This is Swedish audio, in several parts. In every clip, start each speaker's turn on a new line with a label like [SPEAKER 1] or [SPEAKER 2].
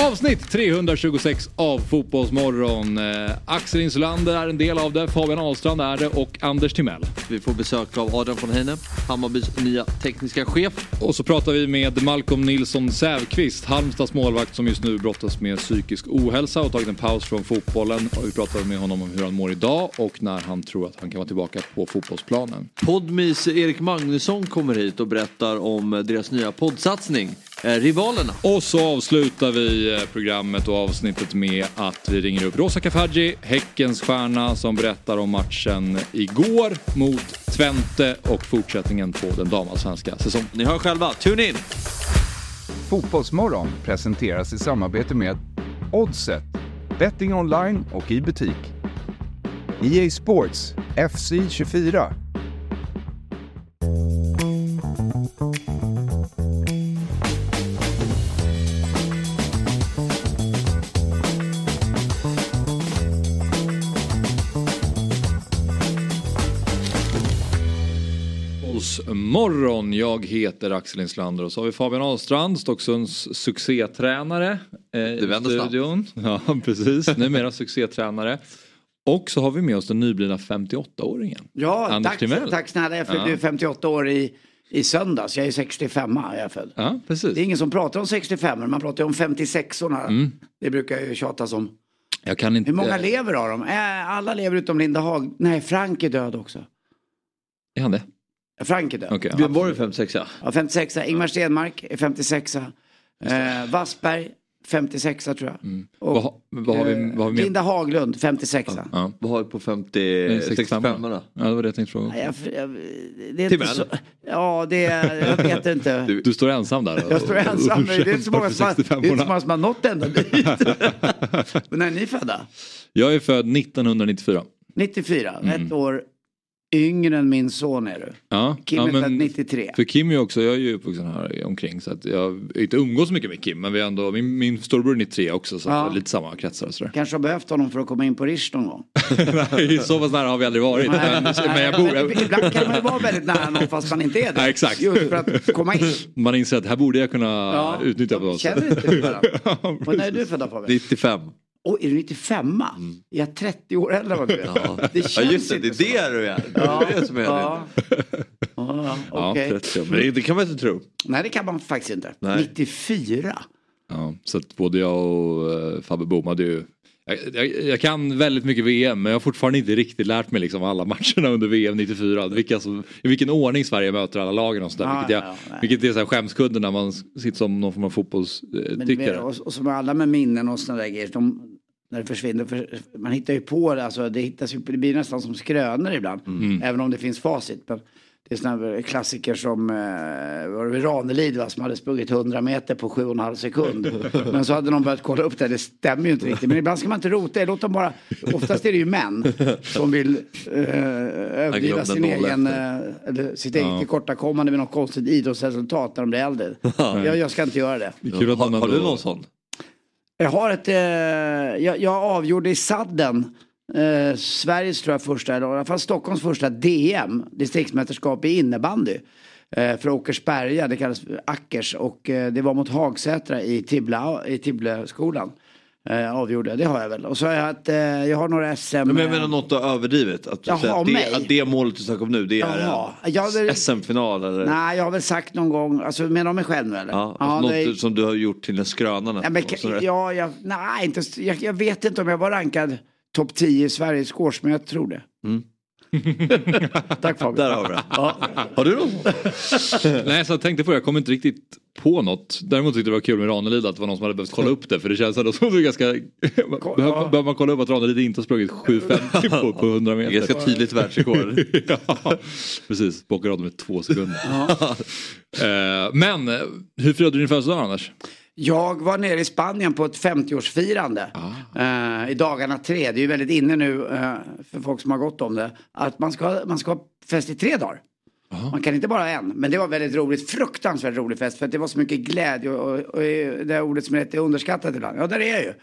[SPEAKER 1] Avsnitt 326 av Fotbollsmorgon. Axel Insulander är en del av det, Fabian Ahlstrand är det och Anders Timell.
[SPEAKER 2] Vi får besök av Adrian von Heine, Hammarbys nya tekniska chef.
[SPEAKER 1] Och så pratar vi med Malcolm Nilsson Sävqvist, Halmstads målvakt som just nu brottas med psykisk ohälsa och tagit en paus från fotbollen. Och vi pratar med honom om hur han mår idag och när han tror att han kan vara tillbaka på fotbollsplanen.
[SPEAKER 2] Podmis Erik Magnusson kommer hit och berättar om deras nya poddsatsning. Rivalerna.
[SPEAKER 1] Och så avslutar vi programmet och avsnittet med att vi ringer upp Rosa Kafaji, Häckens stjärna, som berättar om matchen igår mot Twente och fortsättningen på den damallsvenska säsongen.
[SPEAKER 2] Ni hör själva, tune in!
[SPEAKER 3] Fotbollsmorgon presenteras i samarbete med Oddset, betting online och i butik. EA Sports, FC 24.
[SPEAKER 1] Morgon, jag heter Axel Insulander och så har vi Fabian Ahlstrand, Stocksunds succétränare i studion. Ja, precis. Numera succétränare. Och så har vi med oss den nyblivna 58-åringen.
[SPEAKER 4] Ja, tack snälla. Jag fyllde 58 år i söndags. Jag är 65 jag är född.
[SPEAKER 1] Ja, precis.
[SPEAKER 4] Det är ingen som pratar om 65, men man pratar om 56orna. Det brukar ju tjatas om.
[SPEAKER 1] Jag kan inte...
[SPEAKER 4] Hur många lever av dem? Alla lever utom Linda Hag. Nej, Frank är död också.
[SPEAKER 1] Är han det?
[SPEAKER 4] Frank är död.
[SPEAKER 2] Okay. Björn Borg är 56.
[SPEAKER 4] Ja, 56. Ingmar Stenmark är 56. Wassberg 56 tror jag. Och
[SPEAKER 1] vad har vi
[SPEAKER 4] Linda Haglund 56.
[SPEAKER 1] Ja.
[SPEAKER 2] Vad har vi på 65?
[SPEAKER 1] Ja, det var det jag tänkte fråga.
[SPEAKER 4] Det är inte så, ja, jag vet inte.
[SPEAKER 1] Du står ensam där.
[SPEAKER 4] Jag står ensam. Det är inte så många som har nått ända dit. Men när är ni födda?
[SPEAKER 1] Jag är född 1994.
[SPEAKER 4] 94, ett år yngre än min son är du.
[SPEAKER 1] Ja,
[SPEAKER 4] Kim är född 93.
[SPEAKER 1] För Kim är ju också, jag är ju uppvuxen här omkring så att jag inte umgås så mycket med Kim, men vi ändå, min storebror är 93 också så lite samma kretsar och sådär.
[SPEAKER 4] Kanske har behövt honom för att komma in på Rish någon gång.
[SPEAKER 1] Nej, så pass nära har vi aldrig varit.
[SPEAKER 4] Ibland kan man ju vara väldigt nära någon fast man inte är det.
[SPEAKER 1] Ja, exakt.
[SPEAKER 4] Just för att komma in.
[SPEAKER 1] Man inser att här borde jag kunna utnyttja på något sätt.
[SPEAKER 4] Känner inte varandra. Och när är du född på?
[SPEAKER 2] 95.
[SPEAKER 4] Är du 95? Jag är 30 år äldre vad du vet. Det känns
[SPEAKER 2] just det, det är det du är. Det är det som är det.
[SPEAKER 4] Okay.
[SPEAKER 2] Men det kan man inte tro.
[SPEAKER 4] Nej, det kan man faktiskt inte.
[SPEAKER 2] Nej.
[SPEAKER 4] 94.
[SPEAKER 1] Ja, så att både jag och Fabbe Boom hade ju... Jag kan väldigt mycket VM, men jag har fortfarande inte riktigt lärt mig liksom alla matcherna under VM 94. I vilken ordning Sverige möter alla lagen och sådär. Vilket är så här skämskudden när man sitter som någon form av fotbollstyckare.
[SPEAKER 4] Och som alla med minnen och sådana där grejer. När det försvinner, man hittar ju på det. Alltså, det blir nästan som skrönor ibland. Även om det finns facit. Men det är sådana klassiker som Ranelid som hade sprungit 100 meter på 7,5 sekund. Men så hade någon börjat kolla upp det stämmer ju inte riktigt. Men ibland ska man inte rota, låt dem bara, oftast är det ju män som vill överdriva sin egen, eller sitt eget tillkortakommande med något konstigt idrottsresultat när de blir äldre. Jag ska inte göra det.
[SPEAKER 2] Har du någon sån?
[SPEAKER 4] Jag har jag avgjorde i Sadden Sveriges tror jag första, eller i alla fall Stockholms första DM, distriktsmästerskap i innebandy för Åkersberga, det kallas Ackers, och det var mot Hagsätra i Tibbleskolan. Avgjorde, det har jag väl. Och så har jag har några SM.
[SPEAKER 2] Men jag menar något överdrivet att det målet du snackar om nu, det är SM-final eller?
[SPEAKER 4] Nej, jag har väl sagt någon gång, alltså menar om mig själv nu eller?
[SPEAKER 2] Ja, något som du har gjort till en skröna.
[SPEAKER 4] Jag vet inte om jag var rankad topp 10 i Sveriges skårs, men jag tror det. Tack Fabian.
[SPEAKER 2] Där har vi det. Har du något?
[SPEAKER 1] Nej, så jag tänkte på det. Jag kom inte riktigt på något. Däremot tyckte det var kul med Ranelid att det var någon som hade behövt kolla upp det. För det känns som det ganska... Behöver man kolla upp att Ranelid inte har sprungit 7,50 på 100 meter.
[SPEAKER 2] Ganska tydligt världsrekord.
[SPEAKER 1] Ja, precis. Bockar av med 2 sekunder. Men, hur firade du din födelsedag annars? Jag
[SPEAKER 4] var nere i Spanien på ett 50-årsfirande i dagarna 3. Det är ju väldigt inne nu för folk som har gått om det. Att man ska ha fest i 3 dagar. Man kan inte bara ha en. Men det var väldigt roligt, fruktansvärt rolig fest. För att det var så mycket glädje och det ordet som är underskattat ibland. Ja, där är jag ju.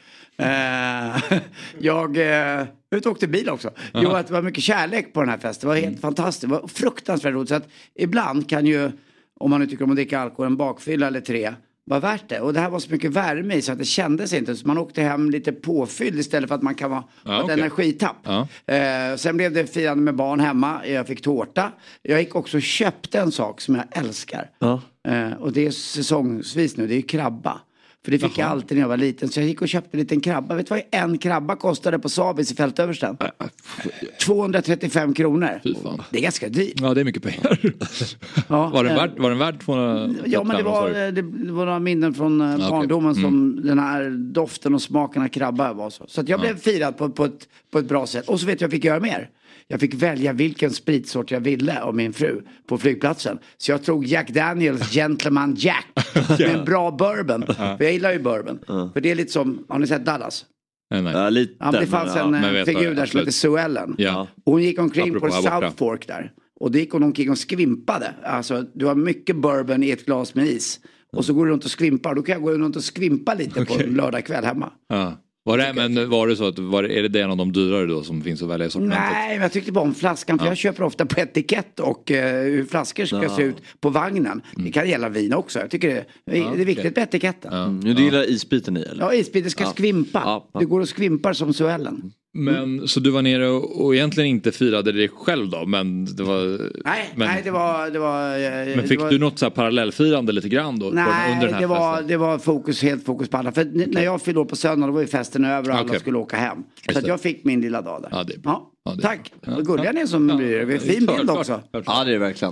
[SPEAKER 4] Jag åkte bil också. Jo, att det var mycket kärlek på den här festen. Det var helt fantastiskt. Det var fruktansvärt roligt. Så att ibland kan ju, om man nu tycker om att dricka alkohol, en bakfylla eller 3 var värt det. Och det här var så mycket värme i så att det kändes inte. Så man åkte hem lite påfylld istället för att man kan ha ett energitapp. Sen blev det firande med barn hemma. Jag fick tårta. Jag gick också och köpte en sak som jag älskar. Och det är säsongsvis nu. Det är krabba. För det fick jag alltid när jag var liten. Så jag gick och köpte en liten krabba. Vet du vad en krabba kostade på Sabis i Fältöversten? 235 kronor. Det är ganska dyrt.
[SPEAKER 1] Ja, det är mycket pengar. Var den värd 235?
[SPEAKER 4] Ja, men det var några minnen från barndomen som den här doften och smaken av krabba var så. Så att jag blev firad på ett bra sätt. Och så vet jag fick göra mer. Jag fick välja vilken spritsort jag ville av min fru på flygplatsen. Så jag tog Jack Daniels Gentleman Jack med en bra bourbon. För jag gillar ju bourbon. För det är lite som, har ni sett Dallas?
[SPEAKER 1] Nej.
[SPEAKER 2] Ja, lite,
[SPEAKER 4] det fanns en figur där som heter Sue Ellen. Och hon gick omkring på South Fork där. Och det gick hon omkring och skvimpade. Alltså du har mycket bourbon i ett glas med is. Och så går du runt och skvimpar. Då kan jag gå runt och skvimpa lite på en lördagkväll hemma.
[SPEAKER 1] Var det så att är det en av de dyrare då som finns att välja i sortimentet?
[SPEAKER 4] Nej, men jag tyckte bara om flaskan. För jag köper ofta på etikett och hur flaskor ska se ut på vagnen. Det kan gälla vin också. Jag tycker det är viktigt med etiketten.
[SPEAKER 2] Du gillar isbiten i eller?
[SPEAKER 4] Ja, isbiten ska skvimpa. Du går och skvimpar som Suellen.
[SPEAKER 1] Men så du var nere och egentligen inte firade det själv då? Men det var...
[SPEAKER 4] Nej, det var
[SPEAKER 1] men fick du något så här parallellfirande lite grann då?
[SPEAKER 4] Nej,
[SPEAKER 1] under den här
[SPEAKER 4] det var helt fokus på alla. För när jag fyllde år på söndag då var ju festen över och alla skulle åka hem. Så att jag fick min lilla dag där.
[SPEAKER 1] Ja, det är bra.
[SPEAKER 4] Tack. Vad gulliga ni är som bryr er. Fin bild också.
[SPEAKER 2] Ja, det är verkligen.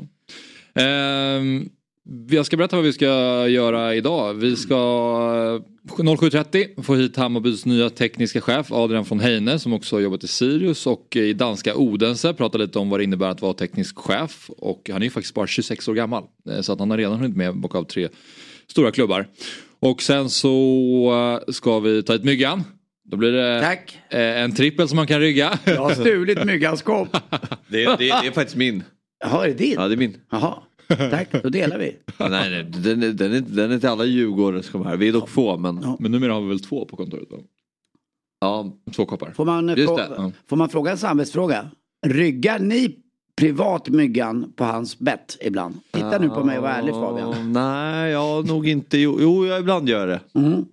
[SPEAKER 1] Jag ska berätta vad vi ska göra idag. Vi ska 07.30 få hit Hammarbys nya tekniska chef Adrian von Heine som också har jobbat i Sirius och i danska Odense. Prata lite om vad det innebär att vara teknisk chef. Och han är ju faktiskt bara 26 år gammal. Så att han har redan hunnit med bak av 3 stora klubbar. Och sen så ska vi ta ett myggan. Då blir det en trippel som man kan rygga.
[SPEAKER 4] Jag har stulit myggans kopp.
[SPEAKER 2] Det är faktiskt min.
[SPEAKER 4] Jaha, är det din?
[SPEAKER 2] Ja, det är min.
[SPEAKER 4] Jaha. Tack, då delar vi.
[SPEAKER 2] Nej, den är till alla Djurgårdare som kommer här. Vi är dock få, men...
[SPEAKER 1] Men numera har vi väl 2 på kontoret då?
[SPEAKER 2] Ja.
[SPEAKER 1] 2 koppar.
[SPEAKER 4] Får man fråga en samvetsfråga? Ryggar ni privat myggan på hans bett ibland? Titta nu på mig och var ärlig, Fabian.
[SPEAKER 2] Nej, jag nog inte. Jo, jag ibland gör det.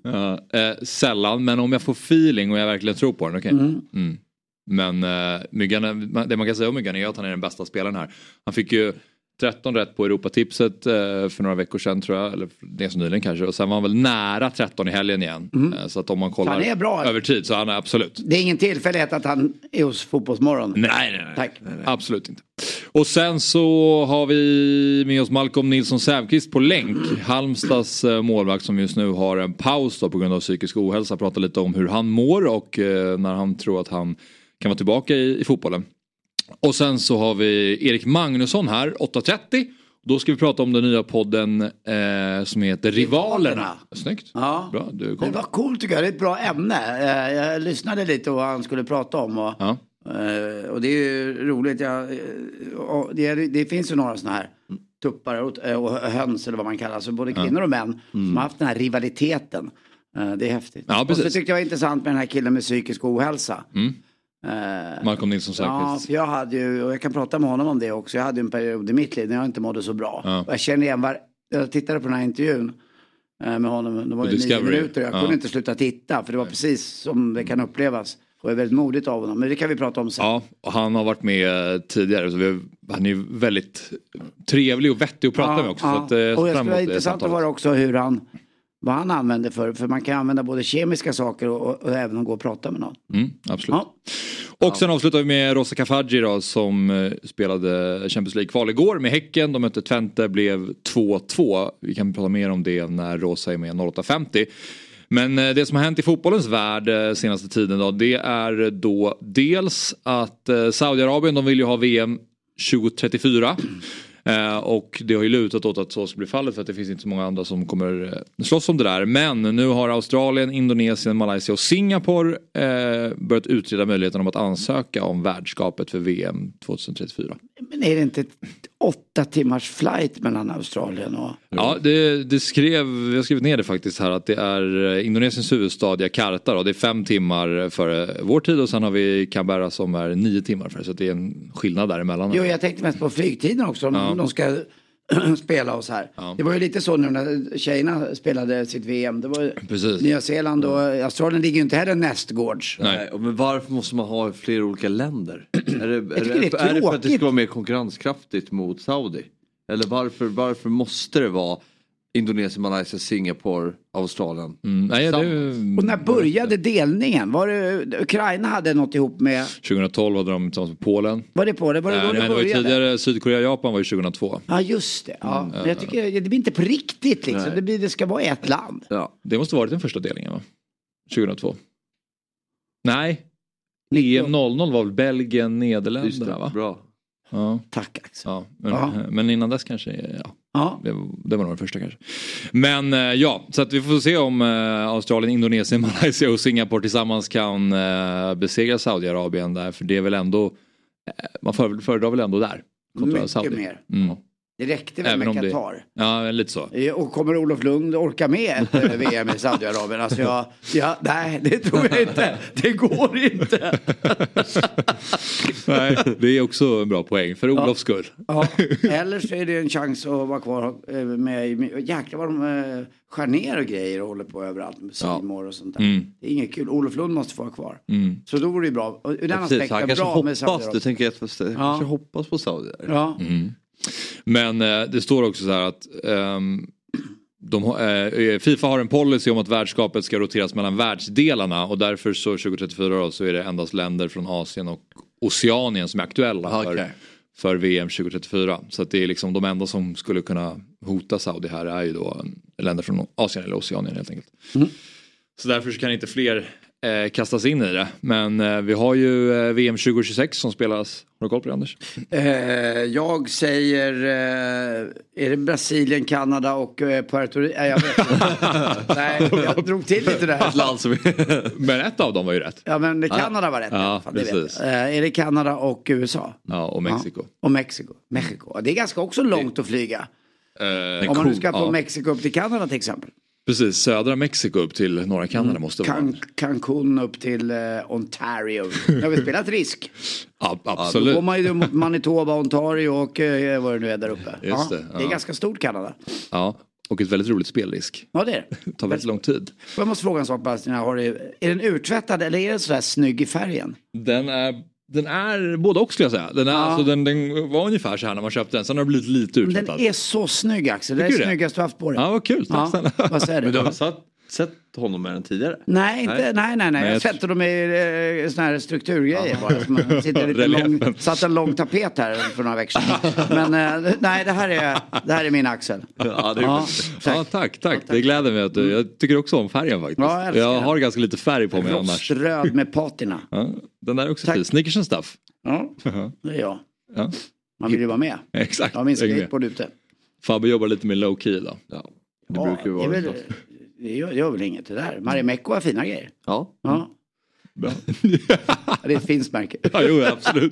[SPEAKER 1] Sällan, men om jag får feeling och jag verkligen tror på den, okej. Men myggan, det man kan säga om myggan är att han är den bästa spelaren här. Han fick ju 13 rätt på Europatipset för några veckor sedan tror jag. Eller det är så nyligen kanske. Och sen var han väl nära 13 i helgen igen. Så att om man kollar
[SPEAKER 4] är bra.
[SPEAKER 1] över tid så han är absolut.
[SPEAKER 4] Det är ingen tillfällighet att han är hos Fotbollsmorgon.
[SPEAKER 1] Nej.
[SPEAKER 4] Tack.
[SPEAKER 1] Absolut inte. Och sen så har vi med oss Malcolm Nilsson Säfqvist på länk. Halmstads målvakt som just nu har en paus då på grund av psykisk ohälsa. Pratar lite om hur han mår och när han tror att han kan vara tillbaka i fotbollen. Och sen så har vi Erik Magnusson här 8.30. Då ska vi prata om den nya podden som heter Rivalerna. Snyggt.
[SPEAKER 4] Ja.
[SPEAKER 1] Bra,
[SPEAKER 4] det var coolt tycker jag. Det är ett bra ämne. Jag lyssnade lite vad han skulle prata om. Och det är ju roligt. Det finns ju några sådana här tuppar och höns eller vad man kallar. Så både kvinnor och män som har haft den här rivaliteten. Det är häftigt.
[SPEAKER 1] Ja,
[SPEAKER 4] och så tyckte jag var intressant med den här killen med psykisk ohälsa.
[SPEAKER 1] Malcolm Nilsson Säfqvist.
[SPEAKER 4] Ja, jag hade ju, och jag kan prata med honom om det också. Jag hade en period i mitt liv när jag inte mådde så bra. Och jag känner igen jag tittade på den här intervjun med honom. Det var ju 9 minuter. Jag kunde inte sluta titta. För det var precis som det kan upplevas. Och det är väldigt modigt av honom. Men det kan vi prata om sen.
[SPEAKER 1] Ja, och han har varit med tidigare. Så han är ju väldigt trevlig och vettig att prata med också. Så att,
[SPEAKER 4] och jag skulle vara intressant att höra också vad han använder för man kan använda både kemiska saker och även gå och prata med någon.
[SPEAKER 1] Absolut. Och sen avslutar vi med Rosa Kafaji då, som spelade Champions League-kval igår med Häcken. De mötte Twente, blev 2-2. Vi kan prata mer om det när Rosa är med 08.50. Men det som har hänt i fotbollens värld senaste tiden då, det är då dels att Saudiarabien, de vill ju ha VM 2034. Och det har ju lutat åt att så ska bli fallet för att det finns inte så många andra som kommer slåss om det där. Men nu har Australien, Indonesien, Malaysia och Singapore börjat utreda möjligheten om att ansöka om värdskapet för VM 2034.
[SPEAKER 4] Men är det inte 8 timmars flight mellan Australien och...
[SPEAKER 1] Ja, vi har skrivit ner det faktiskt här att det är Indonesiens huvudstad Jakarta då. Det är 5 timmar före vår tid och sen har vi Canberra som är 9 timmar före. Så det är en skillnad däremellan.
[SPEAKER 4] Jo, jag tänkte mest på flygtiden också. De ska spela och så här.
[SPEAKER 1] Ja.
[SPEAKER 4] Det var ju lite så nu när tjejerna spelade sitt VM. Det var ju
[SPEAKER 1] Precis.
[SPEAKER 4] Nya Zeeland och Australien ligger ju inte heller nästgårds.
[SPEAKER 1] Nej.
[SPEAKER 2] Men varför måste man ha fler olika länder? Är det
[SPEAKER 4] tycker det är
[SPEAKER 2] för att det
[SPEAKER 4] tråkigt.
[SPEAKER 2] ska vara mer konkurrenskraftigt mot Saudi? Eller varför måste det vara Indonesien, Malaysia, Singapore, Australien?
[SPEAKER 1] Nej, det,
[SPEAKER 4] Och när började delningen? Var det Ukraina hade något ihop med?
[SPEAKER 1] 2012 hade de tillsammans med Polen.
[SPEAKER 4] Var det på det? Var det då
[SPEAKER 1] Nej,
[SPEAKER 4] det
[SPEAKER 1] det var ju
[SPEAKER 4] började?
[SPEAKER 1] tidigare, Sydkorea och Japan var ju 2002.
[SPEAKER 4] Ja, just det. Ja. Men jag tycker det blir inte på riktigt liksom. Det ska vara ett land.
[SPEAKER 2] Ja.
[SPEAKER 1] Det måste varit den första delningen va? 2002. Nej. EM 00 var väl Belgien, Nederländerna va?
[SPEAKER 2] Bra.
[SPEAKER 1] Ja.
[SPEAKER 4] Tack Axel.
[SPEAKER 1] Ja.
[SPEAKER 4] Ja.
[SPEAKER 1] Men innan dess kanske, ja.
[SPEAKER 4] Ja.
[SPEAKER 1] Det var nog den första kanske. Men ja, så att vi får se om Australien, Indonesien, Malaysia och Singapore tillsammans kan besegra Saudiarabien där. För det är väl ändå, man föredrar väl ändå där. Kontra
[SPEAKER 4] Mycket
[SPEAKER 1] Saudi.
[SPEAKER 4] mer.
[SPEAKER 1] Mm.
[SPEAKER 4] Det räckte väl
[SPEAKER 1] Även
[SPEAKER 4] med
[SPEAKER 1] om det-
[SPEAKER 4] Qatar.
[SPEAKER 1] Ja, lite så.
[SPEAKER 4] Och kommer Olof Lund orka med ett VM i Saudiarabien? Alltså nej, det tror jag inte. Det går inte.
[SPEAKER 1] Nej, det är också en bra poäng för Olofs skull.
[SPEAKER 4] Ja, eller så är det en chans att vara kvar med. Jäklar vad de skär ner och grejer och håller på överallt med Simor och sånt där.
[SPEAKER 1] Mm.
[SPEAKER 4] Det är inget kul. Olof Lund måste få vara kvar.
[SPEAKER 1] Mm.
[SPEAKER 4] Så då vore det bra. Och ur den
[SPEAKER 2] Precis,
[SPEAKER 4] aspekten
[SPEAKER 2] han kanske
[SPEAKER 4] bra med
[SPEAKER 2] hoppas, du
[SPEAKER 4] Saudiarabien.
[SPEAKER 2] tänker att kanske hoppas på Saudi där.
[SPEAKER 4] Ja.
[SPEAKER 1] Men det står också så här att FIFA har en policy om att värdskapet ska roteras mellan världsdelarna och därför så 2034 då, så är det endast länder från Asien och Oceanien som är aktuella för VM 2034. Så att det är liksom de enda som skulle kunna hota Saudi här är ju då länder från Asien eller Oceanien helt enkelt. Så därför så kan inte fler kastas in i det. Men vi har ju VM 2026 som spelas. Har du koll på det Anders?
[SPEAKER 4] Jag säger, är det Brasilien, Kanada och Puerto Rico? Jag vet inte. Nej, jag drog till lite där.
[SPEAKER 2] Ett land som
[SPEAKER 1] Men ett av dem var ju rätt.
[SPEAKER 4] Ja, men Kanada var rätt.
[SPEAKER 1] Ja,
[SPEAKER 4] Fan, det vet
[SPEAKER 1] precis.
[SPEAKER 4] jag. Är det Kanada och USA?
[SPEAKER 1] Ja, och Mexiko.
[SPEAKER 4] Ja. Och Mexiko. Det är ganska också långt att flyga.
[SPEAKER 1] Om
[SPEAKER 4] Om man nu ska från Mexiko upp till Kanada till exempel.
[SPEAKER 1] Precis, södra Mexiko upp till norra Kanada måste vara.
[SPEAKER 4] Cancun upp till Ontario. Nu har vi spelat risk.
[SPEAKER 1] Ja,
[SPEAKER 4] Då
[SPEAKER 1] absolut.
[SPEAKER 4] går man ju mot Manitoba, Ontario och vad det nu är där uppe.
[SPEAKER 1] Just det,
[SPEAKER 4] Det är
[SPEAKER 1] ja.
[SPEAKER 4] ganska stort Kanada.
[SPEAKER 1] Ja, och ett väldigt roligt spelrisk.
[SPEAKER 4] Ja, det är det.
[SPEAKER 1] Det tar väldigt lång tid.
[SPEAKER 4] Jag måste fråga en sak bara. Är den urtvättad eller är den sådär snygg i färgen?
[SPEAKER 1] Den är både och skulle jag säga. Alltså, den var ungefär så här när man köpte den. Sen har det blivit lite
[SPEAKER 4] Men
[SPEAKER 1] urtvättad.
[SPEAKER 4] den är så snygg Axel. Det är
[SPEAKER 1] Tycker
[SPEAKER 4] det
[SPEAKER 1] du det?
[SPEAKER 4] snyggaste du har haft på dig.
[SPEAKER 1] Ja, vad kul. Tack snälla.
[SPEAKER 4] Vad säger du?
[SPEAKER 2] Men du har sett honom med den tidigare?
[SPEAKER 4] Nej. Jag
[SPEAKER 1] jag
[SPEAKER 4] sätter dem i såna här strukturgrejer bara. Som man sitter lite
[SPEAKER 1] Reliefen.
[SPEAKER 4] satt en lång tapet här för några veckor sedan. Men nej, det här är min Axel.
[SPEAKER 2] Ja, det är
[SPEAKER 4] Ja,
[SPEAKER 1] Ja, tack. Det gläder mig att jag tycker också om färgen faktiskt.
[SPEAKER 4] Ja, jag älskar
[SPEAKER 1] jag
[SPEAKER 4] den.
[SPEAKER 1] har ganska lite färg på mig annars.
[SPEAKER 4] Roströd med patina.
[SPEAKER 1] Ja, den där är också
[SPEAKER 4] Tack.
[SPEAKER 1] fin. Sneakers and stuff.
[SPEAKER 4] Ja, det är jag.
[SPEAKER 1] Ja,
[SPEAKER 4] Man vill ju vara med.
[SPEAKER 1] exakt.
[SPEAKER 4] Jag har min
[SPEAKER 1] Jag är med.
[SPEAKER 4] skateboard ute.
[SPEAKER 1] Fabbe jobbar lite med low key då.
[SPEAKER 2] Ja, det
[SPEAKER 4] Ja,
[SPEAKER 2] brukar ju vara
[SPEAKER 4] det är
[SPEAKER 2] så.
[SPEAKER 4] väl, det gör väl inget det där. Marimekko har fina grejer.
[SPEAKER 2] Ja.
[SPEAKER 4] Ja.
[SPEAKER 1] Bra.
[SPEAKER 4] Det är ett finskt märke.
[SPEAKER 1] Ja, jo, absolut.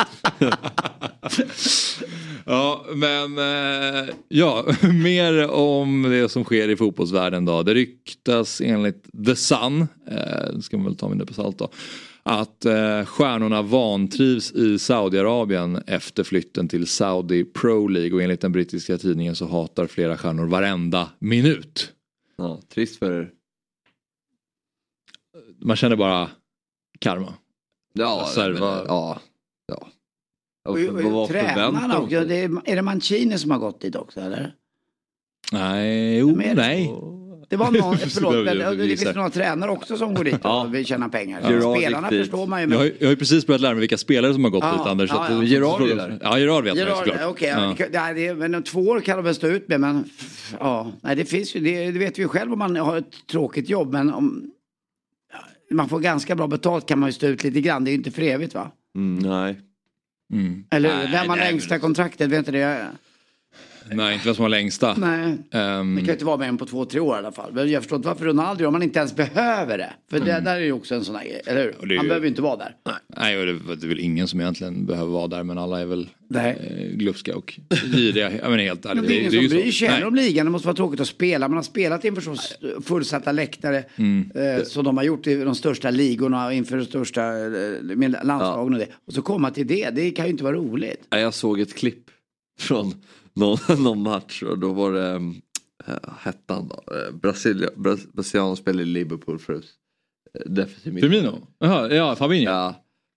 [SPEAKER 1] Ja, men ja, mer om det som sker i fotbollsvärlden då. Det ryktas enligt The Sun, det ska man väl ta med det på salt då, att stjärnorna vantrivs i Saudiarabien efter flytten till Saudi Pro League och enligt den brittiska tidningen så hatar flera stjärnor varenda minut.
[SPEAKER 2] Ja, trist för er.
[SPEAKER 1] Man känner bara karma.
[SPEAKER 2] Ja,
[SPEAKER 1] Serva.
[SPEAKER 2] ja.
[SPEAKER 4] Och
[SPEAKER 2] Vad
[SPEAKER 4] tränarna
[SPEAKER 2] förväntar
[SPEAKER 4] också. Är det Mancini som har gått dit också eller?
[SPEAKER 1] Nej, jo,
[SPEAKER 4] Men-
[SPEAKER 1] nej.
[SPEAKER 4] Det var någon, förlåt,
[SPEAKER 1] Det
[SPEAKER 4] men
[SPEAKER 1] var-
[SPEAKER 4] det finns några tränare också som går dit och vill tjäna pengar.
[SPEAKER 2] Gerard
[SPEAKER 4] Spelarna
[SPEAKER 2] gick dit.
[SPEAKER 4] förstår man ju.
[SPEAKER 1] Jag har ju precis börjat lära mig vilka spelare som har gått
[SPEAKER 4] Ja,
[SPEAKER 1] dit Anders.
[SPEAKER 4] ja,
[SPEAKER 1] så att-
[SPEAKER 4] ja.
[SPEAKER 2] Gerard är där.
[SPEAKER 1] Ja, Gerard vet man ju såklart.
[SPEAKER 4] Okej,
[SPEAKER 1] Ja.
[SPEAKER 4] men 2 år kan de väl stå ut med, men ja, nej, det finns ju, det vet vi ju själv om man har ett tråkigt jobb, men om man får ganska bra betalt kan man ju stå ut lite grann, det är ju inte för evigt va?
[SPEAKER 2] Nej.
[SPEAKER 1] Mm.
[SPEAKER 4] Eller
[SPEAKER 1] Nej,
[SPEAKER 4] vem har
[SPEAKER 1] nej,
[SPEAKER 4] längsta kontraktet, vet inte det?
[SPEAKER 1] Nej, inte vem som har längsta.
[SPEAKER 4] Nej. Det kan ju inte vara med en på 2-3 år i alla fall. Men jag förstår inte varför Ronaldo, om man inte ens behöver det. För det där är ju också en sån här grej, eller hur?
[SPEAKER 1] Och det är
[SPEAKER 4] Han
[SPEAKER 1] ju-
[SPEAKER 4] behöver ju inte vara där.
[SPEAKER 1] Nej, och det är väl ingen som egentligen behöver vara där, men alla är väl
[SPEAKER 4] Nej.
[SPEAKER 1] glupska och giriga. Jag menar helt ärligt.
[SPEAKER 4] Men det är ingen
[SPEAKER 1] ju
[SPEAKER 4] som
[SPEAKER 1] så.
[SPEAKER 4] bryr sig
[SPEAKER 1] Nej.
[SPEAKER 4] om ligan. Det måste vara tråkigt att spela. Man har spelat inför så fullsatta läktare som de har gjort i de största ligorna inför de största med landslagen och det. Och så komma till det kan ju inte vara roligt.
[SPEAKER 2] Jag såg ett klipp från någon match och då var det hettan då. Brasilianer spelade i Liverpool förut. Definitivt.
[SPEAKER 1] Firmino? Jaha, ja, Fabinho.
[SPEAKER 2] Ja.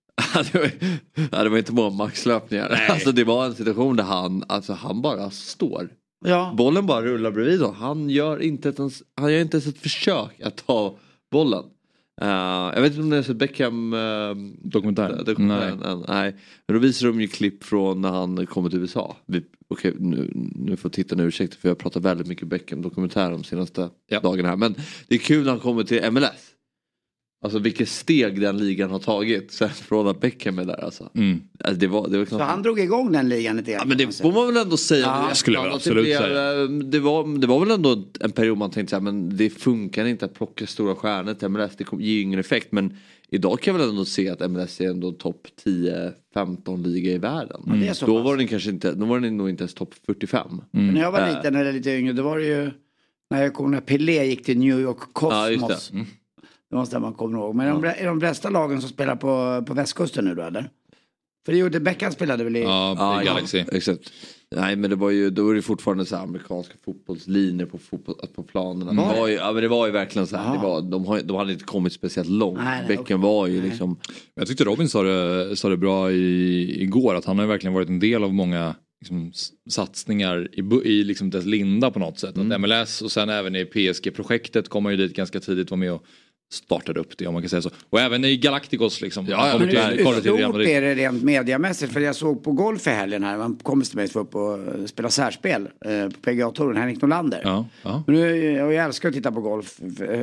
[SPEAKER 2] Det var inte många maxlöpningar. Alltså det var en situation där han bara står.
[SPEAKER 4] Ja.
[SPEAKER 2] Bollen bara rullar bredvid och han gör inte ens ett försök att ta bollen. Jag vet inte om det är så Beckham
[SPEAKER 1] dokumentär.
[SPEAKER 2] Nej. Men då visar de ju klipp från när han kommer till USA. Okej, nu får tittarna ursäkta för jag pratar väldigt mycket Beckham dokumentär de senaste dagarna här. Men det är kul när han kommer till MLS. Alltså vilket steg den ligan har tagit sen från att Beckham är där alltså. Alltså, det var
[SPEAKER 4] så han drog igång den ligan lite grann.
[SPEAKER 2] Ja, men det får man väl ändå säga.
[SPEAKER 1] Ja, skulle jag absolut säga.
[SPEAKER 2] Det var väl ändå en period man tänkte så här, men det funkar inte att plocka stora stjärnor till MLS. Det ger ingen effekt. Men idag kan jag väl ändå se att MLS är ändå topp 10-15 liga i världen. Då var den kanske inte, då var den nog inte ens topp 45.
[SPEAKER 4] Men när jag var liten eller lite yngre, då var det ju när Pelé gick till New York Cosmos.
[SPEAKER 2] Ja,
[SPEAKER 4] det måste man komma ihåg. Men är de flesta lagen som spelar på västkusten nu då eller? För det gjorde Beckham spelade väl i
[SPEAKER 1] Galaxy.
[SPEAKER 2] Exakt. Nej men det var ju, då är det fortfarande så här amerikanska fotbollslinjer på planerna. Det var ju verkligen så här. De hade inte kommit speciellt långt. Beckham var ju liksom. Jag
[SPEAKER 1] tyckte Robin sa det bra igår att han har verkligen varit en del av många liksom, satsningar i liksom dess linda på något sätt. Att MLS och sen även i PSG-projektet kommer ju dit ganska tidigt, var med och startade upp det om man kan säga så. Och även i Galacticos liksom.
[SPEAKER 4] Ja, men hur stort är det rent mediamässigt? För jag såg på golf i helgen här. Man kommer till mig för upp och spela särspel på PGA-touren, Henrik Norlander.
[SPEAKER 1] Ja.
[SPEAKER 4] Men jag älskar att titta på golf.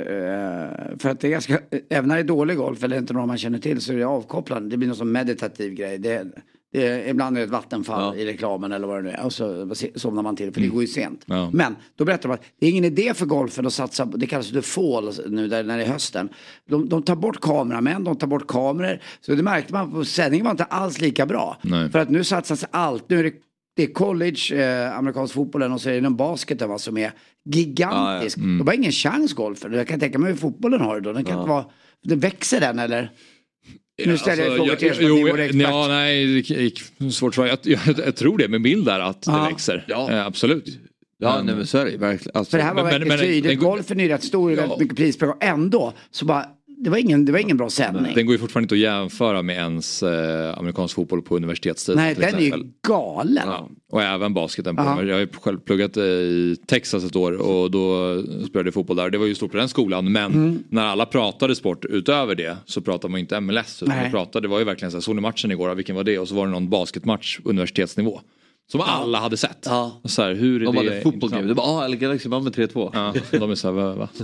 [SPEAKER 4] För att det är ganska, även när det är dålig golf eller inte någon man känner till så är det avkopplande. Det blir någon sån meditativ grej. Ibland är det ett vattenfall i reklamen eller vad det nu är. Och så somnar man till för det går ju sent.
[SPEAKER 1] Ja.
[SPEAKER 4] Men då berättar man att det är ingen idé för golfen att satsa på, det kallas The Fall nu när det är hösten. De tar bort kameramän, de tar bort kameror. Så det märkte man på sändningen var inte alls lika bra.
[SPEAKER 1] Nej.
[SPEAKER 4] För att nu satsas allt. Nu är det är college, amerikansk fotbollen och så är det den basketen som är gigantisk. De har ingen chans golfen. Jag kan tänka mig hur fotbollen har det då. Den kan inte vara, den växer den eller? Nu ställer jag frågor till er som ni vore expert.
[SPEAKER 1] Ja, nej, svårt svar. Jag tror det med bild där att det växer. Ja. Absolut.
[SPEAKER 2] Ja, nej, men så är det verkligen. Alltså,
[SPEAKER 4] för det här var verkligen tydligt. Golfen är rätt stor, väldigt mycket prispengar. Ändå så bara det var ingen bra sändning.
[SPEAKER 1] Den går ju fortfarande inte att jämföra med ens amerikansk fotboll på universitetstid.
[SPEAKER 4] Nej, den är ju galen.
[SPEAKER 1] Ja. Och även basketen. Jag har själv pluggat i Texas ett år och då spelade jag fotboll där. Det var ju stort på den skolan. Men när alla pratade sport utöver det så pratade man inte MLS. Det var ju verkligen så här, såg ni matchen igår? Vilken var det? Och så var det någon basketmatch universitetsnivå. Som alla hade sett. Ja. Så här, hur är
[SPEAKER 2] de
[SPEAKER 1] det?
[SPEAKER 2] Hade fotbollsgame. Det var Galaxy vann med 3-2.
[SPEAKER 1] Ja, de är så här, va?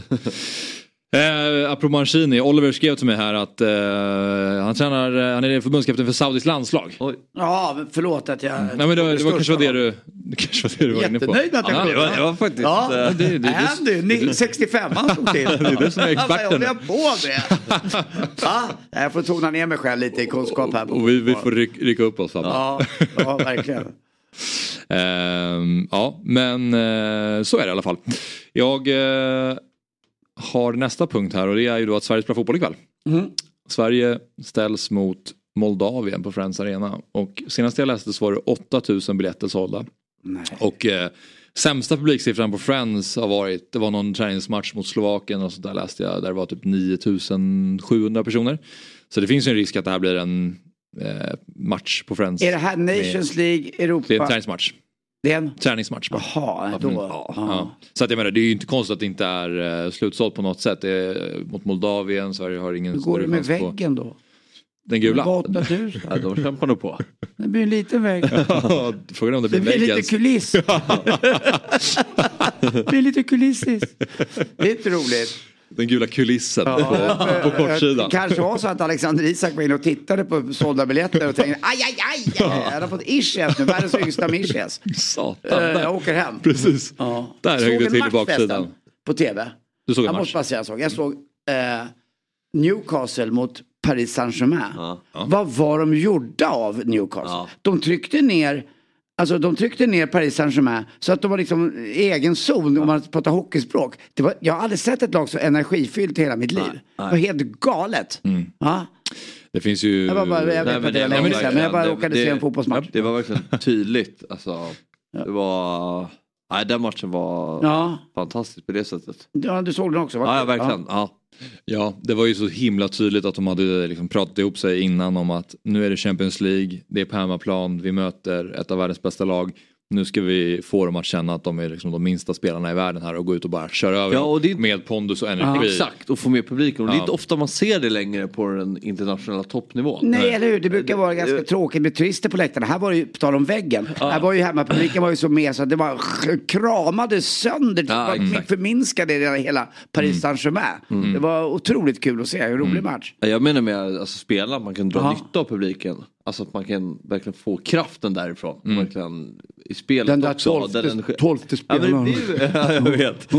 [SPEAKER 1] Apropå Mancini, Oliver skrev till mig här att han är förbundskapten för Saudis landslag.
[SPEAKER 4] Oj. Ja, men förlåt att jag...
[SPEAKER 1] Nej, men det var kanske var det du var inne på.
[SPEAKER 4] Jättenöjd med att jag kom.
[SPEAKER 2] Det var faktiskt...
[SPEAKER 4] Ja, det 65 han stod till.
[SPEAKER 1] Det är det som är experten.
[SPEAKER 4] Vad jag på med? Jag får tona ner mig själv lite i kunskap här.
[SPEAKER 1] Och vi får rycka upp oss.
[SPEAKER 4] Ja, verkligen.
[SPEAKER 1] Men så är det i alla fall. Jag har nästa punkt här och det är ju då att Sverige spelar fotboll ikväll. Sverige ställs mot Moldavien på Friends Arena och senast jag läste så var det 8000 biljetter sålda. Och sämsta publiksiffran på Friends har varit, det var någon träningsmatch mot Slovakien och så där läste jag, där var typ 9700 personer. Så det finns ju en risk att det här blir en match på Friends.
[SPEAKER 4] Är det här Nations League Europa?
[SPEAKER 1] Det är en träningsmatch.
[SPEAKER 4] Det är en
[SPEAKER 1] träningsmatch.
[SPEAKER 4] Jaha, då.
[SPEAKER 1] Så att jag menar, det är ju inte konstigt att det inte är slutsålt på något sätt. Det är mot Moldavien, Sverige har ingen...
[SPEAKER 4] Hur går det med väggen då?
[SPEAKER 1] Den gula?
[SPEAKER 2] Ja, de kämpar nog på.
[SPEAKER 4] Det blir en liten vägg.
[SPEAKER 1] Frågan om det
[SPEAKER 4] blir lite kuliss. Det blir lite kulissis. Det är inte roligt.
[SPEAKER 1] Den gula kulissen på kortsidan.
[SPEAKER 4] Kanske var så att Alexander Isak var inne och tittade på sålda biljetter och tänkte aj. Jag har fått ischias nu, världens yngsta med ischias.
[SPEAKER 1] Satan.
[SPEAKER 4] Jag åker hem.
[SPEAKER 1] Precis.
[SPEAKER 4] Ja.
[SPEAKER 1] Där höjde det till i baksidan.
[SPEAKER 4] På tv.
[SPEAKER 1] Du såg en
[SPEAKER 4] jag
[SPEAKER 1] match?
[SPEAKER 4] Måste bara säga en sak. Jag såg Newcastle mot Paris Saint-Germain. Vad var de gjorda av Newcastle? De tryckte ner Paris Saint-Germain så att de var liksom egen zon om man pratar hockeyspråk. Jag har aldrig sett ett lag så energifyllt i hela mitt liv. Det var helt galet. Ja.
[SPEAKER 1] Det finns ju...
[SPEAKER 4] Jag råkade se en fotbollsmatch.
[SPEAKER 2] Det var verkligen tydligt. Alltså, Det var... Nej, den matchen var fantastisk på det sättet.
[SPEAKER 4] Ja, du såg den också.
[SPEAKER 2] Ja, verkligen.
[SPEAKER 1] Ja, det var ju så himla tydligt att de hade liksom pratat ihop sig innan om att nu är det Champions League, det är på hemmaplan, vi möter ett av världens bästa lag. Nu ska vi få dem att känna att de är liksom de minsta spelarna i världen här och gå ut och bara köra över med pondus och energi.
[SPEAKER 2] Exakt, och få med publiken. Och det är inte ofta man ser det längre på den internationella toppnivån.
[SPEAKER 4] Nej, eller hur? Det brukar vara ganska tråkigt med turister på läktarna. Här var det ju, på tal om väggen. Här var ju hemmapubliken var ju så med så att det var kramade sönder. Det var förminskade hela Paris Saint-Germain. Det var otroligt kul att se. En rolig match.
[SPEAKER 2] Jag menar med alltså, spela, man kan dra nytta av publiken. Alltså att man kan verkligen få kraften därifrån. Verkligen i spelet
[SPEAKER 4] den där
[SPEAKER 2] också.
[SPEAKER 4] 12:e spelaren.
[SPEAKER 2] Jag vet.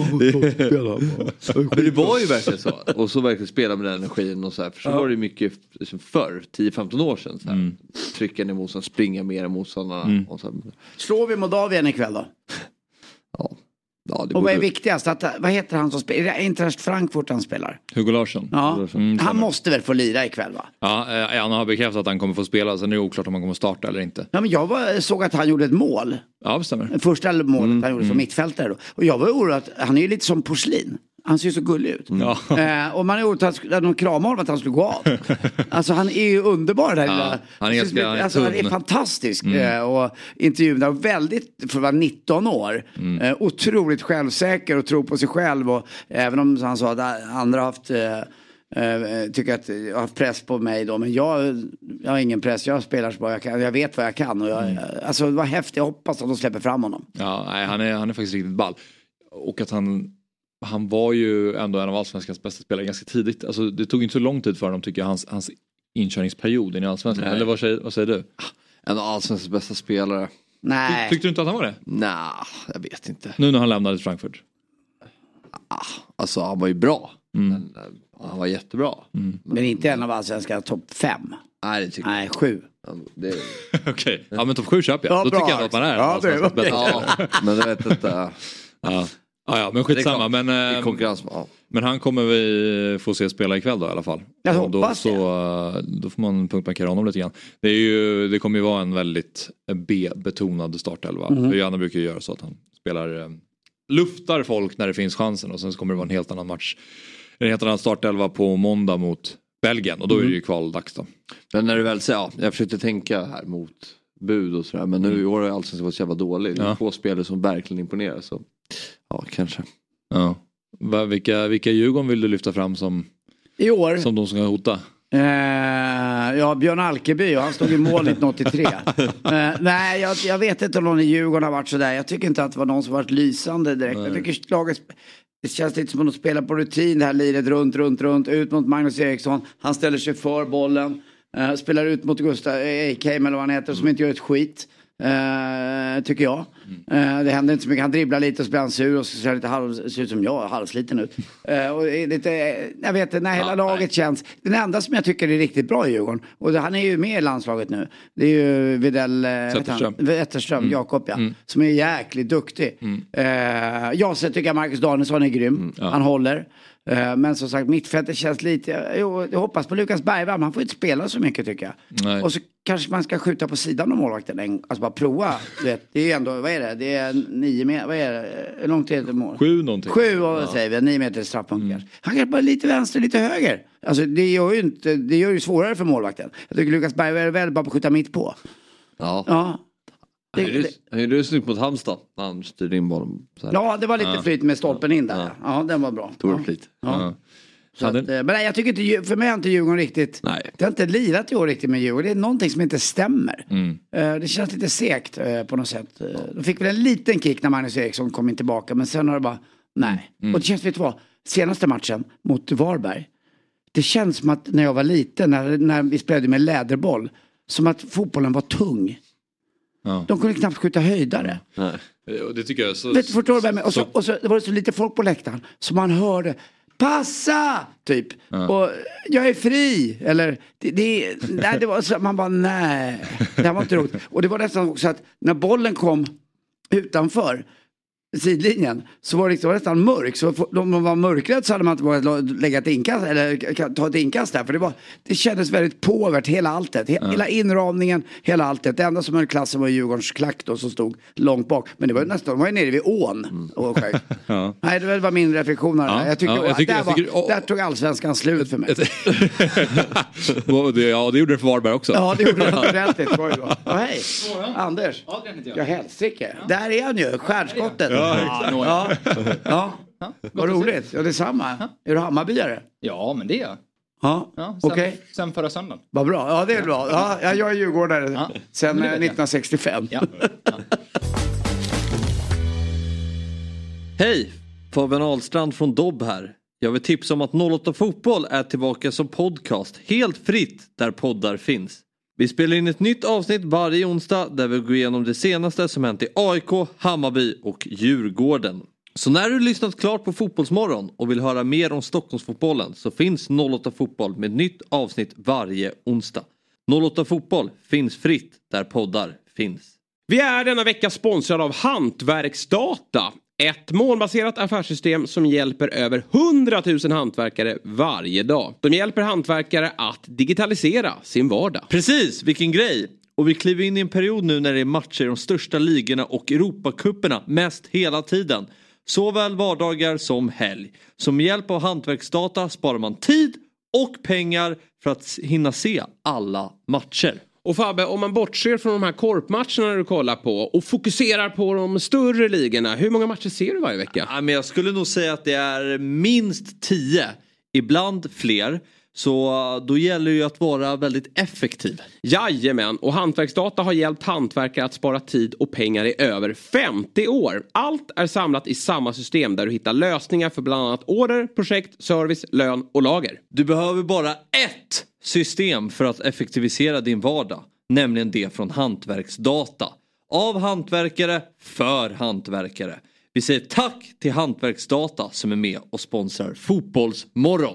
[SPEAKER 2] Men det var ju verkligen så. Och så verkligen spela med den energin och så här. För så var det mycket liksom, förr, 10-15 år sedan. Så här. Trycka ner motståndarna, springa mer än motståndarna.
[SPEAKER 4] Slår vi Moldavien ikväll då?
[SPEAKER 2] Ja,
[SPEAKER 4] och vad är viktigast? Vad heter han som spelar? Är det Eintracht Frankfurt han spelar?
[SPEAKER 1] Hugo Larsson.
[SPEAKER 4] Ja. Han måste väl få lira ikväll, va?
[SPEAKER 1] Ja, han har bekräftat att han kommer få spela. Sen är det oklart om han kommer starta eller inte.
[SPEAKER 4] Ja, men jag såg att han gjorde ett mål.
[SPEAKER 1] Ja, det stämmer.
[SPEAKER 4] Första målet han gjorde som mittfältare då. Och jag var orolig att han är ju lite som porslin. Han ser ju så gullig ut. Och man är orolig att de kramar honom att han skulle gå av. Alltså han är ju underbar där.
[SPEAKER 1] Han är
[SPEAKER 4] fantastisk. Och intervjun där väldigt, för att vara 19 år. Otroligt självsäker och tror på sig själv. Och även om han sa att andra haft... tycker att jag har haft press på mig då, men jag har ingen press, jag spelar så bra jag kan, jag vet vad jag kan och alltså det var häftigt, jag hoppas att de släpper fram honom.
[SPEAKER 1] Ja, nej, han är faktiskt riktigt ball. Och att han var ju ändå en av allsvenskans bästa spelare ganska tidigt. Alltså det tog inte så lång tid för honom tycker jag, hans inkörningsperiod i allsvenskan. Eller vad säger du?
[SPEAKER 2] En av allsvenskans bästa spelare.
[SPEAKER 4] Nej.
[SPEAKER 1] Tyckte du inte att han var det?
[SPEAKER 2] Nej, jag vet inte.
[SPEAKER 1] Nu när han lämnade Frankfurt.
[SPEAKER 2] Alltså han var ju bra. Men han var jättebra.
[SPEAKER 4] Men inte en av allsvenska topp 5.
[SPEAKER 2] Nej, det tycker jag.
[SPEAKER 4] Nej, 7.
[SPEAKER 1] Okej, ja men topp 7 köper jag. Då tycker jag att man är allsvenskans bästa.
[SPEAKER 2] Men jag vet inte.
[SPEAKER 1] Ja, men skitsamma. Men han kommer vi få se spela ikväll då i alla fall.
[SPEAKER 4] Jag hoppas
[SPEAKER 1] då får man punktmarkera honom lite grann. Det kommer ju vara en väldigt B-betonad startelva. För Janne brukar ju göra så att han spelar luftar folk när det finns chansen. Och sen så kommer det vara en helt annan match. En helt annan startelva på måndag mot Belgien. Och då är det ju kvaldags då.
[SPEAKER 2] Men när du väl säger, jag försökte tänka här mot bud och sådär. Men nu i år är allt som var så jävla dåligt. Det är två spelare som verkligen imponerar. Så ja, kanske.
[SPEAKER 1] Ja. Vilka Djurgården vill du lyfta fram som,
[SPEAKER 4] i år?
[SPEAKER 1] Som de som ska hota?
[SPEAKER 4] Björn Alkeby och han stod i mål 1983. Nej, jag vet inte om någon i Djurgården har varit sådär. Jag tycker inte att det var någon som varit lysande direkt. Jag tycker laget, det känns lite som att de spelar på rutin. Det här liret runt ut mot Magnus Eriksson. Han ställer sig för bollen. Spelar ut mot Gustav Ekheim eller vad han heter, som inte gör ett skit. Tycker jag. Det händer inte så mycket. Han dribblar lite och så blir han sur och så ser lite ser ut som jag, halvsliten ut. Och lite, jag vet inte, när hela laget känns. Den enda som jag tycker är riktigt bra i Djurgården, och han är ju med i landslaget nu, det är ju Widell Wetterström, Jakob, som är jäkligt duktig. Jag tycker Marcus Danielsson är grym. Han håller. Men som sagt, mittfältet känns lite... Jag hoppas på Lukas Bergvall. Han får inte spela så mycket tycker jag. Nej. Och så kanske man ska skjuta på sidan av målvakten. Alltså bara prova. Vet, det är ändå, vad är det? Det är 9 meter, vad är det? Hur långt är det mål?
[SPEAKER 1] 7 någonting.
[SPEAKER 4] 7 säger vi, 9 meter straffpunkt. Han kan bara lite vänster, lite höger. Alltså det gör ju inte, det gör ju svårare för målvakten. Jag tycker Lukas Bergvall är väl bara på att skjuta mitt på.
[SPEAKER 2] Ja. Han gjorde snyggt mot Halmstad. Han styrde in bollen.
[SPEAKER 4] Ja, det var lite flyt med stolpen in där. Ja, den var bra.
[SPEAKER 2] Stor flyt.
[SPEAKER 4] Så att, men nej, jag tycker inte, för mig har inte Djurgården riktigt. Nej. Det har inte lirat i år riktigt med Djurgården. Det är någonting som inte stämmer. Det känns lite segt på något sätt. De fick väl en liten kick när Magnus Eriksson kom in tillbaka. Men sen har det bara, nej. Och det känns, vet du vad? Senaste matchen mot Varberg. Det känns som att när jag var liten, när vi spelade med läderboll, som att fotbollen var tung. Ja. De kunde knappt skjuta höjdare.
[SPEAKER 1] Nej. Det tycker jag så...
[SPEAKER 4] Förstår du? Och så var det så lite folk på läktaren som man hörde passa! Typ. Ja. Och jag är fri! Eller det var så, man bara nej. Det var inte roligt. Och det var nästan också att när bollen kom utanför, sidlinjen så var det nästan mörk, så om man var mörkrädd så hade man inte vågat lägga ett inkast eller ta ett inkast där, för det kändes väldigt påvert, hela alltet, hela inramningen, hela alltet. Det enda som höll klassen var Djurgårdens klack då, som stod långt bak, men det var nästan, de var ju nere vid ån och nej, det var min reflektion här. Jag tycker där tog allsvenskan slut för mig.
[SPEAKER 1] Det gjorde det för Varberg också.
[SPEAKER 4] Ja, det gjorde det ordentligt. Hej, Anders. Ja, helsike. Där är han ju, stjärnskottet. Ja. Vad roligt. Ja, det är samma. Är du Hammarbyare?
[SPEAKER 5] Ja, men det är jag.
[SPEAKER 4] Ja, okej.
[SPEAKER 5] Sen förra söndagen.
[SPEAKER 4] Vad bra. Ja, det är bra. Ja, jag är Djurgårdare sen 1965.
[SPEAKER 5] Ja.
[SPEAKER 2] Hej, Fabian Ahlstrand från Dobb här. Jag vill tipsa om att 08 Fotboll är tillbaka som podcast, helt fritt där poddar finns. Vi spelar in ett nytt avsnitt varje onsdag där vi går igenom det senaste som hänt i AIK, Hammarby och Djurgården. Så när du lyssnat klart på Fotbollsmorgon och vill höra mer om Stockholmsfotbollen så finns 08 Fotboll med ett nytt avsnitt varje onsdag. 08 Fotboll finns fritt där poddar finns.
[SPEAKER 6] Vi är denna vecka sponsrade av Hantverksdata. Ett målbaserat affärssystem som hjälper över 100 000 hantverkare varje dag. De hjälper hantverkare att digitalisera sin vardag.
[SPEAKER 2] Precis, vilken grej! Och vi kliver in i en period nu när det är matcher i de största ligorna och Europacupperna mest hela tiden. Såväl vardagar som helg. Så med hjälp av Hantverksdata sparar man tid och pengar för att hinna se alla matcher.
[SPEAKER 6] Och Fabbe, om man bortser från de här korpmatcherna du kollar på och fokuserar på de större ligorna, hur många matcher ser du varje vecka?
[SPEAKER 2] Ja, men jag skulle nog säga att det är minst 10, ibland fler. Så då gäller det ju att vara väldigt effektiv.
[SPEAKER 6] Jajamän, och Hantverksdata har hjälpt hantverkare att spara tid och pengar i över 50 år. Allt är samlat i samma system där du hittar lösningar för bland annat order, projekt, service, lön och lager.
[SPEAKER 2] Du behöver bara ett system för att effektivisera din vardag. Nämligen det från Hantverksdata. Av hantverkare för hantverkare. Vi säger tack till Hantverksdata som är med och sponsrar Fotbollsmorgon.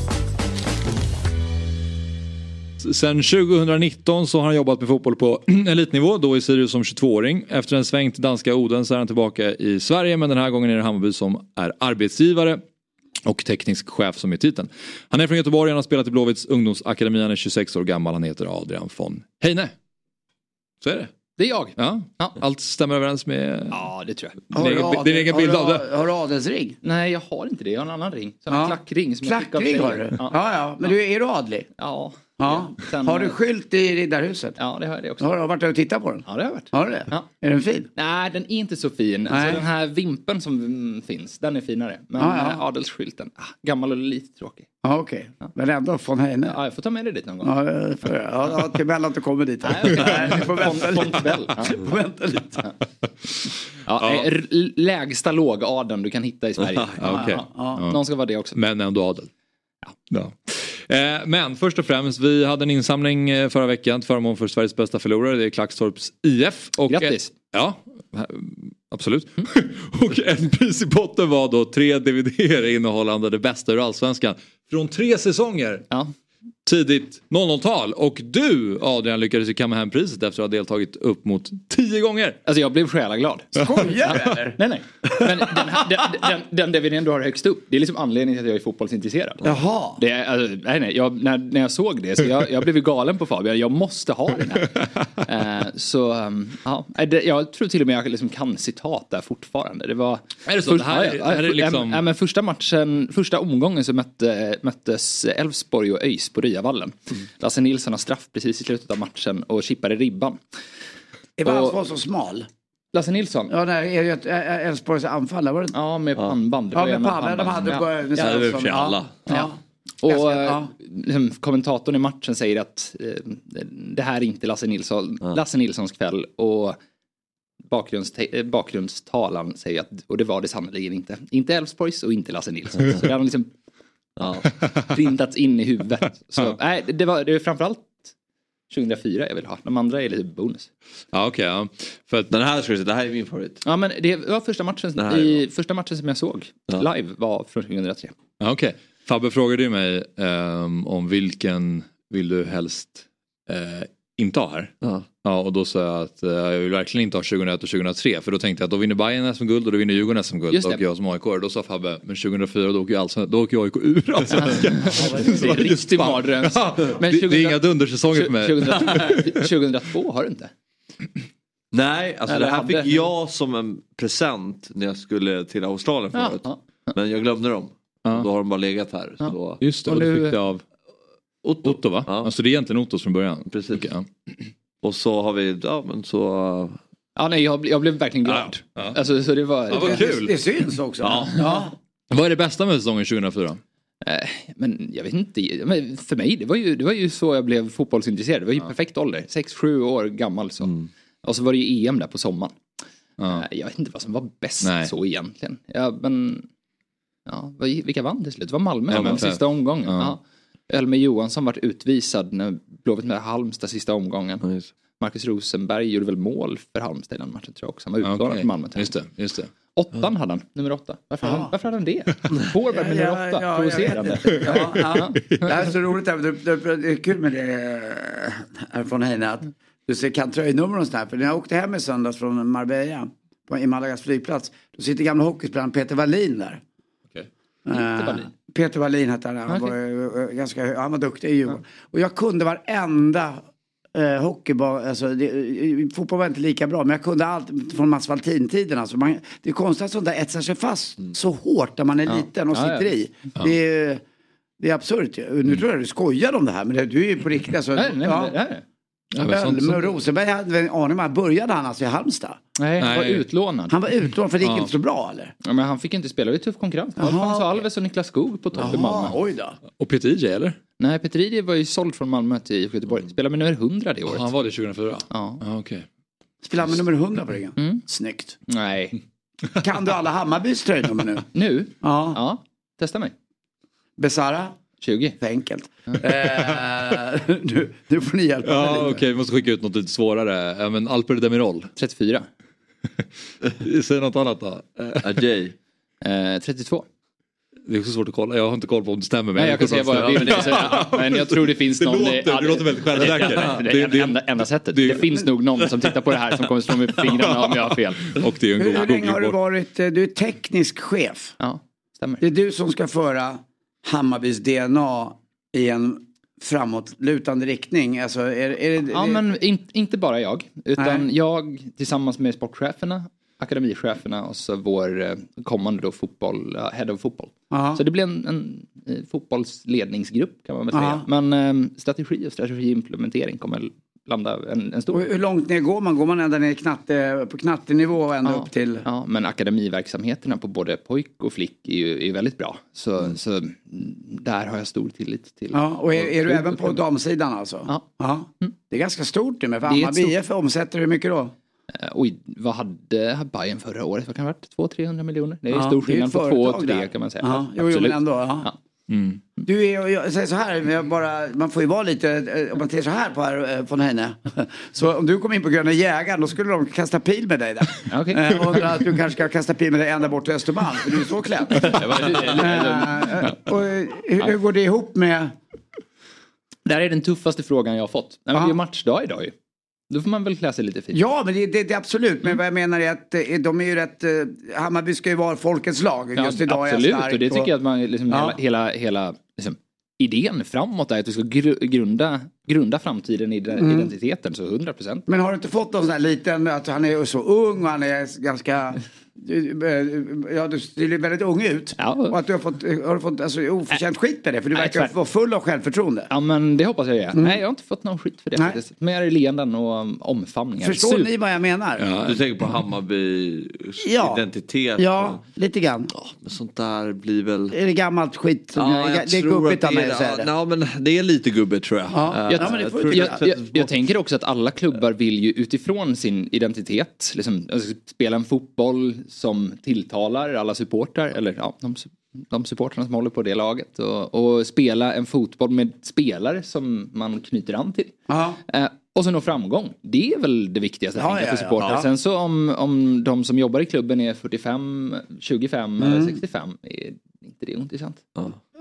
[SPEAKER 1] Sen 2019 så har han jobbat med fotboll på elitnivå, då i Sirius som 22-åring. Efter en sväng till danska Oden så är han tillbaka i Sverige, men den här gången är det Hammarby som är arbetsgivare och teknisk chef som är titeln. Han är från Göteborg, han har spelat i Blåvitts ungdomsakademi, han är 26 år gammal, han heter Adrian von Heine. Så är det.
[SPEAKER 5] Det är jag.
[SPEAKER 1] Ja. Allt stämmer överens med...
[SPEAKER 5] Ja, det tror jag.
[SPEAKER 1] Din egen bild av det.
[SPEAKER 4] Har du adelsring?
[SPEAKER 5] Nej, jag har inte det. Jag har en annan ring. En klackring. Som
[SPEAKER 4] klackring har du? Ja. Men är du adlig?
[SPEAKER 5] Ja.
[SPEAKER 4] Sen, har du skylt i Riddarhuset?
[SPEAKER 5] Ja, det har jag det också.
[SPEAKER 4] Har du varit där och tittat på den?
[SPEAKER 5] Ja, det har jag varit.
[SPEAKER 4] Har du det? Ja. Är den fin?
[SPEAKER 5] Nej, den är inte så fin. Alltså, den här vimpen som finns, den är finare. Men adelsskylten, gammal och lite tråkig.
[SPEAKER 4] Ja, okej. Men ändå från Heine.
[SPEAKER 5] Ja, jag får ta med dig dit någon gång.
[SPEAKER 4] Ja, till Bella inte kommer dit.
[SPEAKER 5] Nej,
[SPEAKER 4] vi får vänta lite.
[SPEAKER 5] Lägsta lågadeln du kan hitta i Sverige. Någon ska vara det också.
[SPEAKER 1] Men ändå adel. Ja. Men först och främst, vi hade en insamling förra veckan till förmån för Sveriges bästa förlorare. Det är Klackstorps IF.
[SPEAKER 5] Grattis!
[SPEAKER 1] Ja, absolut. Och ett pris i botten var då 3 DVD innehållande det bästa ur allsvenskan. Från 3 säsonger.
[SPEAKER 5] Ja.
[SPEAKER 1] Tidigt 00-tal. Och du, Adrian, lyckades ju kamma hem priset efter att ha deltagit upp mot 10 gånger.
[SPEAKER 5] Alltså jag blev själaglad.
[SPEAKER 4] Skojar du eller?
[SPEAKER 5] Nej. Men den DVDn du har högst upp, det är liksom anledningen till att jag är fotbollsintresserad.
[SPEAKER 4] Jaha.
[SPEAKER 5] Det är, alltså, nej. När jag såg det så jag blev galen på Fabian. Jag måste ha den här. Jag tror till och med jag liksom kan citat där fortfarande. Det var...
[SPEAKER 1] Är det så? Det här är liksom...
[SPEAKER 5] men första omgången så möttes Elfsborg och ÖIS på Ryavallen. Lasse Nilsson har straff precis i slutet av matchen och chippade ribban.
[SPEAKER 4] Det var så smal.
[SPEAKER 5] Lasse Nilsson.
[SPEAKER 4] Ja, det är ju ett Elfsborgs anfall. Var det?
[SPEAKER 5] Ja, med pannband.
[SPEAKER 4] Ja, med pannband. De hade
[SPEAKER 2] för alla.
[SPEAKER 5] Ja. Och kommentatorn i matchen säger att det här är inte Lasse Nilssons kväll. Och bakgrundstalan säger att, och det var det sannoliken inte. Inte Elfsborgs och inte Lasse Nilsson. Så det har liksom printats in i huvudet. Så nej, det var framförallt 2004 jag vill ha. De andra är lite bonus.
[SPEAKER 1] Ja, okej. För att
[SPEAKER 2] den här, det här är min favorit.
[SPEAKER 5] Ja, men det var första matchen som jag såg live var från 2003.
[SPEAKER 1] Ja, okej. Fabbe frågade ju mig om vilken vill du helst inte ha här. Ja, och då sa jag att jag vill verkligen inte ha 2001 och 2003. För då tänkte jag att då vinner Bayern SM-guld och då vinner Djurgården SM-guld. Och jag som AIK. Då sa Fabbe, men 2004 då åker AIK ur Allsvenskan.
[SPEAKER 5] Det är riktigt mardröm.
[SPEAKER 1] Det är inga dundersäsonger för mig.
[SPEAKER 5] 2002 har du inte?
[SPEAKER 2] Nej, alltså det här fick jag som en present när jag skulle till Australien förut. Men jag glömde dem. Då har de bara legat här. Så.
[SPEAKER 1] Just det, och du fick det av Otto va?
[SPEAKER 2] Ja.
[SPEAKER 1] Alltså det är egentligen Ottos från början.
[SPEAKER 2] Precis. Okay, Och så har vi,
[SPEAKER 5] Ja, nej, jag blev verkligen glad. Alltså, så det var
[SPEAKER 1] kul.
[SPEAKER 4] Det syns också.
[SPEAKER 1] Ja. Vad är det bästa med säsongen 2004?
[SPEAKER 5] Men jag vet inte, men för mig det var ju så jag blev fotbollsintresserad. Det var ju perfekt ålder, 6-7 år gammal så. Och så var det ju EM där på sommaren. Jag vet inte vad som var bäst så egentligen. Vilka vann till slut? Det var Malmö den sista omgången. Elmer Johansson var utvisad när Blåvitt med Halmstad sista omgången. Marcus Rosenberg gjorde väl mål för Halmstad i den matchen tror jag också. Han var utlånad till Malmö.
[SPEAKER 1] Just det.
[SPEAKER 5] 8 hade han, nummer 8. Varför hade han det? Forward med nummer 8, provocerande.
[SPEAKER 4] Det här är så roligt, det är kul med det från Heine att du kan tröjnummer och sådär. För när jag åkte hem i söndags från Marbella i Malagas flygplats, då sitter gamla hockeyspelaren Peter Wallin där. Peter Wallin hette han. Han var duktig i Djurgården. Och jag kunde varenda hockeyboll, alltså fotboll var inte lika bra, men jag kunde allt från Mats Valtin-tiden. Alltså det är konstigt att sånt där etsar sig fast så hårt när man är liten och sitter i. Det är absurt. Nu tror jag du skojar om det här, men du är ju på riktigt. Alltså, men Rosenberg hade en aning om, började han alltså i Halmstad?
[SPEAKER 5] Nej, han var utlånad.
[SPEAKER 4] Han var utlånad för det gick inte så bra, eller?
[SPEAKER 5] Ja, men han fick inte spela, det är tuff konkurrens. Alfonso Alves och Niklas Skog på topp i Malmö.
[SPEAKER 4] Oj då.
[SPEAKER 1] Och Peter IJ, eller?
[SPEAKER 5] Nej, Peter IJ var ju såld från Malmö till Göteborg. Spelade med nummer 100 det året.
[SPEAKER 1] Han var det 2004?
[SPEAKER 5] Ja.
[SPEAKER 1] Okej.
[SPEAKER 4] Spelade med nummer 100 på ryggen? Snyggt.
[SPEAKER 5] Nej.
[SPEAKER 4] Kan du alla Hammarbys tröjnummer nu?
[SPEAKER 5] Nu? Ja. Testa mig.
[SPEAKER 4] Besara?
[SPEAKER 5] 20.
[SPEAKER 4] För enkelt. Nu får ni hjälpa mig lite.
[SPEAKER 1] Okej, vi måste skicka ut något lite svårare. Men Alper Demirol.
[SPEAKER 5] 34.
[SPEAKER 1] Säg något annat då.
[SPEAKER 2] Ajay.
[SPEAKER 5] 32.
[SPEAKER 1] Det är också svårt att kolla. Jag har inte koll på om det stämmer.
[SPEAKER 5] Nej, jag kan säga vad jag vill. Men jag tror det finns någon...
[SPEAKER 1] Det låter väldigt självsäker.
[SPEAKER 5] Det är enda sättet. Det finns nog någon som tittar på det här som kommer slå med fingrarna om jag har fel.
[SPEAKER 1] Och det är en
[SPEAKER 4] hur länge har du varit... Du är teknisk chef.
[SPEAKER 5] Ja, stämmer.
[SPEAKER 4] Det är du som ska föra Hammarbys DNA i en framåtlutande riktning. Alltså,
[SPEAKER 5] men inte bara jag. Utan jag tillsammans med sportcheferna, akademicheferna och så vår kommande då head of fotboll. Så det blir en fotbollsledningsgrupp kan man väl säga. Men strategi och strategiimplementering kommer landa en stor...
[SPEAKER 4] Och hur långt ner går man? Går man ända ner på knattenivå och ända upp till...
[SPEAKER 5] Ja, men akademiverksamheterna på både pojk och flick är väldigt bra. Så där har jag stor tillit till.
[SPEAKER 4] Ja, och är du även på damsidan alltså? Ja. Det är ganska stort nu med Hammarby IF omsätter hur mycket då?
[SPEAKER 5] Vad hade Bayern förra året? Vad kan det ha varit? 200-300 miljoner? Det är stor skillnad på 2-3 kan man säga.
[SPEAKER 4] Jo, men ändå. Jag säger så här, man får ju vara lite, om man tänker så här på här från henne. Så om du kom in på Gröna Jägaren, då skulle de kasta pil med dig där.
[SPEAKER 5] Okay.
[SPEAKER 4] Och att du kanske ska kasta pil med dig ända bort till Östermalm, för du är så klädd. Och hur går det ihop med...
[SPEAKER 5] Det här är den tuffaste frågan jag har fått. Det är matchdag idag ju. Då får man väl klä sig lite fint.
[SPEAKER 4] Ja, men det är absolut. Men vad jag menar är att de är ju rätt... Hammarby ska ju vara folkets lag. Just idag
[SPEAKER 5] absolut,
[SPEAKER 4] är jag stark.
[SPEAKER 5] Och det tycker jag att man liksom hela liksom, idén framåt är att du ska grunda framtiden i identiteten. Så 100%.
[SPEAKER 4] Men har du inte fått någon sån här liten... Att han är så ung och han är ganska... Ja, du ser väldigt ung ut. Ja. Och att du har fått alltså, oförtjänt skit med det. För du verkar vara full av självförtroende.
[SPEAKER 5] Ja, men det hoppas jag är. Nej, jag har inte fått någon skit för det faktiskt. Mer leenden och omfamningar.
[SPEAKER 4] Förstår ni vad jag menar?
[SPEAKER 2] Ja. Du tänker på Hammarbys identitet.
[SPEAKER 4] Ja, lite grann.
[SPEAKER 2] Ja, men sånt där blir väl...
[SPEAKER 4] Är det gammalt skit? Som det är gubbigt av mig att säga det.
[SPEAKER 2] Ja, men det är lite gubbigt tror jag.
[SPEAKER 5] Ja. Jag tänker också att alla klubbar vill ju utifrån sin identitet liksom, spela en fotboll som tilltalar alla supportrar eller de supportrarna som håller på det laget och spela en fotboll med spelare som man knyter an till. Och så nå framgång. Det är väl det viktigaste för supportrar. Sen så om de som jobbar i klubben är 45, 25 eller 65 är inte det intressant.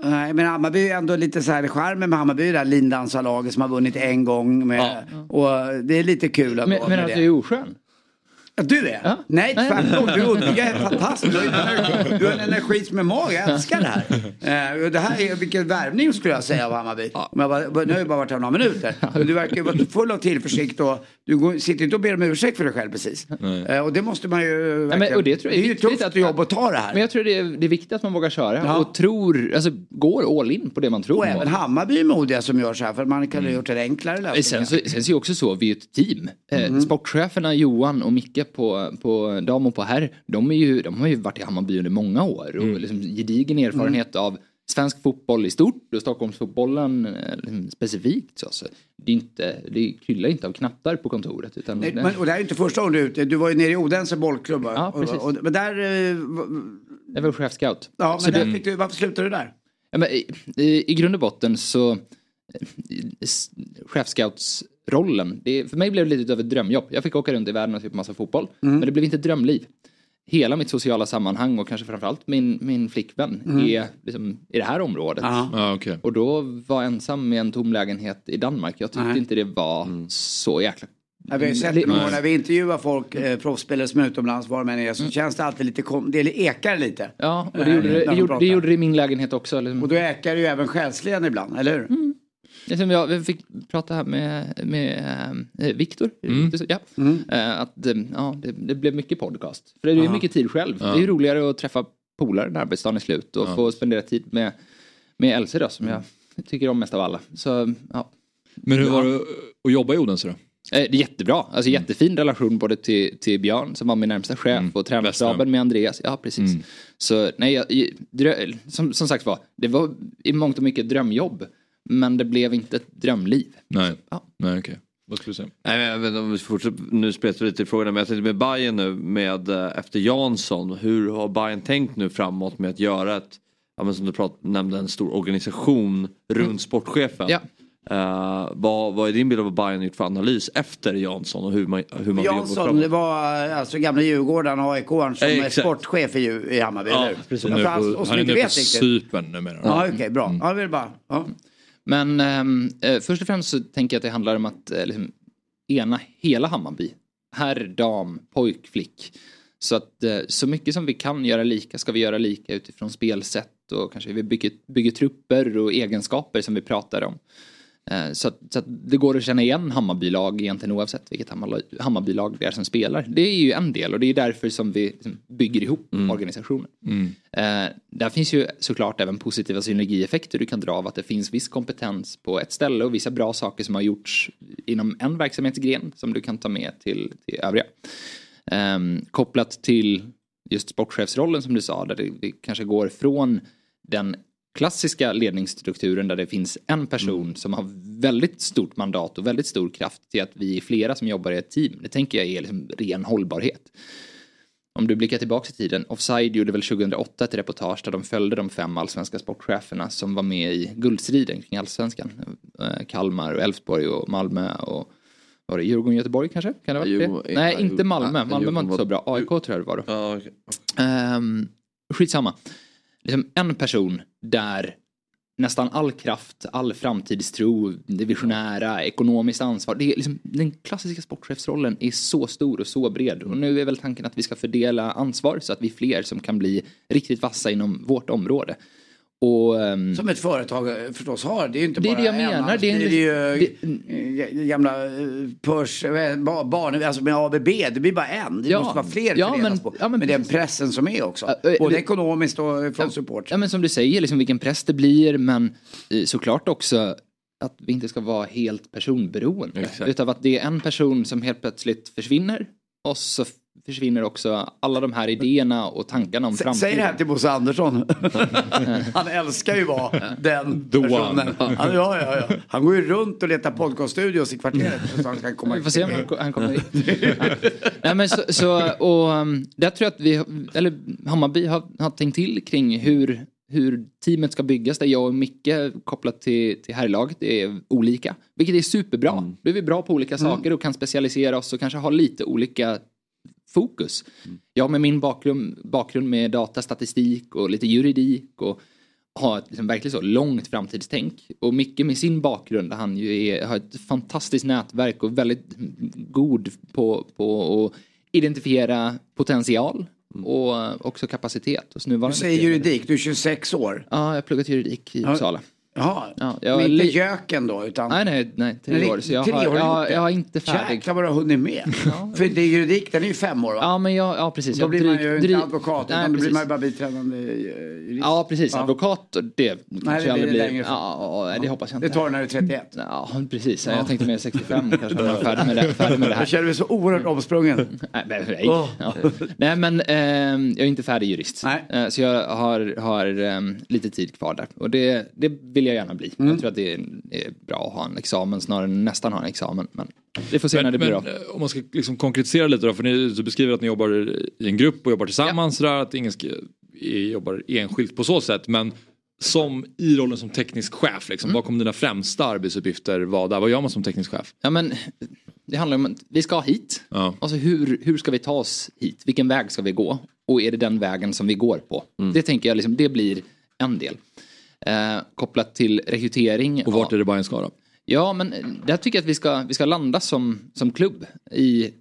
[SPEAKER 4] Nej, men Hammarby är ändå lite så här charmen med Hammarby, det där lindansarlaget som har vunnit en gång med, och det är lite kul att
[SPEAKER 5] men att du är oskön?
[SPEAKER 4] Ja, du är? Ja. Nej, tvärtom. Du är fantastisk. Du har en energi som är mag. Jag älskar det här. Det här är vilken värvning skulle jag säga av Hammarby. Ja. Nu har jag bara varit här några minuter. Men du verkar ju vara full av tillförsikt och du sitter inte och ber om ursäkt för dig själv precis. Och det måste man ju verkligen.
[SPEAKER 5] Och det tror jag
[SPEAKER 4] är ju tufft att du jobbar och tar det här.
[SPEAKER 5] Men jag tror det är viktigt att man vågar köra och tror, alltså går all in på det man tror.
[SPEAKER 4] Och även Hammarby är modiga som gör så här, för man kan ha gjort det enklare lösningar.
[SPEAKER 5] Sen så är också så, vi är ett team. Sportcheferna Johan och Micke på dam och på herr, de har ju varit i Hammarby under många år och liksom gedigen erfarenhet av svensk fotboll i stort och Stockholmsfotbollen specifikt. Så det kryllar inte av knattar på kontoret. Utan
[SPEAKER 4] Nej, och det här är inte första året du är ute. Du var ju nere i Odense bollklubb.
[SPEAKER 5] Ja, precis.
[SPEAKER 4] Men där...
[SPEAKER 5] Jag var chefscout.
[SPEAKER 4] Ja, men där fick du, varför slutade du där?
[SPEAKER 5] Ja, men i grund och botten så chefscoutsrollen, för mig blev det lite av ett drömjobb. Jag fick åka runt i världen och se på massa fotboll. Men det blev inte ett drömliv. Hela mitt sociala sammanhang och kanske framförallt min flickvän är liksom i det här området.
[SPEAKER 1] Okay.
[SPEAKER 5] Och då var ensam med en tom lägenhet i Danmark. Jag tyckte inte det var så jäkla...
[SPEAKER 4] Ja, vi har ju sett när vi intervjuar folk, proffsspelare som är utomlands, var man är, så känns det alltid lite, det ekar lite.
[SPEAKER 5] Ja, och det gjorde det i min lägenhet också. Liksom.
[SPEAKER 4] Och då ekar det ju även själsligen ibland, eller hur?
[SPEAKER 5] Jag fick prata här med Viktor. Att det blev mycket podcast. För det är ju mycket tid själv. Det är ju roligare att träffa polare när arbetsdagen är slut och få spendera tid med Else då, som jag tycker om mest av alla. Så, ja.
[SPEAKER 1] Men hur var det att jobba i Odense då?
[SPEAKER 5] Det är jättebra. Alltså jättefin relation både till Björn som var min närmsta chef och tränarstaben med Andreas. Ja, precis. Så nej, som sagt det var i mångt och mycket drömjobb. Men det blev inte ett drömliv.
[SPEAKER 1] Nej, nej okej. Vad skulle du säga?
[SPEAKER 2] Nej, men jag vet inte om vi fortsätter, nu spelar lite i frågorna, men jag tänkte med Bayern nu efter Jansson, hur har Bayern tänkt nu framåt med att göra ett, som du nämnde, en stor organisation runt sportchefen? Ja. Vad är din bild av vad Bayern gjort för analys efter Jansson och hur man
[SPEAKER 4] Jansson, det var alltså gamla Djurgården och AIK som är sportchef i Hammarby.
[SPEAKER 1] Ja, precis. Han är nu på Cypern numera.
[SPEAKER 4] Ja, okej, bra. Ja, det är bara... Ja.
[SPEAKER 5] Men först och främst så tänker jag att det handlar om att liksom, ena hela Hammarby. Herr, dam, pojk, flick. Så att så mycket som vi kan göra lika ska vi göra lika utifrån spelsätt och kanske vi bygger trupper och egenskaper som vi pratar om. Så att det går att känna igen Hammarbylag egentligen oavsett vilket Hammarbylag det är som spelar. Det är ju en del och det är därför som vi liksom bygger ihop organisationen. Där finns ju såklart även positiva synergieffekter du kan dra av att det finns viss kompetens på ett ställe och vissa bra saker som har gjorts inom en verksamhetsgren som du kan ta med till övriga. Kopplat till just sportchefsrollen som du sa, där det kanske går från den klassiska ledningsstrukturen där det finns en person som har väldigt stort mandat och väldigt stor kraft till att vi är flera som jobbar i ett team. Det tänker jag är liksom ren hållbarhet. Om du blickar tillbaka i tiden, Offside gjorde väl 2008 ett reportage där de följde de 5 allsvenska sportcheferna som var med i guldstriden kring allsvenskan. Kalmar och Elfsborg och Malmö och var det Djurgården, Göteborg kanske? Kan det vara det? Nej, inte Malmö. Malmö var inte så bra. AIK tror jag det var då.
[SPEAKER 2] Ja, okay.
[SPEAKER 5] Skitsamma. Liksom en person där nästan all kraft, all framtidstro, det visionära, ekonomiskt ansvar. Det är liksom, den klassiska sportchefsrollen är så stor och så bred. Och nu är väl tanken att vi ska fördela ansvar så att vi är fler som kan bli riktigt vassa inom vårt område. Och,
[SPEAKER 4] som ett företag förstås har. Det är ju inte bara
[SPEAKER 5] det jag menar.
[SPEAKER 4] Det är ju gamla barn, alltså med ABB, det blir bara en. Det måste vara fler men den pressen som är också. Både ekonomiskt och från support.
[SPEAKER 5] Ja, men som du säger, liksom vilken press det blir, men såklart också att vi inte ska vara helt personberoende. Exakt. Utan att det är en person som helt plötsligt försvinner och så försvinner också alla de här idéerna och tankarna om framtiden.
[SPEAKER 4] Säg det här till Bosse Andersson. Han älskar ju vara den personen. Ja. Han går ju runt och letar podcaststudios i kvarteret. Så han kan komma.
[SPEAKER 5] Vi får se om han kommer hit. Nej, men och där tror jag att Hammarby har tänkt till kring hur teamet ska byggas, där jag och Micke kopplat till herrlaget är olika. Vilket är superbra. Då är vi bra på olika saker och kan specialisera oss och kanske ha lite olika fokus. Jag med min bakgrund med datastatistik och lite juridik ha ett liksom verkligen så långt framtidstänk. Och Micke med sin bakgrund, han ju har ett fantastiskt nätverk och väldigt god på att identifiera potential och också kapacitet. Och
[SPEAKER 4] du säger juridik, du är 26 år.
[SPEAKER 5] Ja, jag har pluggat juridik i Uppsala.
[SPEAKER 4] Jaha, men inte göken då utan...
[SPEAKER 5] Nej, 3 år. Så jag har inte färdig.
[SPEAKER 4] Jäklar vad du har hunnit med. För det är juridik, den är ju 5 år va?
[SPEAKER 5] Ja, men precis.
[SPEAKER 4] Då blir man ju inte advokat, utan då blir man ju bara biträdande jurist.
[SPEAKER 5] Ja, precis. Advokat, det kanske aldrig blir...
[SPEAKER 4] Längre.
[SPEAKER 5] Ja, det hoppas jag inte.
[SPEAKER 4] Det tar du när du är 31.
[SPEAKER 5] Ja, precis. Jag tänkte mer 65 kanske när jag är färdig med det här.
[SPEAKER 4] Jag känner mig så oerhört omsprungen.
[SPEAKER 5] Nej, men jag är inte färdig jurist. Nej. Så jag har lite tid kvar där. Och det vill jag gärna bli. Jag tror att det är bra att ha en examen snarare än nästan ha en examen. Men det får se när det blir av.
[SPEAKER 1] Om man ska liksom konkretisera lite då, för ni beskriver att ni jobbar i en grupp och jobbar tillsammans där, att ingen jobbar enskilt på så sätt, men i rollen som teknisk chef liksom, vad kommer dina främsta arbetsuppgifter vara där? Vad gör man som teknisk chef?
[SPEAKER 5] Ja, men det handlar om att vi ska hit. Ja. Alltså hur ska vi ta oss hit? Vilken väg ska vi gå? Och är det den vägen som vi går på? Det tänker jag liksom, det blir en del. Kopplat till rekrytering.
[SPEAKER 1] Och vart är det Bayern ska då?
[SPEAKER 5] Ja, men där tycker jag att vi ska landa som klubb i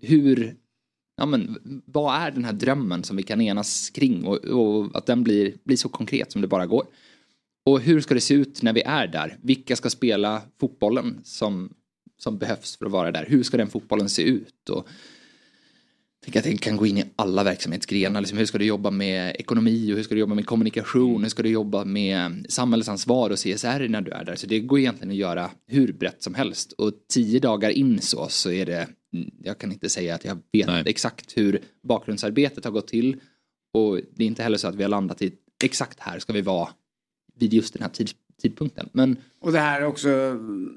[SPEAKER 5] vad är den här drömmen som vi kan enas kring och att den blir så konkret som det bara går. Och hur ska det se ut när vi är där? Vilka ska spela fotbollen som behövs för att vara där? Hur ska den fotbollen se ut? Och jag tänker att den kan gå in i alla verksamhetsgrenar. Liksom, hur ska du jobba med ekonomi och hur ska du jobba med kommunikation? Hur ska du jobba med samhällsansvar och CSR när du är där? Så det går egentligen att göra hur brett som helst. Och 10 dagar in så är det... Jag kan inte säga att jag vet exakt hur bakgrundsarbetet har gått till. Och det är inte heller så att vi har landat i exakt här ska vi vara vid just den här tidpunkten. Men... Och
[SPEAKER 4] det här är också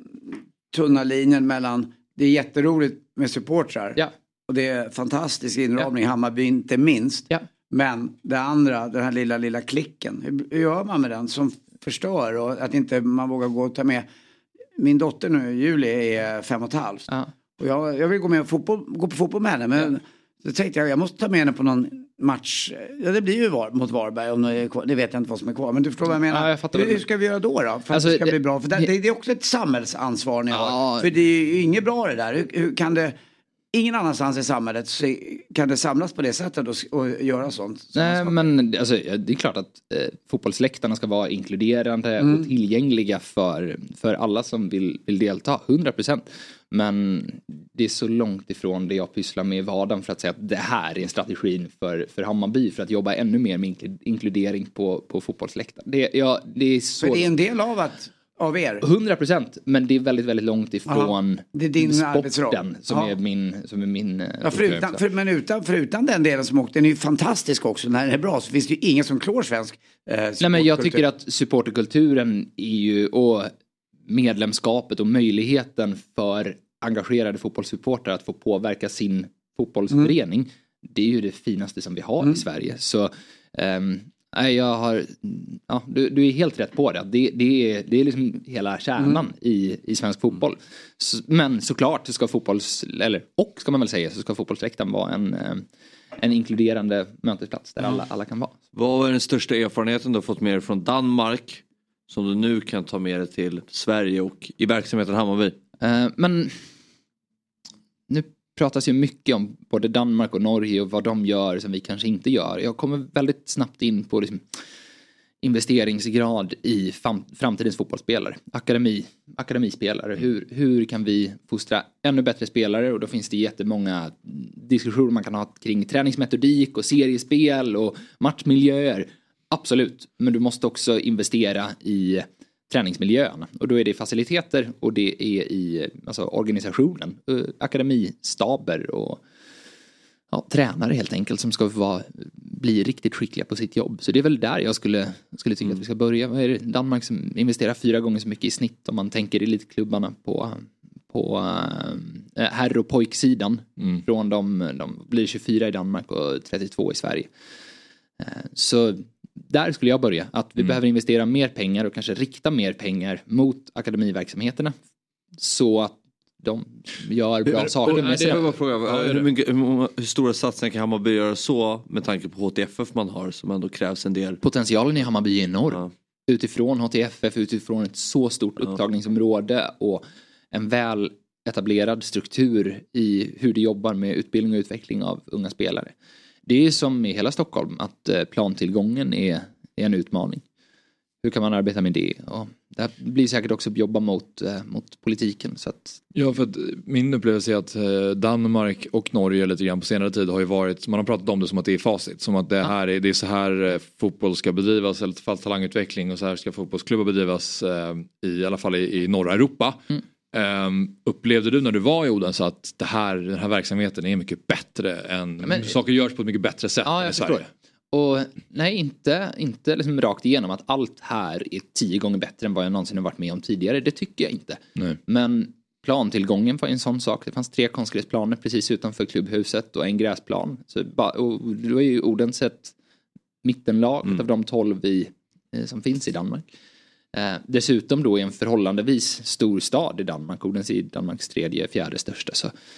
[SPEAKER 4] tunna linjen mellan... Det är jätteroligt med supportrar. Ja. Och det är fantastisk inramning, Hammarby inte minst. Ja. Men det andra, den här lilla klicken. Hur gör man med den som förstör och att inte man vågar gå och ta med. Min dotter nu, Julie, är 5,5. Ja. Och jag vill gå på fotboll med henne. Men så tänkte jag måste ta med henne på någon match. Ja, det blir ju mot Varberg. Om det vet jag inte vad som är kvar. Men du förstår vad jag menar. Ja, jag hur ska vi göra då? För att det ska bli bra. För det är också ett samhällsansvar ni har. För det är ju inget bra det där. Hur kan det... Ingen annanstans i samhället så kan det samlas på det sättet och göra sånt.
[SPEAKER 5] Nej, men alltså, det är klart att fotbollsläktarna ska vara inkluderande och tillgängliga för alla som vill delta, 100%. Men det är så långt ifrån det jag pysslar med i vardagen för att säga att det här är en strategi för Hammarby för att jobba ännu mer med inkludering på fotbollsläktaren. Det är så...
[SPEAKER 4] För det är en del av er?
[SPEAKER 5] 100%, men det är väldigt, väldigt långt ifrån
[SPEAKER 4] det är din
[SPEAKER 5] sporten som är min
[SPEAKER 4] förutan den delen som åkte, den är ju fantastisk också. När den är bra så finns det ju ingen som klår svensk
[SPEAKER 5] Nej, men jag tycker att supporterkulturen är ju, och medlemskapet och möjligheten för engagerade fotbollssupportrar att få påverka sin fotbollsförening, det är ju det finaste som vi har i Sverige. Så du är helt rätt på det. Det är liksom hela kärnan i svensk fotboll. Men såklart ska ska man väl säga, så ska fotbollsläktaren vara en inkluderande mötesplats där alla kan vara.
[SPEAKER 2] Vad är den största erfarenheten du har fått med dig från Danmark som du nu kan ta med dig till Sverige och i verksamheten Hammarby?
[SPEAKER 5] Men nu pratas ju mycket om både Danmark och Norge och vad de gör som vi kanske inte gör. Jag kommer väldigt snabbt in på liksom investeringsgrad i framtidens fotbollsspelare. Akademispelare. Hur kan vi fostra ännu bättre spelare? Och då finns det jättemånga diskussioner man kan ha kring träningsmetodik och seriespel och matchmiljöer. Absolut. Men du måste också investera i träningsmiljön. Och då är det faciliteter och det är i organisationen. Akademistaber och tränare helt enkelt som ska bli riktigt skickliga på sitt jobb. Så det är väl där jag skulle tycka att vi ska börja. Vad är det? Danmark som investerar 4 gånger så mycket i snitt om man tänker elitklubbarna på herr- och pojksidan. Från de blir 24 i Danmark och 32 i Sverige. Så där skulle jag börja. Att vi behöver investera mer pengar och kanske rikta mer pengar mot akademiverksamheterna. Så att de gör bra saker med sig.
[SPEAKER 2] Hur stora satsningar kan Hammarby göra så med tanke på HTFF man har som ändå krävs en del?
[SPEAKER 5] Potentialen i Hammarby är enorm. utifrån HTFF, utifrån ett så stort upptagningsområde och en väl etablerad struktur i hur det jobbar med utbildning och utveckling av unga spelare. Det är som i hela Stockholm att plantillgången är en utmaning. Hur kan man arbeta med det? Och det blir säkert också jobba mot politiken. Så att...
[SPEAKER 1] Ja, för att min upplevelse är att Danmark och Norge lite grann på senare tid har ju varit, man har pratat om det som att det är facit. Som att det är så här fotboll ska bedrivas, eller fall talangutveckling, och så här ska fotbollsklubbar bedrivas i alla fall i norra Europa. Upplevde du när du var i Odense att den här verksamheten är mycket bättre än saker görs på ett mycket bättre sätt än i Sverige?
[SPEAKER 5] Och nej, inte liksom rakt igenom att allt här är 10 gånger bättre än vad jag någonsin har varit med om tidigare. Det tycker jag inte. Nej. Men plantillgången var en sån sak. Det fanns 3 konstgräsplaner precis utanför klubbhuset och en gräsplan. Och det var ju Odense ett mittenlag av de 12 som finns i Danmark. Dessutom då är en förhållandevis stor stad i Danmark. Odense är Danmarks 3:e, 4:e största.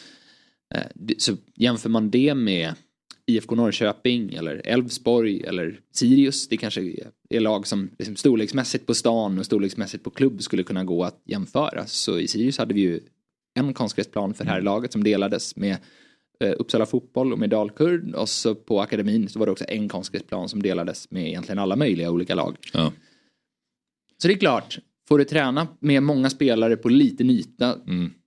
[SPEAKER 5] Så jämför man det med IFK Norrköping eller Elfsborg eller Sirius, det kanske är lag som liksom storleksmässigt på stan och storleksmässigt på klubb skulle kunna gå att jämföra. Så i Sirius hade vi ju en konstgräsplan för här laget som delades med Uppsala fotboll och med Dalkurd, och så på akademin så var det också en konstgräsplan som delades med egentligen alla möjliga olika lag. Ja. Så det är klart, får du träna med många spelare på liten yta,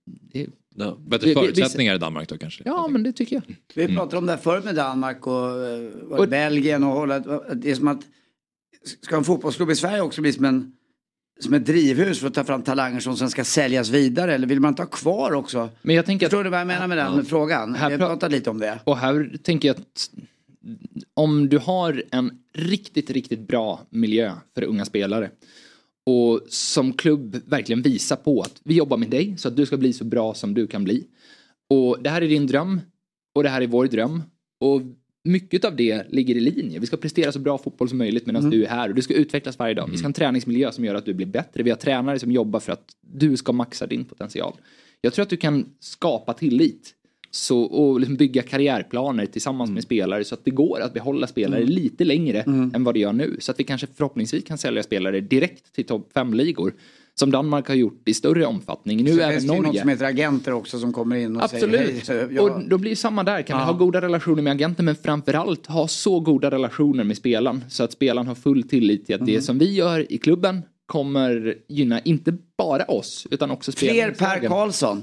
[SPEAKER 1] bättre förutsättningar i Danmark då kanske?
[SPEAKER 5] Ja, men det tycker jag.
[SPEAKER 4] Vi pratade om det här förut med Danmark och Belgien och Holland. Det är som att, ska en fotbollsklubb i Sverige också bli som ett drivhus för att ta fram talanger som sen ska säljas vidare? Eller vill man ta kvar också? Men jag tänker förstår du vad jag menar med den frågan? Vi har pratat lite om det.
[SPEAKER 5] Och här tänker jag att om du har en riktigt, riktigt bra miljö för unga spelare och som klubb verkligen visa på att vi jobbar med dig så att du ska bli så bra som du kan bli. Och det här är din dröm och det här är vår dröm. Och mycket av det ligger i linje. Vi ska prestera så bra fotboll som möjligt medan du är här. Och du ska utvecklas varje dag. Vi ska ha en träningsmiljö som gör att du blir bättre. Vi har tränare som jobbar för att du ska maxa din potential. Jag tror att du kan skapa tillit. Och liksom bygga karriärplaner tillsammans med spelare så att det går att behålla spelare lite längre än vad det gör nu. Så att vi kanske förhoppningsvis kan sälja spelare direkt till topp 5-ligor som Danmark har gjort i större omfattning. Nu även Norge.
[SPEAKER 4] Något som heter agenter också som kommer in och
[SPEAKER 5] absolut. Säger hej. Och då blir det samma där. Kan vi ha goda relationer med agenter, men framförallt ha så goda relationer med spelaren så att spelaren har full tillit till att det som vi gör i klubben kommer gynna inte bara oss utan också spelaren.
[SPEAKER 4] Fler Per Karlsson.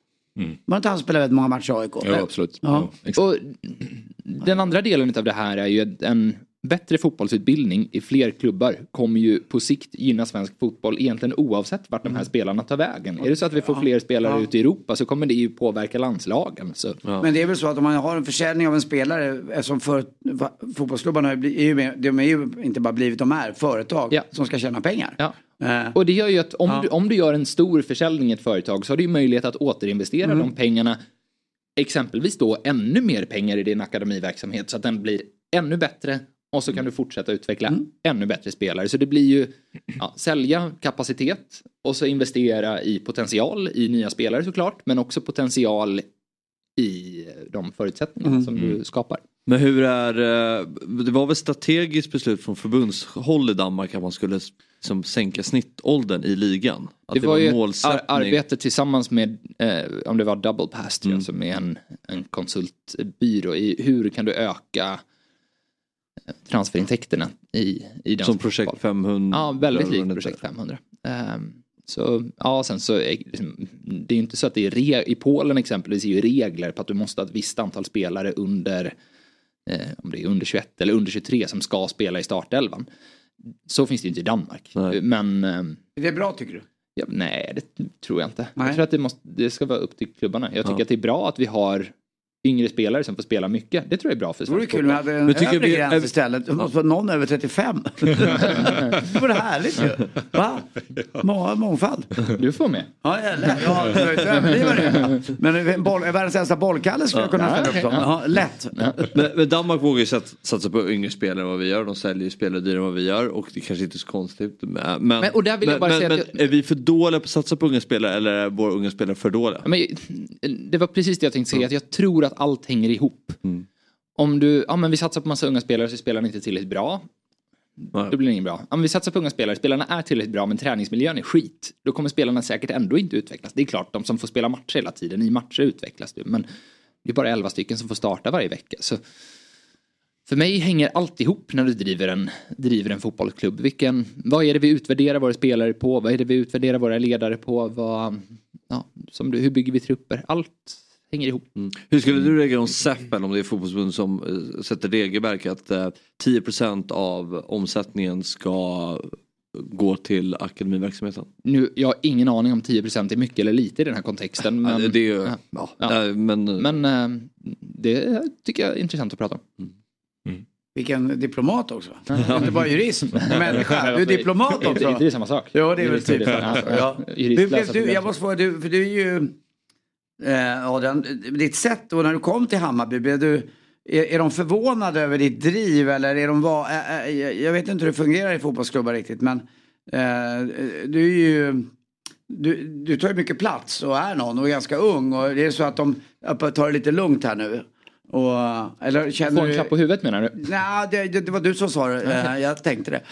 [SPEAKER 4] Man inte han spelar väldigt många matcher i AIK.
[SPEAKER 1] Ja, absolut.
[SPEAKER 5] Ja. Och den andra delen av det här är ju en bättre fotbollsutbildning i fler klubbar kommer ju på sikt gynna svensk fotboll egentligen oavsett vart de här spelarna tar vägen. Är det så att vi får fler spelare ute i Europa så kommer det ju påverka landslagen. Så.
[SPEAKER 4] Ja. Men det är väl så att om man har en försäljning av en spelare, eftersom fotbollsklubbarna de är ju inte bara blivit företag som ska tjäna pengar.
[SPEAKER 5] Ja. Och det gör ju att om du gör en stor försäljning i ett företag så har du ju möjlighet att återinvestera de pengarna, exempelvis då ännu mer pengar i din akademiverksamhet så att den blir ännu bättre och så kan du fortsätta utveckla ännu bättre spelare. Så det blir ju sälja kapacitet och så investera i potential i nya spelare såklart, men också potential i de förutsättningar som du skapar.
[SPEAKER 2] Men hur är det var väl strategiskt beslut från förbundshåll i Danmark att man skulle som sänka snittåldern i ligan? Att
[SPEAKER 5] det var ju ett arbete tillsammans med om det var Double Pass som är en konsultbyrå i hur kan du öka transferintäkterna i den
[SPEAKER 2] som projekt 500.
[SPEAKER 5] Ja, väldigt likt projekt 500. Sen så är det är ju inte så att det är i Polen exempelvis är ju regler på att du måste ha ett visst antal spelare under om det är under 21 eller under 23 som ska spela i startelvan. Så finns det ju inte i Danmark.
[SPEAKER 2] Nej.
[SPEAKER 5] Men
[SPEAKER 4] är det bra tycker du?
[SPEAKER 5] Ja, nej, det tror jag inte. Nej. Jag tror att det ska vara upp till klubbarna. Jag tycker att det är bra att vi har yngre spelare som får spela mycket. Det tror jag är bra för
[SPEAKER 4] svensk fotboll. Det vore kul med en övre gräns istället. Det måste vara någon över 35. Det vore härligt ju. Va? Mångfald.
[SPEAKER 5] Du får med.
[SPEAKER 4] Ja, men världens äldsta bollkalle skulle jag kunna ställa upp som. Ja, lätt.
[SPEAKER 2] Men Danmark vågar ju satsa på yngre spelare än vad vi gör. De säljer ju spelare dyrare än vad vi gör. Och det kanske inte är så konstigt. Men
[SPEAKER 5] och där vill jag bara säga att
[SPEAKER 2] är vi för dåliga på att satsa på unga spelare eller är våra unga spelare för dåliga?
[SPEAKER 5] Men det var precis det jag tänkte säga. Att jag tror att allt hänger ihop. Om du, men vi satsar på massa unga spelare så spelar de inte tillräckligt bra. då blir det inget bra. Om vi satsar på unga spelare, spelarna är tillräckligt bra men träningsmiljön är skit, då kommer spelarna säkert ändå inte utvecklas. Det är klart, de som får spela matcher hela tiden, i matcher utvecklas du, men det är bara 11 stycken som får starta varje vecka. Så för mig hänger allt ihop när du driver en fotbollsklubb. Vad är det vi utvärderar våra spelare på? Vad är det vi utvärderar våra ledare på? Hur bygger vi trupper? Allt hänger ihop.
[SPEAKER 2] Hur skulle du reagera om Seppen, om det är fotbollsförbundet som sätter regelverk att 10% av omsättningen ska gå till akademiverksamheten?
[SPEAKER 5] Nu, jag har ingen aning om 10% är mycket eller lite i den här kontexten. Men, men det tycker jag är intressant att prata om.
[SPEAKER 4] Vilken diplomat också. Inte bara jurist, människa. Du är diplomat också.
[SPEAKER 5] Det är samma sak.
[SPEAKER 4] Ja, det är väl typ. Jag måste fråga, för du är ju Adrian, ditt sätt då när du kom till Hammarby, är de förvånade över ditt driv eller är de jag vet inte hur det fungerar i fotbollsklubbar riktigt, men du är ju du tar ju mycket plats och är någon och är ganska ung, och det är så att de tar det lite lugnt här nu. Eller känner
[SPEAKER 5] få en klapp på huvudet menar du?
[SPEAKER 4] Nej, det var du som sa det. Jag tänkte det.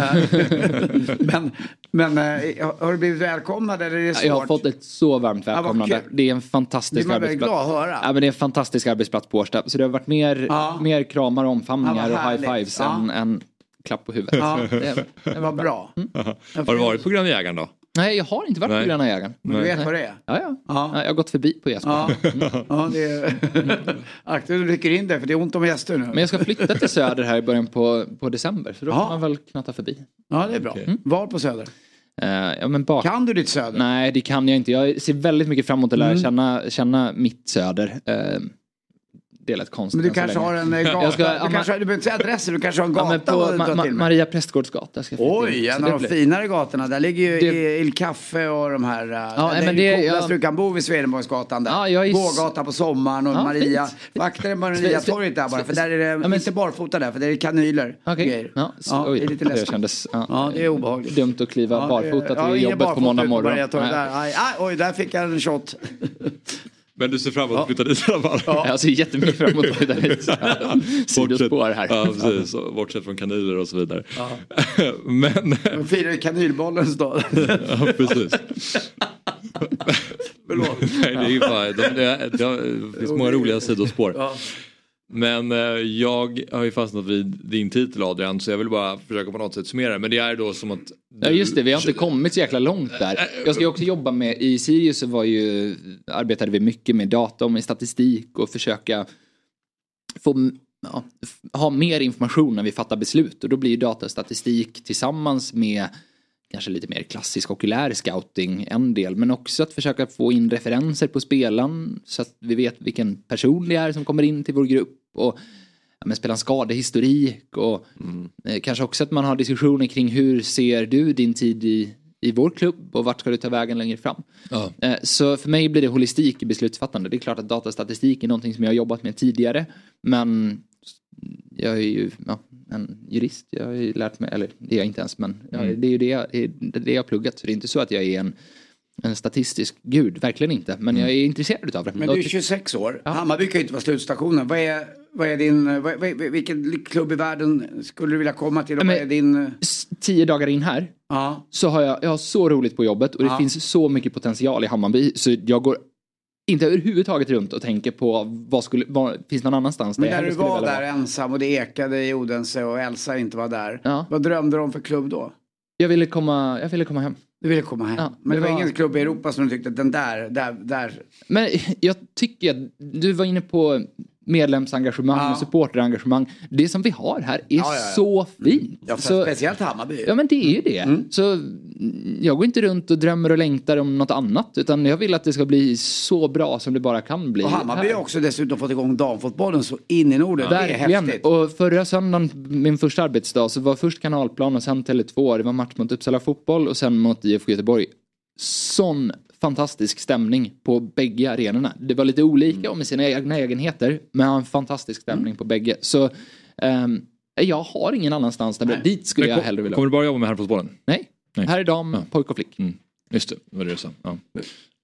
[SPEAKER 4] Men har du blivit välkomnad eller är det svårt?
[SPEAKER 5] Jag har fått ett så varmt välkomnande. Det är en fantastisk arbetsplats.
[SPEAKER 4] Glad att höra.
[SPEAKER 5] Ja, men det är en fantastisk arbetsplats på Årsta. Så det har varit mer kramar, omfamningar och high-fives än klapp på huvudet.
[SPEAKER 4] Ja, det var bra.
[SPEAKER 1] Har du varit på Gröna Jägaren då?
[SPEAKER 5] Nej, jag har inte varit på Gröna Jägaren.
[SPEAKER 4] Men du vet vad det är?
[SPEAKER 5] Ja. Jag har gått förbi på gäster.
[SPEAKER 4] Ja, det är... Akta du rycker in där, för det är ont om gäster nu.
[SPEAKER 5] Men jag ska flytta till Söder här i början på december. Så då kan man väl knatta förbi.
[SPEAKER 4] Ja, det är bra. Var på Söder? Kan du ditt Söder?
[SPEAKER 5] Nej, det kan jag inte. Jag ser väldigt mycket fram emot att lära känna mitt Söder. Det är lätt konstigt.
[SPEAKER 4] Men du kanske har en gata. Du behöver inte säga adresser, du kanske har en gata.
[SPEAKER 5] På Maria Prästgårdsgata.
[SPEAKER 4] Oj, en av de finare gatorna. Där ligger ju Il Café och de här. Det är coolast du kan bo vid Swedenborgsgatan där. Gågata på sommaren och Maria. Vaktar Maria torget där bara. För där är det inte barfota där, för det är kanyler.
[SPEAKER 5] Okej.
[SPEAKER 4] Det är lite läskigt. Ja, det är obehagligt.
[SPEAKER 5] Dumt att kliva barfota till jobbet på måndag morgon.
[SPEAKER 4] Oj, där fick jag en shot.
[SPEAKER 1] Men du ser fram emot att flytta dit i alla fall.
[SPEAKER 5] Ja, jag ser jättemycket fram emot att flytta dit. Sidospår här.
[SPEAKER 1] Ja, precis. Bortsett från kanyler och så vidare. Ja. Men...
[SPEAKER 4] De firar ju kanylbollens dag.
[SPEAKER 1] Ja, precis. Nej, det är ju bara... Det finns många roliga sidospår. Ja. Men jag har ju fastnat vid din titel, Adrian, så jag vill bara försöka på något sätt summera. Men det är då som att...
[SPEAKER 5] Ja, just det, vi har inte kommit så jäkla långt där. Jag ska ju också jobba med, i Sirius så arbetade vi mycket med data och med statistik och försöka ha mer information när vi fattar beslut. Och då blir data och statistik tillsammans med kanske lite mer klassisk okulär scouting en del, men också att försöka få in referenser på spelaren så att vi vet vilken person det är som kommer in till vår grupp och spela en skadehistorik och kanske också att man har diskussioner kring hur ser du din tid i vår klubb och vart ska du ta vägen längre fram. Så för mig blir det holistik i beslutsfattande. Det är klart att datastatistik är någonting som jag har jobbat med tidigare, men jag är ju en jurist. Jag har ju lärt mig, eller det är jag inte ens, men det är ju det jag har pluggat. Så det är inte så att jag är en statistisk gud, verkligen inte. Men jag är intresserad av det.
[SPEAKER 4] Men du är 26 år. Ja. Hammarby kan ju inte vara slutstationen. Vad är din, vilken klubb i världen skulle du vilja komma till? Vad är din...
[SPEAKER 5] 10 dagar in här så har jag har så roligt på jobbet och det finns så mycket potential i Hammarby, så jag går inte överhuvudtaget runt och tänker på vad finns någon annanstans.
[SPEAKER 4] Men när du var där ensam och det ekade i Odense och Elsa inte var där. Vad drömde du om för klubb då?
[SPEAKER 5] Jag ville komma hem.
[SPEAKER 4] Du ville komma hem. Ja, men det var ingen klubb i Europa som du tyckte att den där. Men
[SPEAKER 5] jag tycker att du var inne på medlemsengagemang och supporterengagemang. Det som vi har här är så fint.
[SPEAKER 4] Ja, speciellt Hammarby.
[SPEAKER 5] Ja, men det är ju det. Så jag går inte runt och drömmer och längtar om något annat, utan jag vill att det ska bli så bra som det bara kan bli.
[SPEAKER 4] Och Hammarby har också dessutom fått igång damfotbollen så in i Norden. Det är häftigt.
[SPEAKER 5] Och förra söndagen, min första arbetsdag, så var först Kanalplan och sen Tele2. Det var match mot Uppsala Fotboll och sen mot IFK Göteborg. Sån fantastisk stämning på bägge arenorna. Det var lite olika och med sina egna egenheter, men en fantastisk stämning på bägge. Så jag har ingen annanstans där. Dit skulle jag hellre vilja.
[SPEAKER 1] Kommer du bara jobba med herrfotbollen?
[SPEAKER 5] Nej. Här är dam, pojk och flick.
[SPEAKER 1] Just det, vad det är så. Ja.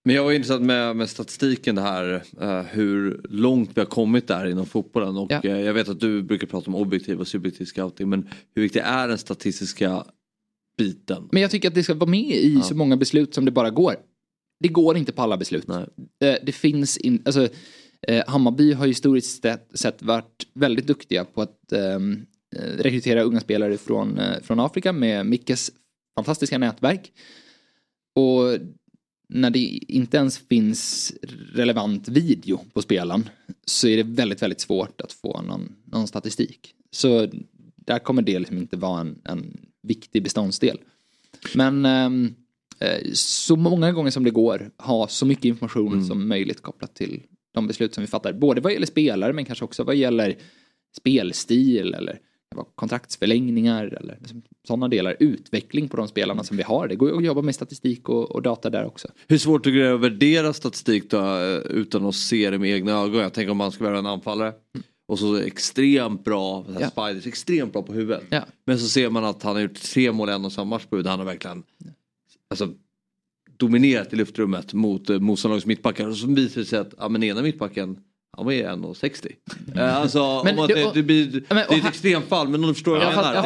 [SPEAKER 2] Men jag var intresserad med statistiken det här. Hur långt vi har kommit där inom fotbollen. Och jag vet att du brukar prata om objektiv och subjektiv scouting. Men hur viktig är den statistiska biten?
[SPEAKER 5] Men jag tycker att det ska vara med i så många beslut som det bara går. Det går inte på alla beslut. Det finns Hammarby har historiskt sett varit väldigt duktiga på att rekrytera unga spelare från Afrika med Mickes fantastiska nätverk. Och när det inte ens finns relevant video på spelaren så är det väldigt, väldigt svårt att få någon statistik. Så där kommer det liksom inte vara en viktig beståndsdel. Men så många gånger som det går ha så mycket information som möjligt kopplat till de beslut som vi fattar. Både vad gäller spelare men kanske också vad gäller spelstil eller kontraktsförlängningar eller sådana delar. Utveckling på de spelarna som vi har. Det går att jobba med statistik och data där också.
[SPEAKER 2] Hur svårt är det att värdera statistik då, utan att se det med egna ögon? Jag tänker om man ska vara en anfallare och så extremt bra Spiders, extremt bra på huvudet. Ja. Men så ser man att han har gjort 3 mål i en och samma match på huvudet. Han har verkligen dominerat i luftrummet mot motståndarens mittbackar. Och så visar det sig att men ena mittbacken han var ju 1,60. Men det blir ett extremfall, men du förstår vad jag menar.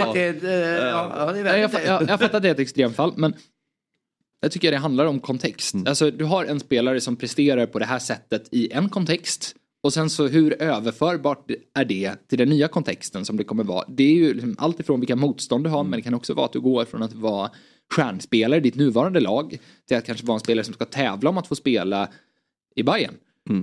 [SPEAKER 5] Jag fattar att det är ett extremfall, men jag tycker det handlar om kontext. Alltså, du har en spelare som presterar på det här sättet i en kontext. Och sen så hur överförbart är det till den nya kontexten som det kommer vara. Det är ju liksom allt ifrån vilka motstånd du har, men det kan också vara att du går från att vara stjärnspelare i ditt nuvarande lag till att kanske vara en spelare som ska tävla om att få spela i Bayern.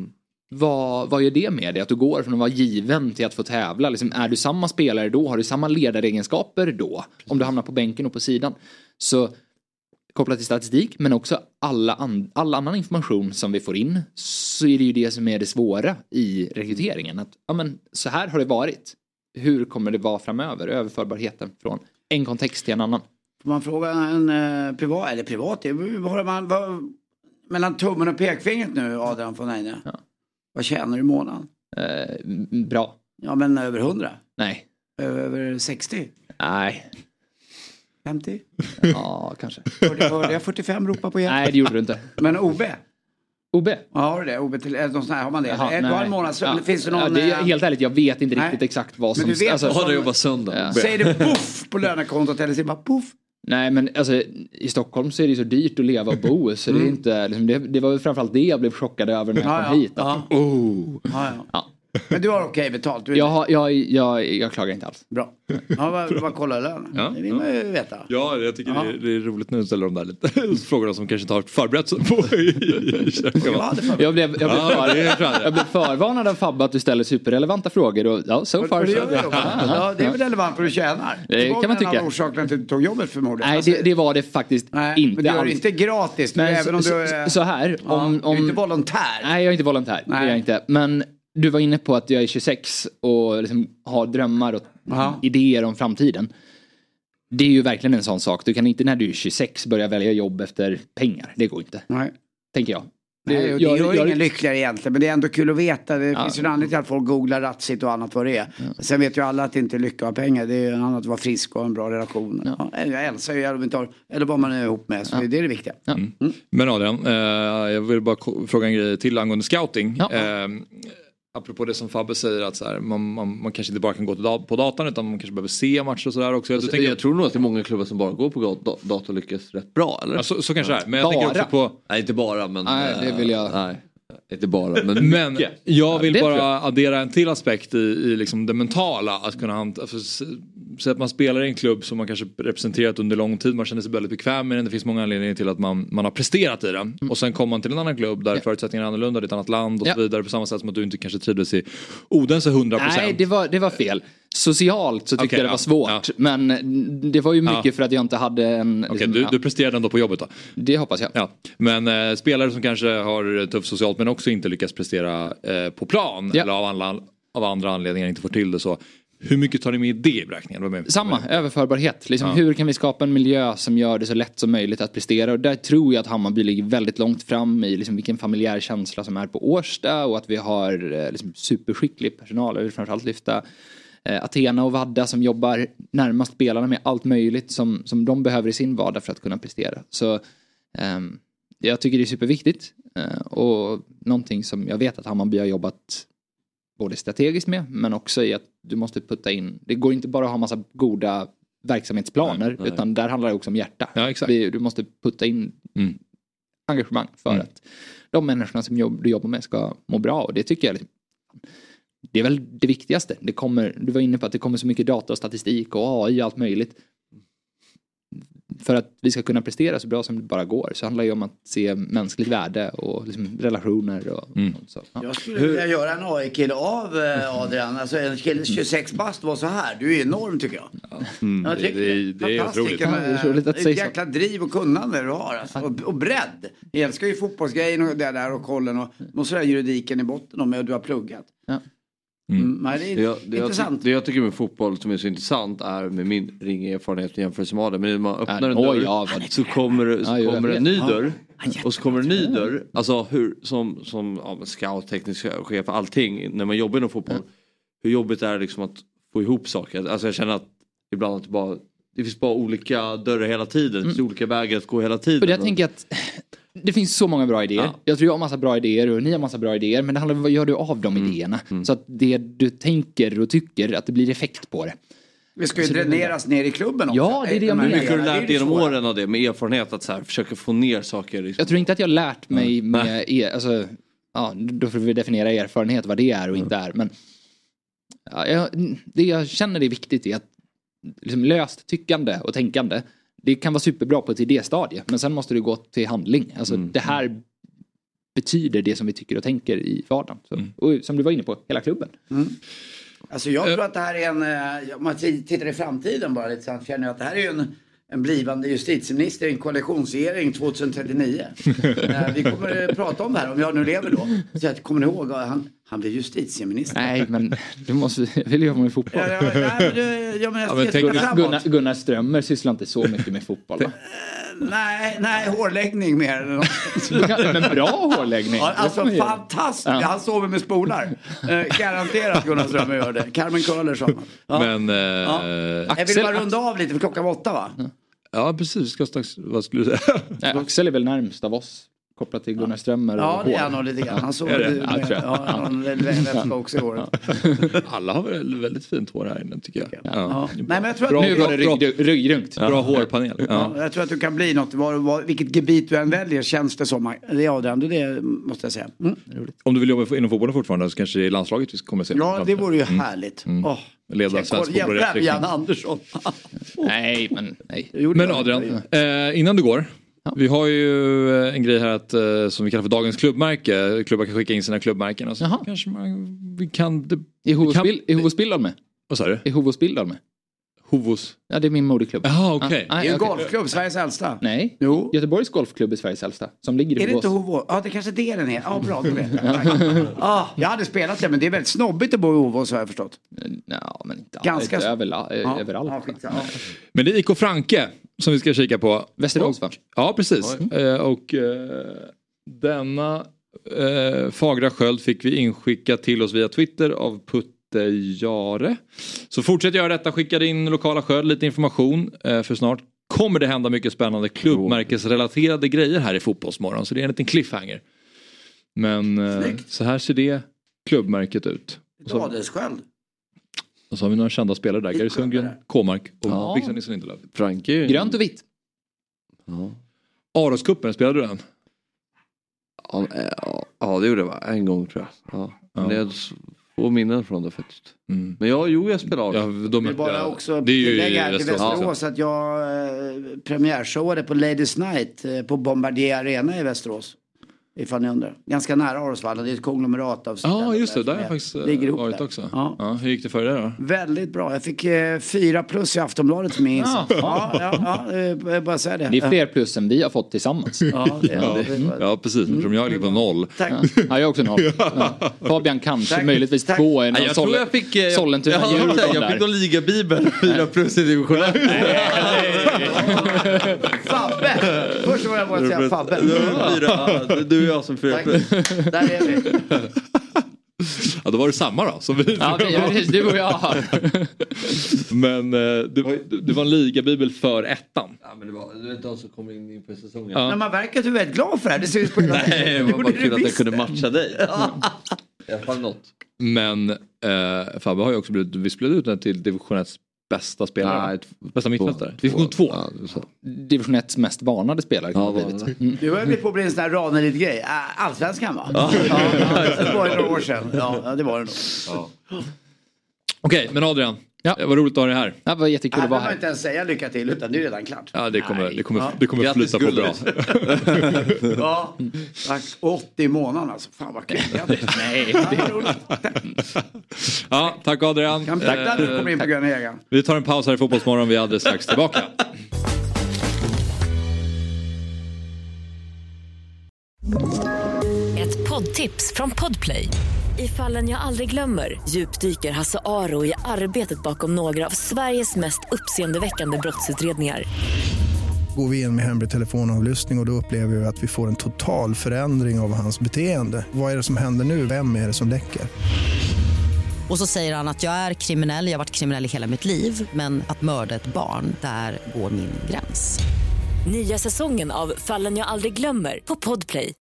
[SPEAKER 5] Vad gör det med dig? Att du går från att vara given till att få tävla. Liksom, är du samma spelare då? Har du samma ledaregenskaper då? Om du hamnar på bänken och på sidan. Så kopplat till statistik, men också all annan information som vi får in, så är det ju det som är det svåra i rekryteringen. Att så här har det varit. Hur kommer det vara framöver? Överförbarheten från en kontext till en annan.
[SPEAKER 4] Får man fråga en privat, mellan tummen och pekfingret nu, Adrian von Eine? Ja. Vad tjänar du i månaden?
[SPEAKER 5] Bra.
[SPEAKER 4] Ja, men över 100?
[SPEAKER 5] Nej.
[SPEAKER 4] Över 60?
[SPEAKER 5] Nej.
[SPEAKER 4] 50?
[SPEAKER 5] Ja, kanske.
[SPEAKER 4] Hörde jag 45 ropa på hjälp?
[SPEAKER 5] Nej, det gjorde du inte.
[SPEAKER 4] Men OB?
[SPEAKER 5] OB?
[SPEAKER 4] Ja, har du det? OB till någon sån här, har man det? Jaha,
[SPEAKER 5] nej.
[SPEAKER 4] En månad, så finns det någon...
[SPEAKER 5] helt ärligt, jag vet inte riktigt exakt vad som...
[SPEAKER 4] Men du vet
[SPEAKER 2] har du jobbat söndag?
[SPEAKER 5] Ja.
[SPEAKER 4] Säger det puff på lönekontot eller säger bara puff?
[SPEAKER 5] Nej, men alltså i Stockholm så är det så dyrt att leva och bo, så det är inte liksom, det var väl framförallt det jag blev chockad över när jag kom hit. Ja.
[SPEAKER 4] Men du har okej betalt?
[SPEAKER 5] Jag klagar inte alls.
[SPEAKER 4] Bra. Ja, vad kollar lönen? Ja. Det vill man ju veta.
[SPEAKER 1] Ja, jag tycker det är roligt nu att ställa de där lite frågorna som kanske inte har förberett sig på.
[SPEAKER 5] Jag blev förvarnad av Fabbe att du ställer superrelevanta frågor och so far so.
[SPEAKER 4] Ja, det är väl relevant för du tjänar.
[SPEAKER 5] Det kan man tycka.
[SPEAKER 4] Det var orsaken till att du tog jobbet förmodligen.
[SPEAKER 5] Nej, det var det faktiskt inte
[SPEAKER 4] men du gör det inte gratis.
[SPEAKER 5] Men
[SPEAKER 4] även om du är...
[SPEAKER 5] Så här.
[SPEAKER 4] Du är inte volontär.
[SPEAKER 5] Nej, jag är inte volontär. Det är jag inte. Men du var inne på att jag är 26 och liksom har drömmar och idéer om framtiden. Det är ju verkligen en sån sak. Du kan inte när du är 26 börja välja jobb efter pengar. Det går inte. Nej. Tänker jag.
[SPEAKER 4] Det gör ingen lyckligare egentligen. Men det är ändå kul att veta. Det finns ju en anledning till att folk googlar Ratsit och annat vad det är. Sen vet ju alla att det inte är lycka och pengar. Det är en annat att vara frisk och en bra relation. Jag älskar ju eller vad man är ihop med. Så det är det viktiga.
[SPEAKER 1] Men Adrian, jag vill bara fråga en grej till angående scouting. Apropå det som Fabbe säger att så här, man kanske inte bara kan gå på datan utan man kanske behöver se matcher och sådär också.
[SPEAKER 2] Jag tror nog att det är många klubbar som bara går på dator och lyckas rätt bra, eller?
[SPEAKER 1] Ja, så kanske det är. Men jag tänker också på...
[SPEAKER 2] Nej, inte bara, men...
[SPEAKER 5] Nej, det vill jag...
[SPEAKER 2] Nej. Inte bara, men
[SPEAKER 1] jag vill bara addera en till aspekt i liksom det mentala. Att kunna så att man spelar i en klubb som man kanske representerat under lång tid. Man känner sig väldigt bekväm med den. Det finns många anledningar till att man har presterat i den. Och sen kommer man till en annan klubb där förutsättningarna är annorlunda. Det är ett annat land och så vidare. På samma sätt som att du inte kanske trivdes i Odense 100%.
[SPEAKER 5] Nej, det var fel. Socialt så tyckte jag det var svårt. Men det var ju mycket för att jag inte hade en...
[SPEAKER 1] Liksom, du presterade ändå på jobbet då?
[SPEAKER 5] Det hoppas jag.
[SPEAKER 1] Ja. Men spelare som kanske har tufft socialt men också inte lyckas prestera på plan. Eller av andra anledningar inte får till det så. Hur mycket tar ni med det i beräkningen?
[SPEAKER 5] Samma, överförbarhet. Liksom, hur kan vi skapa en miljö som gör det så lätt som möjligt att prestera? Och där tror jag att Hammarby ligger väldigt långt fram i liksom, vilken familjär känsla som är på Årsta. Och att vi har liksom, superskicklig personal. Jag vill framförallt lyfta Athena och Vadda som jobbar närmast spelarna med allt möjligt som de behöver i sin vardag för att kunna prestera. Så Jag tycker det är superviktigt. Och någonting som jag vet att Hammarby har jobbat både strategiskt med, men också i att du måste putta in, det går inte bara att ha massa goda verksamhetsplaner, utan där handlar det också om hjärta.
[SPEAKER 1] Ja, exakt.
[SPEAKER 5] Du måste putta in engagemang för att de människorna som du jobbar med ska må bra, och det tycker jag det är väl det viktigaste. Du var inne på att det kommer så mycket data och statistik och AI och allt möjligt. För att vi ska kunna prestera så bra som det bara går, så handlar det ju om att se mänskligt värde och liksom relationer och så. Ja.
[SPEAKER 4] Jag skulle vilja göra en AI-kille av Adrian. Alltså en kille 26 bast var så här. Du är enorm tycker jag. Jag tycker
[SPEAKER 1] det är otroligt.
[SPEAKER 5] Det är roligt att säga så.
[SPEAKER 4] Jäkla driv och kunnande du har. Alltså. Och bredd. Jag älskar ju fotbollsgrejen och det där och kollen och måste ha juridiken i botten om du har pluggat. Ja. Nej, det är intressant.
[SPEAKER 2] Det jag tycker med fotboll som är så intressant är med min ringa erfarenhet jämfört med Adrian. Men när man öppnar en dörr så kommer en ny dörr. Och så kommer en ny dörr. Alltså hur som scout, teknisk chef, allting. När man jobbar inom fotboll. Hur jobbigt är det liksom att få ihop saker. Alltså jag känner att ibland att det finns bara olika dörrar hela tiden. Det finns olika vägar att gå hela tiden.
[SPEAKER 5] Och jag tänker att det finns så många bra idéer. Jag tror jag har massa bra idéer och ni har massa bra idéer. Men det handlar om vad gör du av de idéerna. Så att det du tänker och tycker, att det blir effekt på det.
[SPEAKER 4] Vi ska ju dräneras ner i klubben också.
[SPEAKER 5] Ja, det är det jag menar.
[SPEAKER 2] Hur mycket har du lärt genom åren av det med erfarenhet att så här, försöka få ner saker? Liksom.
[SPEAKER 5] Jag tror inte att jag har lärt mig med då får vi definiera erfarenhet vad det är och inte är. Men det jag känner är viktigt är att liksom, löst tyckande och tänkande, det kan vara superbra på ett idéstadie, men sen måste du gå till handling. Alltså det här betyder det som vi tycker och tänker i vardagen. Så, och som du var inne på, hela klubben.
[SPEAKER 4] Alltså jag tror att det här är om man tittar i framtiden bara lite, så känner jag att det här är ju en blivande justitieminister i en koalitionsregering 2039. Vi kommer att prata om det här, om jag nu lever då. Så jag kommer ihåg, han blir justitieminister.
[SPEAKER 5] Nej, men du måste, jag vill jobba med fotboll. Gunnar Strömmer sysslar inte så mycket med fotboll, va?
[SPEAKER 4] Nej, hårläggning mer.
[SPEAKER 5] Men bra hårläggning.
[SPEAKER 4] Ja, alltså fantastiskt. Ja. Han sover med spolar. Garanterat Gunnar Strömmer gör det. Carmen Köhler sa man.
[SPEAKER 1] Men
[SPEAKER 4] jag vill bara runda av lite för klockan 8, va?
[SPEAKER 1] Ja, precis. Vad skulle du säga?
[SPEAKER 5] Nej, Axel är väl närmst av oss. Kopplat till Gunnar Strömmer.
[SPEAKER 4] Ja, det är han nog lite grann. Han såg det också i året.
[SPEAKER 1] Alla har väldigt fint hår här inne, tycker jag.
[SPEAKER 4] Nej, men jag tror att
[SPEAKER 5] nu var det ryggrungt.
[SPEAKER 1] Bra hårpanel.
[SPEAKER 4] Jag tror att du kan bli något. Vilket gebit du än väljer känns det som. Det är Adrian, det måste jag säga.
[SPEAKER 1] Om du vill jobba inom fotbollen fortfarande så kanske det är landslaget vi kommer se.
[SPEAKER 4] Ja, det vore ju härligt.
[SPEAKER 1] Leda svensk fotboll rätt riktning.
[SPEAKER 4] Jan Andersson.
[SPEAKER 5] Nej.
[SPEAKER 1] Men Adrian, innan du går. Vi har ju en grej här som vi kallar för dagens klubbmärke. Klubbar kan skicka in sina klubbmärken. Och så kanske vi kan...
[SPEAKER 5] Är Hovos Bildal med?
[SPEAKER 1] Vad sa du?
[SPEAKER 5] Är Hovos Bildal med?
[SPEAKER 1] Hovos?
[SPEAKER 5] Ja, det är min moderklubb.
[SPEAKER 1] Jaha, okej.
[SPEAKER 4] Det är ju en golfklubb, Sveriges äldsta.
[SPEAKER 5] Nej, Göteborgs golfklubb är Sveriges äldsta. Som ligger i
[SPEAKER 4] Är det inte Hovås? Ja, det kanske det den är. Ja, bra, du vet. Jag hade spelat det, men det är väldigt snobbigt att bo i Hovås, har jag förstått.
[SPEAKER 5] Ja, men inte
[SPEAKER 4] ganska
[SPEAKER 5] överallt.
[SPEAKER 1] Men det är IK Franke som vi ska kika på.
[SPEAKER 5] Västerås, va?
[SPEAKER 1] Ja, precis. Och denna fagra sköld fick vi inskicka till oss via Twitter av Putte Jare. Så fortsätt göra detta, skicka in lokala sköld, lite information, för snart kommer det hända mycket spännande klubbmärkesrelaterade grejer här i Fotbollsmorgon. Så det är en liten cliffhanger. Men så här ser det klubbmärket ut.
[SPEAKER 4] Adelssköld.
[SPEAKER 1] Och så har vi några kända spelare där. Gary Sundgren, Kåmark och Victor Nilsson Lindelöf.
[SPEAKER 2] Franke.
[SPEAKER 5] Grönt och vitt.
[SPEAKER 1] Aroskuppen, spelade du den?
[SPEAKER 2] Ja, det gjorde jag en gång, tror jag. Men det är få minnen från det faktiskt. Men jag spelade
[SPEAKER 4] Jag vill bara också lägga här till Västerås att jag premiärshowade på Ladies Night på Bombardier Arena i Västerås. Ifall ni undrar. Ganska nära Arosvallen. Det är ett konglomerat av
[SPEAKER 1] Ja, just det. Där har jag faktiskt varit där också. Ja, hur gick det för dig då?
[SPEAKER 4] Väldigt bra. Jag fick 4+ i Aftonbladet som minst. Jag bara säga det.
[SPEAKER 5] Det är fler plus än vi har fått tillsammans.
[SPEAKER 1] Ja, precis. Som jag ligger på 0.
[SPEAKER 4] Tack.
[SPEAKER 5] Ja, jag också 0. Fabian kanske, möjligtvis 2.
[SPEAKER 2] Jag tror jag fick
[SPEAKER 5] Sollentuna.
[SPEAKER 2] Jag fick någon ligabibel. 4+ i division 1.
[SPEAKER 4] Fabbe! Först var jag bara att säga Fabbe.
[SPEAKER 2] Du och jag som 4+.
[SPEAKER 4] Där är vi.
[SPEAKER 1] Ja, då var det samma då. Som vi
[SPEAKER 5] Ja, du och jag har.
[SPEAKER 1] Men det var en ligabibel för ettan.
[SPEAKER 2] Ja, men det var inte de som kommer in på säsongen.
[SPEAKER 4] Men man verkar ju väldigt glad för det här. Det ser ut på hela
[SPEAKER 2] Nej, det var bara kul att jag kunde
[SPEAKER 4] det.
[SPEAKER 2] matcha dig. I alla fall något.
[SPEAKER 1] Men Fabbe har ju också vi spelade ut den till division 1 bästa spelare.
[SPEAKER 2] Nej,
[SPEAKER 1] bästa mittfältare. Division 2.
[SPEAKER 2] Ja,
[SPEAKER 5] Division 1 mest varnade spelare.
[SPEAKER 2] Ja, var det.
[SPEAKER 4] Du har ju blivit på att bli en sån här Ranelid grej. Allsvenskan va? Ja, det var ju några år sedan. Ja, det var det nog.
[SPEAKER 2] Ja.
[SPEAKER 1] Okej, men Adrian. Ja. Det var roligt att ha dig här.
[SPEAKER 5] Det var jättekul att vara
[SPEAKER 4] Här behöver man inte ens säga lycka till utan det är redan klart.
[SPEAKER 1] Ja, det kommer flyta på bra.
[SPEAKER 4] Ja, tack. 80 månader alltså. Fan vad kul.
[SPEAKER 5] Nej,
[SPEAKER 1] Ja, tack Adrian.
[SPEAKER 4] Tack att du kommer in på Gröna Jägaren.
[SPEAKER 1] Vi tar en paus här i Fotbollsmorgon. Vi är alldeles strax tillbaka.
[SPEAKER 7] Ett poddtips från Podplay. I Fallen jag aldrig glömmer djupdyker Hasse Aro i arbetet bakom några av Sveriges mest uppseendeväckande brottsutredningar.
[SPEAKER 8] Går vi in med hemlig telefonavlyssning och då upplever vi att vi får en total förändring av hans beteende. Vad är det som händer nu? Vem är det som läcker?
[SPEAKER 9] Och så säger han att jag är kriminell, jag har varit kriminell i hela mitt liv. Men att mörda ett barn, där går min gräns.
[SPEAKER 7] Nya säsongen av Fallen jag aldrig glömmer på Podplay.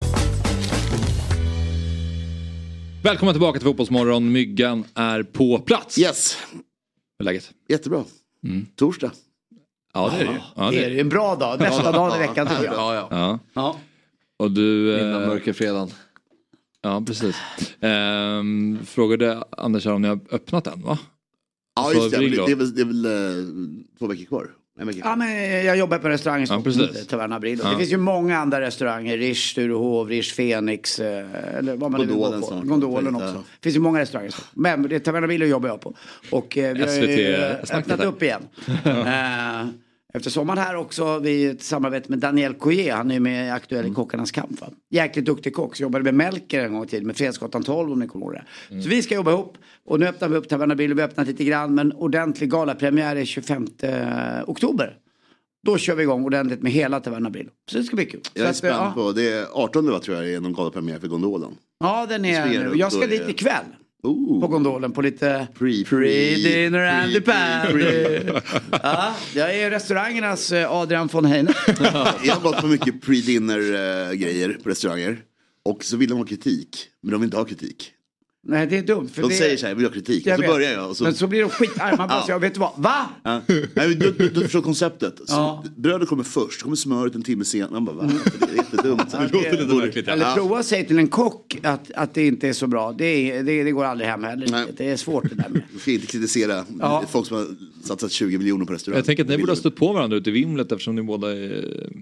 [SPEAKER 1] Välkommen tillbaka till Fotbollsmorgon. Myggan är på plats.
[SPEAKER 10] Yes.
[SPEAKER 1] Hur är läget?
[SPEAKER 10] Jättebra. Torsdag.
[SPEAKER 1] Ja, det är det ju. Ja,
[SPEAKER 4] Det är en bra dag. Bästa dagen i veckan tror jag.
[SPEAKER 1] Ja. Och du...
[SPEAKER 2] Innan mörkerfredagen.
[SPEAKER 1] Ja, precis. Frågade Anders om ni har öppnat den, va?
[SPEAKER 10] Ja, just det. Det är väl 2 veckor kvar.
[SPEAKER 4] Ja, men jag jobbar på restaurang som Taverna Brillo. Det finns ju många andra restauranger. Rish, Sturehof, Rish, Phoenix. Eller vad man nu går på. Gondolen också. Det finns ju många restauranger. Men det är Taverna Brillo jobbar jag på. Och vi har ju öppnat upp igen. Efter sommaren här också, vi ett samarbete med Daniel Couillet. Han är ju med aktuell i Kockarnas kamp. Jäkligt duktig kock. Så jobbade med Melker en gång i tiden. Med Fredsgatan 12 om ni kommer ihåg det. Så vi ska jobba ihop. Och nu öppnar vi upp Taverna Brillo. Vi har öppnat lite grann. Men ordentlig galapremiär är 25 oktober. Då kör vi igång ordentligt med hela Taverna Brillo. Så det ska bli kul.
[SPEAKER 10] Jag är spänd på, det är 18 tror jag är någon galapremiär för Gondolen.
[SPEAKER 4] Ja, den är nu. Jag ska dit ikväll. På Gondolen på lite pre-dinner and the party. Ja, jag är restaurangernas Adrian von Heine.
[SPEAKER 10] Jag har gått på mycket pre-dinner grejer på restauranger. Och så vill de ha kritik. Men de vill inte ha kritik.
[SPEAKER 4] Nej, det är dumt. För
[SPEAKER 10] de säger så här, vill ha kritik. Och så börjar jag. Och så...
[SPEAKER 4] Men så blir de skitarga. Man bara säger, vet du vad? Va?
[SPEAKER 10] Ja. Nej, du förstår konceptet. Så brödet kommer först. Kommer smöret en timme senare. Man bara, va? Det är jättedumt.
[SPEAKER 4] Eller prova att säga till en kock att det inte är så bra. Det går aldrig hem heller. Det är svårt det där med.
[SPEAKER 10] Du ska inte kritisera folk som har satsat 20 miljoner på restaurang.
[SPEAKER 1] Jag tänker att ni borde ha stått på varandra ute i vimlet eftersom ni båda är...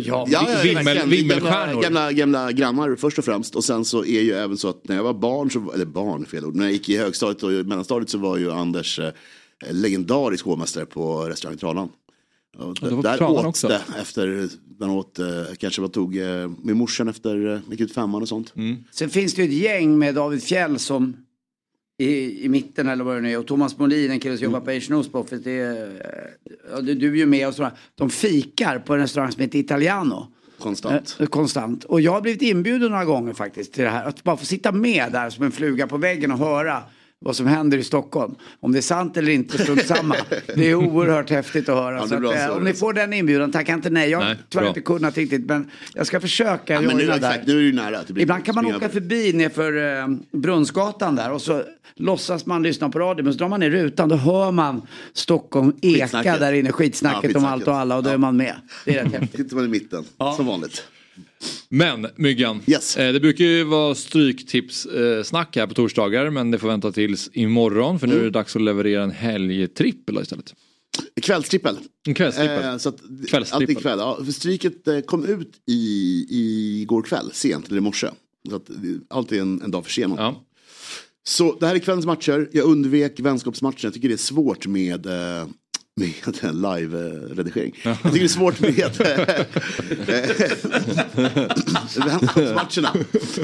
[SPEAKER 10] Gamla grannar först och främst. Och sen så är ju även så att när jag var barn, fel ord. När jag gick i högstadiet och mellanstadiet så var ju Anders legendarisk hovmästare på restaurang Tranan. Där åt det efter man åt, kanske vad tog med morsan efter gick ut 5 och sånt.
[SPEAKER 4] Sen finns det ju ett gäng med David Fjäll som i mitten eller vad det nu är. Och Thomas Molin, en kille som jobbar på Asian Osboff. Du är ju med och sådär. De fikar på en restaurang som heter Italiano. Konstant. Och jag har blivit inbjuden några gånger faktiskt till det här. Att bara få sitta med där som en fluga på väggen och höra vad som händer i Stockholm. Om det är sant eller inte, strunt samma. Det är oerhört häftigt att höra. Så att, om ni får den inbjudan, tacka inte nej. Jag har tyvärr inte kunnat riktigt, men jag ska försöka
[SPEAKER 10] men nu är du nära.
[SPEAKER 4] Ibland kan man åka förbi nerför Brunnsgatan där och så låtsas man lyssna på radio, men så drar man i rutan, då hör man Stockholm eka där inne, skitsnacket om allt och alla, och då är man med. Det är rätt häftigt.
[SPEAKER 10] Sitter man i mitten, som vanligt.
[SPEAKER 1] Men Myggan, det brukar ju vara stryktips snack här på torsdagar, men det får vänta tills imorgon, för nu är det dags att leverera en helgtrippel istället.
[SPEAKER 10] Kvällstrippel.
[SPEAKER 1] Så att
[SPEAKER 10] alltid kväll. Ja, för stryket kom ut i går kväll, sent eller i morse. Så att alltid en dag försenad. Ja. Så det här är kvällens matcher. Jag undvek vänskapsmatchen. Jag tycker det är svårt med live-redigering. Jag tycker det är svårt med vänskapsmatcherna.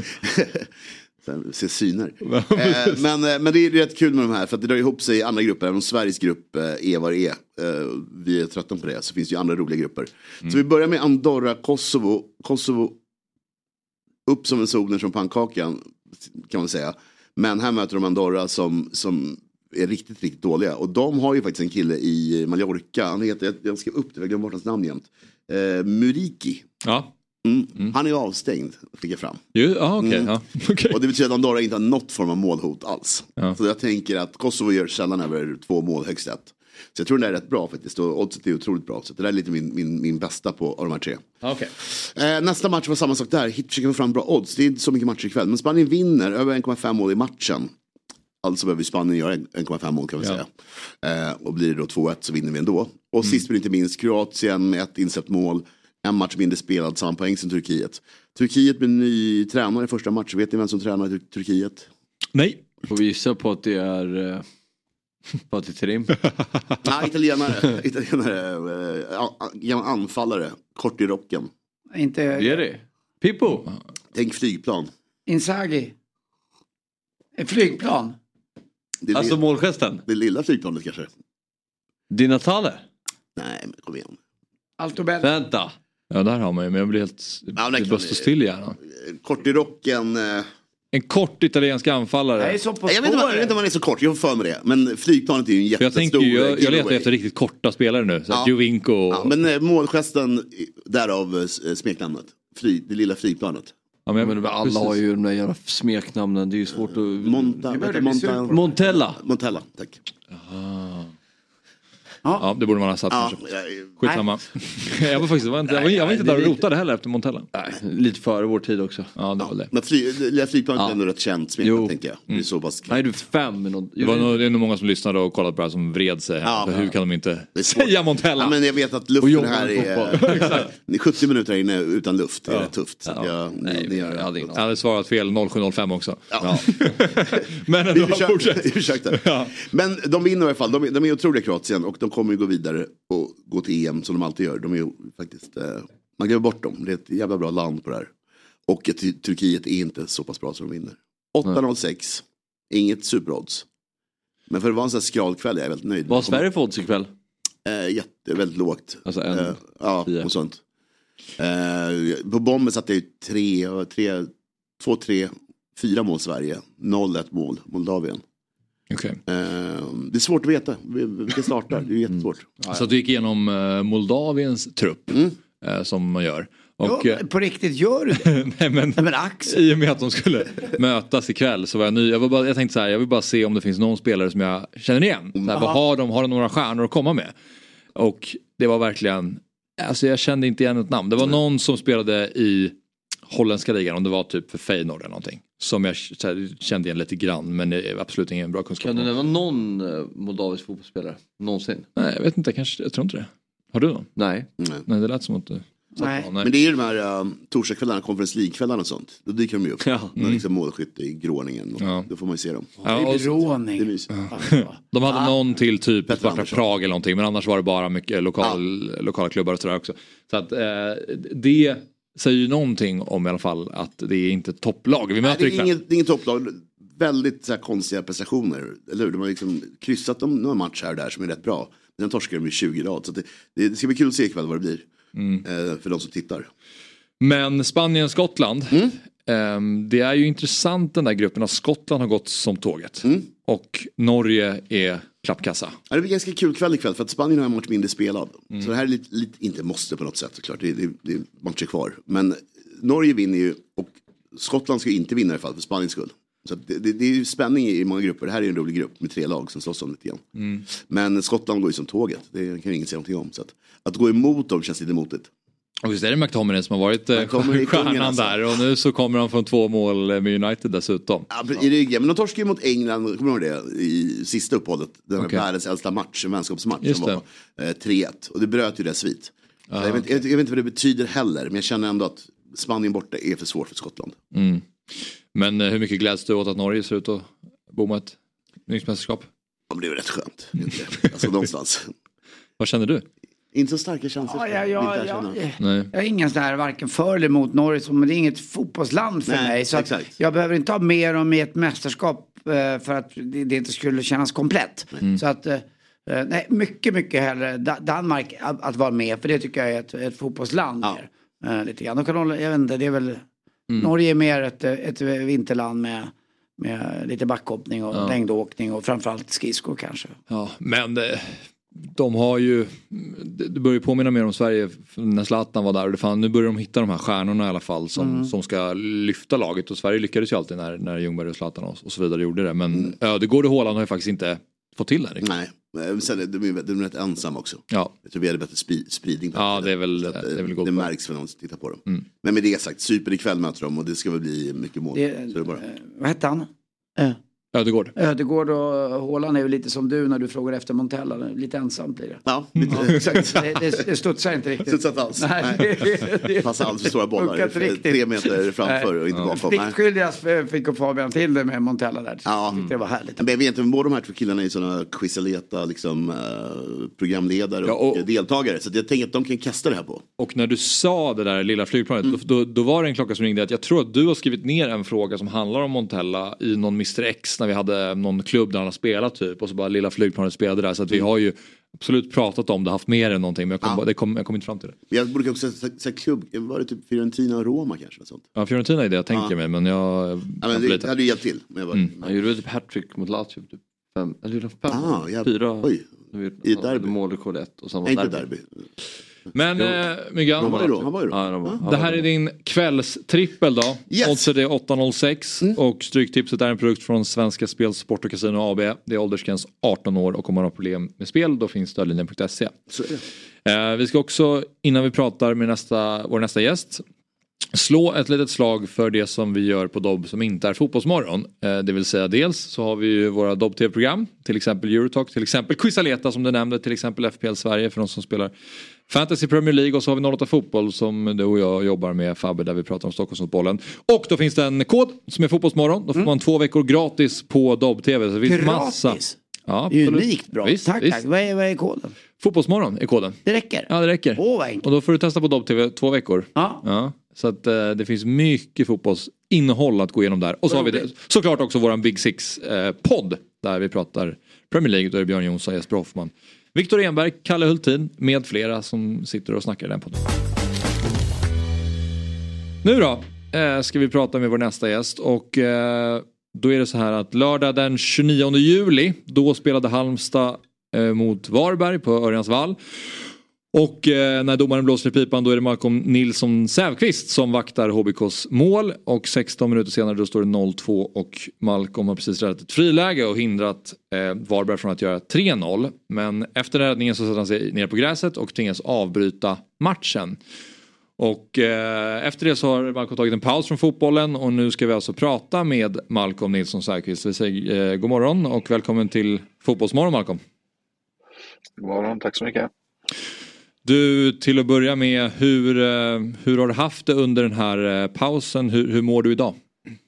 [SPEAKER 10] Se syner. Men det är rätt kul med de här, för att det drar ihop sig i andra grupper. Även om Sveriges grupp är vad det är. Vi är trötta på det. Så finns det ju andra roliga grupper. Så vi börjar med Andorra, Kosovo upp som en sol från pannkakan, kan man säga. Men här möter de Andorra som är riktigt, riktigt dåliga. Och de har ju faktiskt en kille i Mallorca. Han heter, jag skrev upp det, jag glömde bort hans namn jämt. Muriki.
[SPEAKER 1] Ja.
[SPEAKER 10] Han är avstängd, fick jag fram.
[SPEAKER 1] Okay.
[SPEAKER 10] Och det betyder att Andorra inte har något form av målhot alls. Ja. Så jag tänker att Kosovo gör sällan över 2 mål, högst 1. Så jag tror det är rätt bra faktiskt. Och oddset är otroligt bra. Så det där är lite min bästa av de här 3.
[SPEAKER 1] Okay.
[SPEAKER 10] Nästa match var samma sak där. Hitchcock får fram bra odds. Det är inte så mycket matcher ikväll. Men Spanien vinner över 1,5 mål i matchen. Alltså behöver Spanien göra 1,5 mål kan vi säga. Och blir det då 2-1 så vinner vi ändå. Och sist men inte minst Kroatien med 1 insläppt mål. En match mindre spelad, samma poäng som Turkiet. Turkiet med ny tränare i första matchen. Vet ni vem som tränar i Turkiet?
[SPEAKER 1] Nej.
[SPEAKER 2] Får vi gissa på att det är Fatih Terim?
[SPEAKER 10] Nej, italienare. Anfallare. Kort i rocken.
[SPEAKER 4] Inte...
[SPEAKER 2] Det är det. Pippo.
[SPEAKER 10] Tänk flygplan.
[SPEAKER 4] Inzaghi. Ett flygplan.
[SPEAKER 2] Alltså målgesten.
[SPEAKER 10] Det lilla flygplanet kanske.
[SPEAKER 2] Di Natale?
[SPEAKER 10] Nej, men kom igen.
[SPEAKER 4] Altobello.
[SPEAKER 2] Vänta.
[SPEAKER 1] Ja, där har man ju. Men jag blir helt... det bara stå still i hjärnan.
[SPEAKER 10] Kort i rocken.
[SPEAKER 1] En kort italiensk anfallare.
[SPEAKER 4] Jag är så på
[SPEAKER 10] jag vet inte om han är så kort. Jag får för mig det. Men flygplanet är ju en jättestor.
[SPEAKER 1] Jag letar efter riktigt korta spelare nu. Så att Jovinko.
[SPEAKER 10] Ja, men målgesten därav smeknamnet. Det lilla flygplanet.
[SPEAKER 2] Ja, men alla har ju de där jävla smeknamnen. Det är ju svårt att...
[SPEAKER 10] Montella, tack.
[SPEAKER 1] Ja, det borde man ha satt kanske. Skitsamma. jag var inte där och rotade heller efter Montella.
[SPEAKER 2] Nej, lite före vår tid också.
[SPEAKER 1] Ja, det var det.
[SPEAKER 10] Men flygplanet är ändå rätt känt smeknamn, tänker jag. Det är så pass.
[SPEAKER 2] Nej, du 5 med något.
[SPEAKER 1] Det är nog många som lyssnade och kollade på det här som vred sig. Hur kan de inte säga Montella?
[SPEAKER 10] Ja, men jag vet att luften här är 70 minuter inne utan luft. Det är rätt tufft. Så jag
[SPEAKER 1] hade svarat fel 07:05 också.
[SPEAKER 10] Ja. Men ändå ursäkta. Men de vinner i alla fall. De är otroliga Kroatien och de kommer ju gå vidare och gå till EM som de alltid gör. De är ju faktiskt, man glömmer bort dem. Det är ett jävla bra land på det här. Och Turkiet är inte så pass bra som de vinner. 8-0-6. Inget superodds. Men för att vara en sån här skralkväll är jag väldigt nöjd.
[SPEAKER 2] Vad har Sverige för odds ikväll?
[SPEAKER 10] Väldigt lågt.
[SPEAKER 2] Alltså
[SPEAKER 10] och sånt. På bomben satt jag ju 4 mål Sverige. 0-1 mål Moldavien.
[SPEAKER 1] Okay.
[SPEAKER 10] Det är svårt att veta vilka startar. Det är jättesvårt.
[SPEAKER 1] Så du gick igenom Moldaviens trupp som man gör. Och,
[SPEAKER 4] på riktigt gör du det?
[SPEAKER 1] Nej, men
[SPEAKER 4] Axel.
[SPEAKER 1] I och med att de skulle mötas ikväll så var jag ny. Jag tänkte så här, jag vill bara se om det finns någon spelare som jag känner igen. Så här, har de några stjärnor att komma med? Och det var verkligen, alltså jag kände inte igen ett namn. Det var någon som spelade i holländska ligan, om det var typ för Feyenoord eller någonting. Som jag kände igen lite grann, men det är absolut ingen bra kunskap.
[SPEAKER 2] Kan du nämna någon moldavisk fotbollsspelare? Någonsin?
[SPEAKER 1] Nej, jag vet inte, jag tror inte det. Har du någon?
[SPEAKER 2] Nej.
[SPEAKER 1] Nej, det lät som att du...
[SPEAKER 4] Nej.
[SPEAKER 10] Men det är ju de här torsdagskvällarna, Conference League-kvällarna och sånt. Då dyker de ju upp. Liksom målskytte i Gråningen. Då får man ju se dem.
[SPEAKER 4] Gråning.
[SPEAKER 1] De hade någon till typ Sparta Prag eller någonting. Men annars var det bara mycket lokala klubbar och sådär också. Så att det säger ju någonting om i alla fall att det är inte topplag vi möter ikväll.
[SPEAKER 10] Det är ingen topplag. Väldigt så här, konstiga prestationer. Eller hur? De har liksom kryssat några matcher här och där som är rätt bra. Men den torskar de i 20 rad. Så det ska bli kul att se ikväll vad det blir. För de som tittar.
[SPEAKER 1] Men Spanien-Skottland. Det är ju intressant den där gruppen. Att Skottland har gått som tåget. Och Norge är klappkassa.
[SPEAKER 10] Ja, det blir ganska kul kväll ikväll. För att Spanien har en match mindre spelad. Så det här är lite inte måste på något sätt såklart. Det är matcher kvar. Men Norge vinner ju. Och Skottland ska inte vinna i alla fall för Spaniens skull. Så det är ju spänning i många grupper. Det här är en rolig grupp med 3 lag som slåss om lite grann. Men Skottland går ju som tåget. Det kan ingen säga någonting om. Så att gå emot dem känns lite motigt.
[SPEAKER 1] Och visst är det McTominay som har varit stjärnan där. Och nu så kommer de från 2 mål med United dessutom.
[SPEAKER 10] Ja, i ryggen. Men de torskade ju mot England, kommer du ihåg det? I sista uppehållet. Den här världens äldsta match, en vänskapsmatch som var 3-1. Och det bröt ju det svit. Jag vet inte vad det betyder heller. Men jag känner ändå att Spanien borta är för svårt för Skottland.
[SPEAKER 1] Men hur mycket gläds du åt att Norge ser ut att bomma ett nyhetsmästerskap?
[SPEAKER 10] Ja, det är ju rätt skönt. Alltså någonstans.
[SPEAKER 1] Vad känner du?
[SPEAKER 10] Inte så starka chanser.
[SPEAKER 4] Jag är ingen sån här varken för eller emot Norge, men det är inget fotbollsland för mig. Så att jag behöver inte ha mer om ett mästerskap för att det inte skulle kännas komplett. Så att nej, mycket hellre Danmark att vara med, för det tycker jag är ett fotbollsland mer. Lite grann. Jag vet inte, det är väl Norge är mer ett vinterland med med lite backhoppning och längdåkning och framförallt skridskor kanske.
[SPEAKER 1] Ja, men de har ju, det börjar ju påminna mer om Sverige när Zlatan var där och nu börjar de hitta de här stjärnorna i alla fall som ska lyfta laget, och Sverige lyckades ju alltid när Ljungberg och Zlatan och så vidare gjorde det, men Ödegård och Haaland har ju faktiskt inte fått till det.
[SPEAKER 10] Nej, men sen de är rätt ensam också.
[SPEAKER 1] Ja.
[SPEAKER 10] Jag tror vi hade bättre spridning på
[SPEAKER 1] det är väl gott.
[SPEAKER 10] Det märks för någon som tittar på dem. Men med det sagt, super ikväll möter de och det ska väl bli mycket mål. Så det bara.
[SPEAKER 4] Vad hette han? Ödegård och Haaland är ju lite som du när du frågar efter Montella. Lite ensamt blir det.
[SPEAKER 10] Ja, exakt.
[SPEAKER 4] Det studsar inte riktigt.
[SPEAKER 10] Studsar inte alls. Nej. Passar alls för stora bollar. 3 meter framför och inte bakom.
[SPEAKER 4] Pliktskyldigast fick och Fabian till det med Montella där. Ja. Det var härligt.
[SPEAKER 10] Men jag vet inte, båda de här 2 killarna är sådana quizaleta liksom, programledare och deltagare. Så jag tänker att de kan kasta det här på.
[SPEAKER 1] Och när du sa det där lilla flygplanet, då var det en klocka som ringde att jag tror att du har skrivit ner en fråga som handlar om Montella i någon Mr. X när vi hade någon klubb där han har spelat typ, och så bara lilla flygplanet spelade där, så att vi har ju absolut pratat om det, haft mer än någonting, men jag kom inte fram till det.
[SPEAKER 10] Jag borde också säga klubb, var det typ Fiorentina och Roma kanske? Sånt.
[SPEAKER 1] Ja, Fiorentina är det jag tänker mig, men jag...
[SPEAKER 10] men det hade ju hjälpt till.
[SPEAKER 2] Han gjorde typ hattrick mot Lazio, typ 5, eller 5, 4.
[SPEAKER 10] Oj, i derby.
[SPEAKER 2] Målrekord 1 och samma
[SPEAKER 10] inte derby.
[SPEAKER 1] Men Myggan, det här är din kvällstrippel då. Oddset är 8,06 och stryktipset är en produkt från Svenska Spel, Sport och Casino AB. Det är åldersgräns 18 år och om man har problem med spel då finns stödlinjen.se. Vi ska också, innan vi pratar med vår nästa gäst, slå ett litet slag för det som vi gör på Dobb som inte är fotbollsmorgon. Det vill säga dels så har vi ju våra Dobb-tv-program, till exempel Eurotalk, till exempel Quizaleta som du nämnde, till exempel FPL Sverige för de som spelar Fantasy Premier League, och så har vi 08 fotboll som du och jag jobbar med, Fabbe, där vi pratar om Stockholmsfotbollen. Och då finns det en kod som är fotbollsmorgon, då får man 2 veckor gratis på Dobb-tv. Så det finns
[SPEAKER 4] gratis?
[SPEAKER 1] Ja,
[SPEAKER 4] det är unikt bra.
[SPEAKER 1] Visst.
[SPEAKER 4] Tack. Vad är koden?
[SPEAKER 1] Fotbollsmorgon är koden.
[SPEAKER 4] Det räcker?
[SPEAKER 1] Ja, det räcker. Och då får du testa på Dobb-tv 2 veckor. Ja. Så att det finns mycket fotbollsinnehåll att gå igenom där. Och så har vi det, såklart också våran Big Six-podd där vi pratar Premier League. Då är det Björn Jonsson, Jesper Hoffman, Viktor Enberg, Kalle Hultin med flera som sitter och snackar i den podden. Nu då ska vi prata med vår nästa gäst, och då är det så här att lördag den 29 juli då spelade Halmstad mot Varberg på Örjansvall. Och när domaren blåser i pipan då är det Malcolm Nilsson Sävqvist som vaktar HBKs mål, och 16 minuter senare då står det 0-2 och Malcolm har precis räddat ett friläge och hindrat Varberg från att göra 3-0. Men efter räddningen så sätter han sig ner på gräset och tvingas avbryta matchen. Och efter det så har Malcolm tagit en paus från fotbollen, och nu ska vi alltså prata med Malcolm Nilsson Sävqvist. Vi säger god morgon och välkommen till Fotbollsmorgon, Malcolm.
[SPEAKER 11] God morgon, tack så mycket.
[SPEAKER 1] Du, till att börja med, hur har du haft det under den här pausen? Hur mår du idag?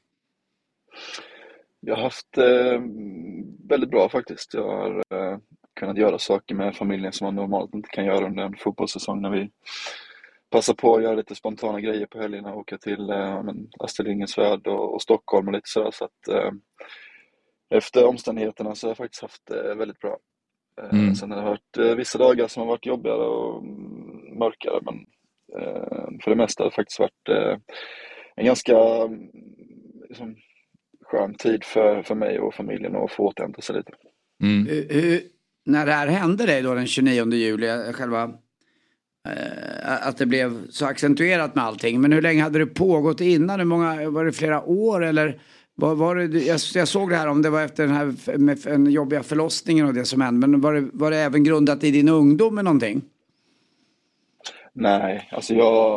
[SPEAKER 11] Jag har haft väldigt bra faktiskt. Jag har kunnat göra saker med familjen som man normalt inte kan göra under en fotbollssäsong, när vi passar på att göra lite spontana grejer på helgerna och åka till Astrid Lindgrens Värld och Stockholm och lite sådär. Så att efter omständigheterna så har jag faktiskt haft det väldigt bra. Sen har det varit vissa dagar som har varit jobbigare och mörkare, men för det mesta har det faktiskt varit en ganska liksom, skön tid för mig och familjen att få återhämta sig lite.
[SPEAKER 4] När det här hände dig då den 29 juli, själva att det blev så accentuerat med allting, men hur länge hade det pågått innan? Hur många, var det flera år eller? Var det, jag såg det här om det var efter den här med en jobbiga förlossningen och det som hände, men var det även grundat i din ungdom med någonting?
[SPEAKER 11] Nej, alltså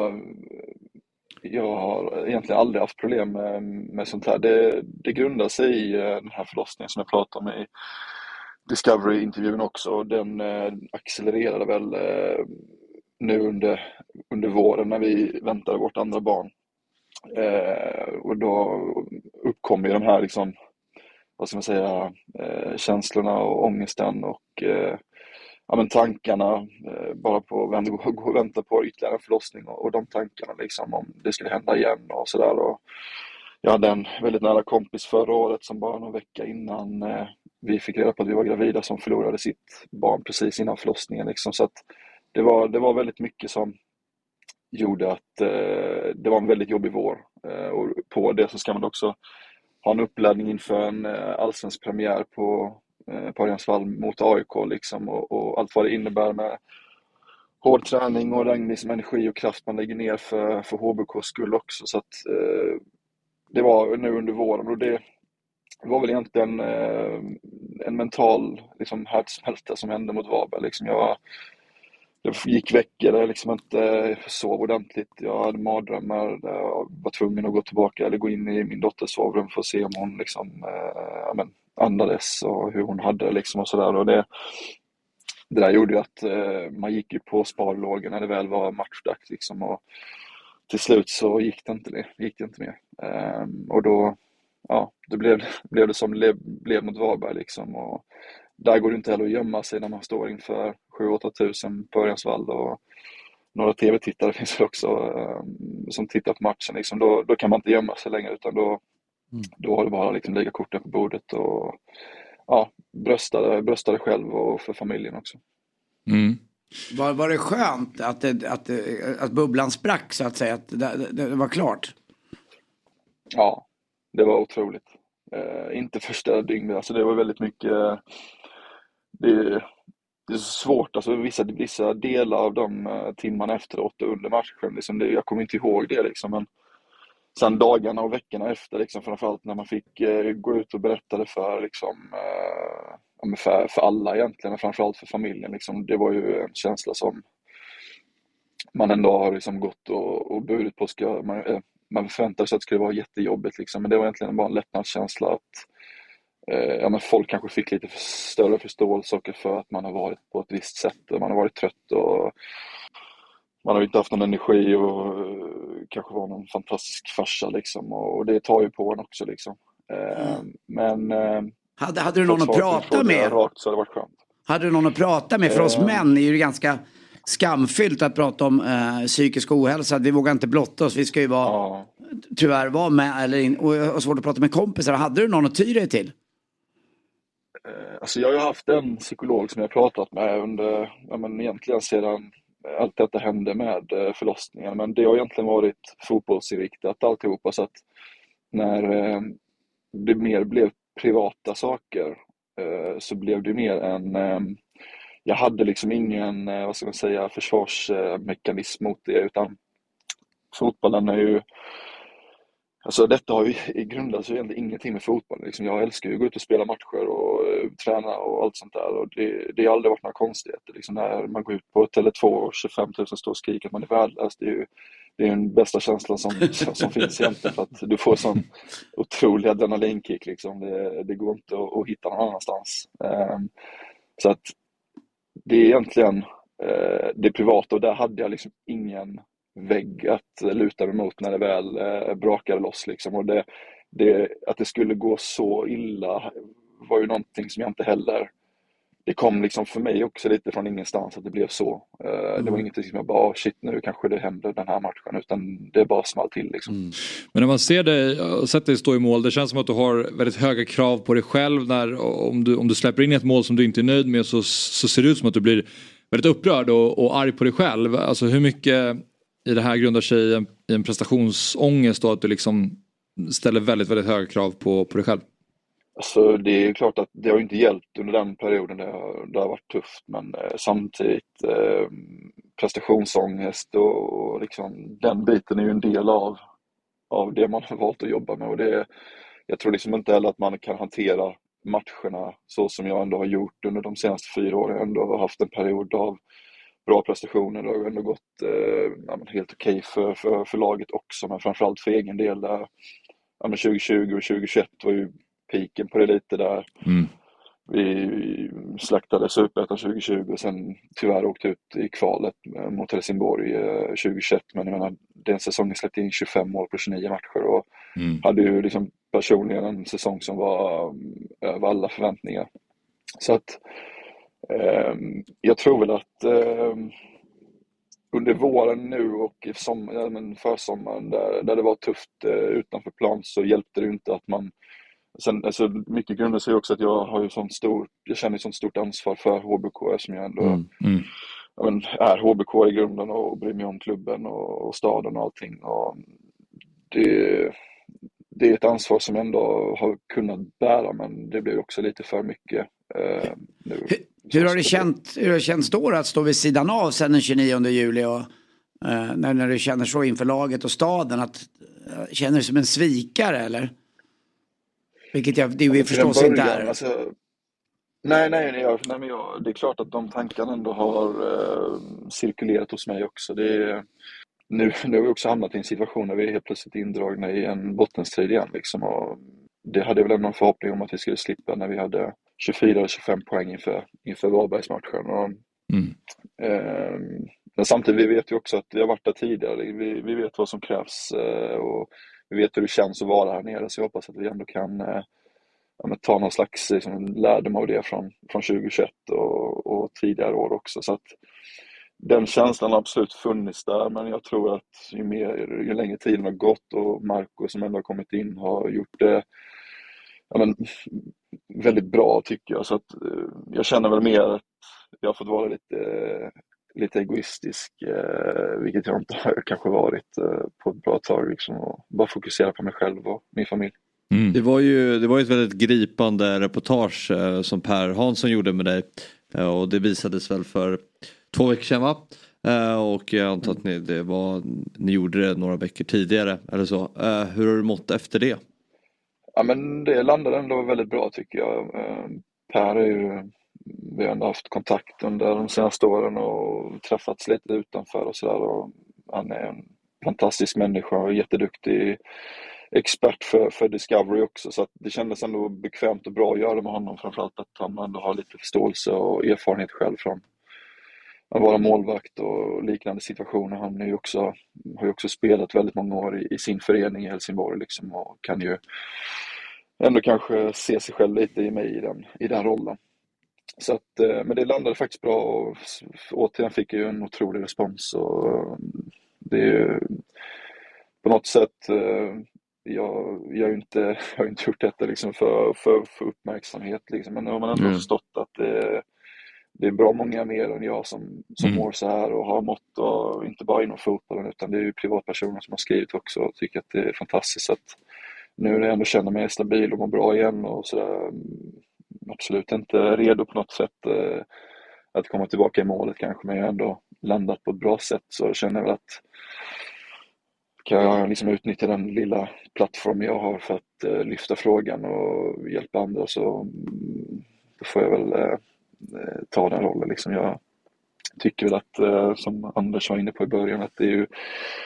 [SPEAKER 11] jag har egentligen aldrig haft problem med sånt här. Det grundar sig i den här förlossningen som jag pratade om i Discovery-intervjun också. Den accelererade väl nu under våren när vi väntade vårt andra barn. Och då uppkom ju de här liksom, vad ska man säga, känslorna och ångesten och tankarna bara på att gå och vänta på ytterligare en förlossning och de tankarna liksom om det skulle hända igen och sådär. Och jag hade en väldigt nära kompis förra året som bara någon vecka innan vi fick reda på att vi var gravida som förlorade sitt barn precis innan förlossningen liksom. Så att det var väldigt mycket som gjorde att det var en väldigt jobbig vår. Och på det så ska man också ha en uppladdning inför en allsvensk premiär på Örjansvall mot AIK liksom, och allt vad det innebär med hård träning och den liksom energi och kraft man lägger ner för HBKs skull också. Så att det var nu under våren, och det var väl egentligen en mental liksom härdsmälta som hände mot Varberg. Liksom det gick veckor där jag liksom inte sov ordentligt. Jag hade mardrömmar där jag var tvungen att gå tillbaka eller gå in i min dotters sovrum för att se om hon liksom, andades och hur hon hade det liksom och sådär. Och det där gjorde ju att man gick ju på sparlågen när det väl var matchdags liksom, och till slut så gick det inte mer. Och då blev det som blev mot Varberg liksom, och där går det inte heller att gömma sig när man står inför 7-8 tusen på Örjansvall, och några tv-tittare finns också som tittar på matchen liksom. Då kan man inte gömma sig längre, utan då har det bara liksom lägga korten på bordet och bröstade själv och för familjen också.
[SPEAKER 4] Var det skönt att bubblan sprack så att säga, att det var klart?
[SPEAKER 11] Ja, det var otroligt. Inte första dygnet, alltså det var väldigt mycket. Det är så svårt, alltså vissa delar av de timmarna efteråt och under matchen liksom, jag kommer inte ihåg det liksom, men sen dagarna och veckorna efter liksom, framförallt när man fick gå ut och berätta det för liksom, för alla egentligen, men framförallt för familjen liksom, det var ju en känsla som man ändå har liksom gått och burit på. Man förväntade sig att det skulle vara jättejobbigt liksom, men det var egentligen bara en lättnadskänsla att men folk kanske fick lite större förståelse för att man har varit på ett visst sätt och man har varit trött och man har inte haft någon energi och kanske var någon fantastisk farsa liksom, och det tar ju på en också liksom. Men
[SPEAKER 4] hade du någon att prata med?
[SPEAKER 11] Rakt, så hade det varit skönt.
[SPEAKER 4] Hade du någon att prata med? För oss män är ju ganska skamfyllt att prata om psykisk ohälsa. Vi vågar inte blotta oss. Vi ska ju tyvärr vara med och svårt att prata med kompisar. Hade du någon att ty dig till?
[SPEAKER 11] Alltså jag har haft en psykolog som jag pratat med under, egentligen sedan allt detta hände med förlossningen. Men det har egentligen varit fotbollsinriktat alltihopa, så att när det mer blev privata saker så blev det mer en... Jag hade liksom ingen, försvarsmekanism mot det, utan fotbollen är ju... Alltså detta har ju i grunden så egentligen ingenting med fotboll. Liksom, jag älskar ju att gå ut och spela matcher och träna och allt sånt där. Och det har aldrig varit några konstigheter. Liksom, när man går ut på Tele2 och 25 000 står och skriker att man är värdelös. Det är den bästa känslan som finns egentligen. För att du får sån otrolig adrenalinkick. Liksom. Det går inte att hitta någon annanstans. Så att det är egentligen det privata, och där hade jag liksom ingen vägg att luta mig mot när det väl brakade loss liksom. Och att det skulle gå så illa var ju någonting som jag inte heller, det kom liksom för mig också lite från ingenstans att det blev så. Det var ingenting som jag bara, shit nu kanske det händer den här matchen, utan det bara small till liksom.
[SPEAKER 1] Men när man ser dig och sett dig stå i mål, det känns som att du har väldigt höga krav på dig själv om du släpper in ett mål som du inte är nöjd med, så ser det ut som att du blir väldigt upprörd och arg på dig själv. Alltså hur mycket i det här grundar sig i en prestationsångest då, att du liksom ställer väldigt, väldigt höga krav på dig själv?
[SPEAKER 11] Alltså det är klart att det har inte hjälpt under den perioden, det har varit tufft, men samtidigt prestationsångest och liksom, den biten är ju en del av det man har valt att jobba med, och jag tror liksom inte heller att man kan hantera matcherna så som jag ändå har gjort under de senaste 4 åren. Jag har ändå haft en period av bra prestationer, det har ändå gått helt okej för laget också, men framförallt för egen del där 2020 och 2021 var ju piken på det lite där. Vi slaktade Superettan 2020 och sen tyvärr åkte ut i kvalet mot Helsingborg 2021, men jag menar, den säsongen släppte in 25 mål på 29 matcher och hade ju liksom personligen en säsong som var över alla förväntningar. Så att jag tror väl att under våren nu och försommaren där det var tufft utanför plan, så hjälpte det inte att man sen, alltså mycket grundar sig också att jag har ju jag känner sånt stort ansvar för HBK, som jag ändå är HBK i grunden och bryr mig om klubben och staden och allting, och det är ett ansvar som ändå har kunnat bära, men det blir också lite för mycket nu.
[SPEAKER 4] Hur har det känts då att stå vid sidan av sen den 29 juli och när du känner så inför laget och staden, att känner du som en svikare eller? Vilket det förstås inte är.
[SPEAKER 11] Alltså, nej, men det är klart att de tankarna ändå har cirkulerat hos mig också. Nu har vi också hamnat i en situation där vi är helt plötsligt indragna i en bottenstrid igen liksom, och det hade väl ändå en förhoppning om att vi skulle slippa när vi hade 24-25 poäng inför Varbergsmatchen. Men samtidigt vi vet ju också att vi har varit där tidigare. Vi vet vad som krävs och vi vet hur det känns att vara här nere, så jag hoppas att vi ändå kan ta någon slags liksom, lärdom av det från 2021 och tidigare år också. Så att den känslan har absolut funnits där, men jag tror att ju längre tiden har gått och Marco som ändå har kommit in har gjort det väldigt bra tycker jag. Så att jag känner väl mer att jag har fått vara lite egoistisk, vilket jag inte har kanske varit på ett bra tag liksom, och bara fokusera på mig själv och min familj.
[SPEAKER 2] Det var ju ett väldigt gripande reportage som Per Hansson gjorde med dig, och det visades väl för 2 veckor sedan, va? Och jag antar att ni gjorde det några veckor tidigare eller så. Hur har du mått efter det?
[SPEAKER 11] Ja, men det landade ändå väldigt bra tycker jag. Per vi har ändå haft kontakt under de senaste åren och träffats lite utanför och sådär, och han är en fantastisk människa och jätteduktig expert för Discovery också, så att det kändes ändå bekvämt och bra att göra med honom, framförallt att han ändå har lite förståelse och erfarenhet själv från att vara målvakt och liknande situationer. Han har ju också spelat väldigt många år i sin förening i Helsingborg liksom, och kan ju ändå kanske se sig själv lite i mig i den rollen. Så att, men det landade faktiskt bra och återigen fick jag ju en otrolig respons, och det är ju på något sätt jag har inte gjort detta liksom för uppmärksamhet liksom, men nu har man ändå förstått att det är bra många mer än jag som mår så här och har mått, och inte bara inom fotbollen utan det är ju privatpersoner som har skrivit också och tycker att det är fantastiskt att nu när jag ändå känner mig stabil och mår bra igen och sådär, absolut inte redo på något sätt att komma tillbaka i målet kanske, men jag har ändå landat på ett bra sätt, så jag känner väl att kan jag liksom utnyttja den lilla plattform jag har för att lyfta frågan och hjälpa andra, så då får jag väl ta den rollen liksom. Jag tycker väl att som Anders var inne på i början, att det är ju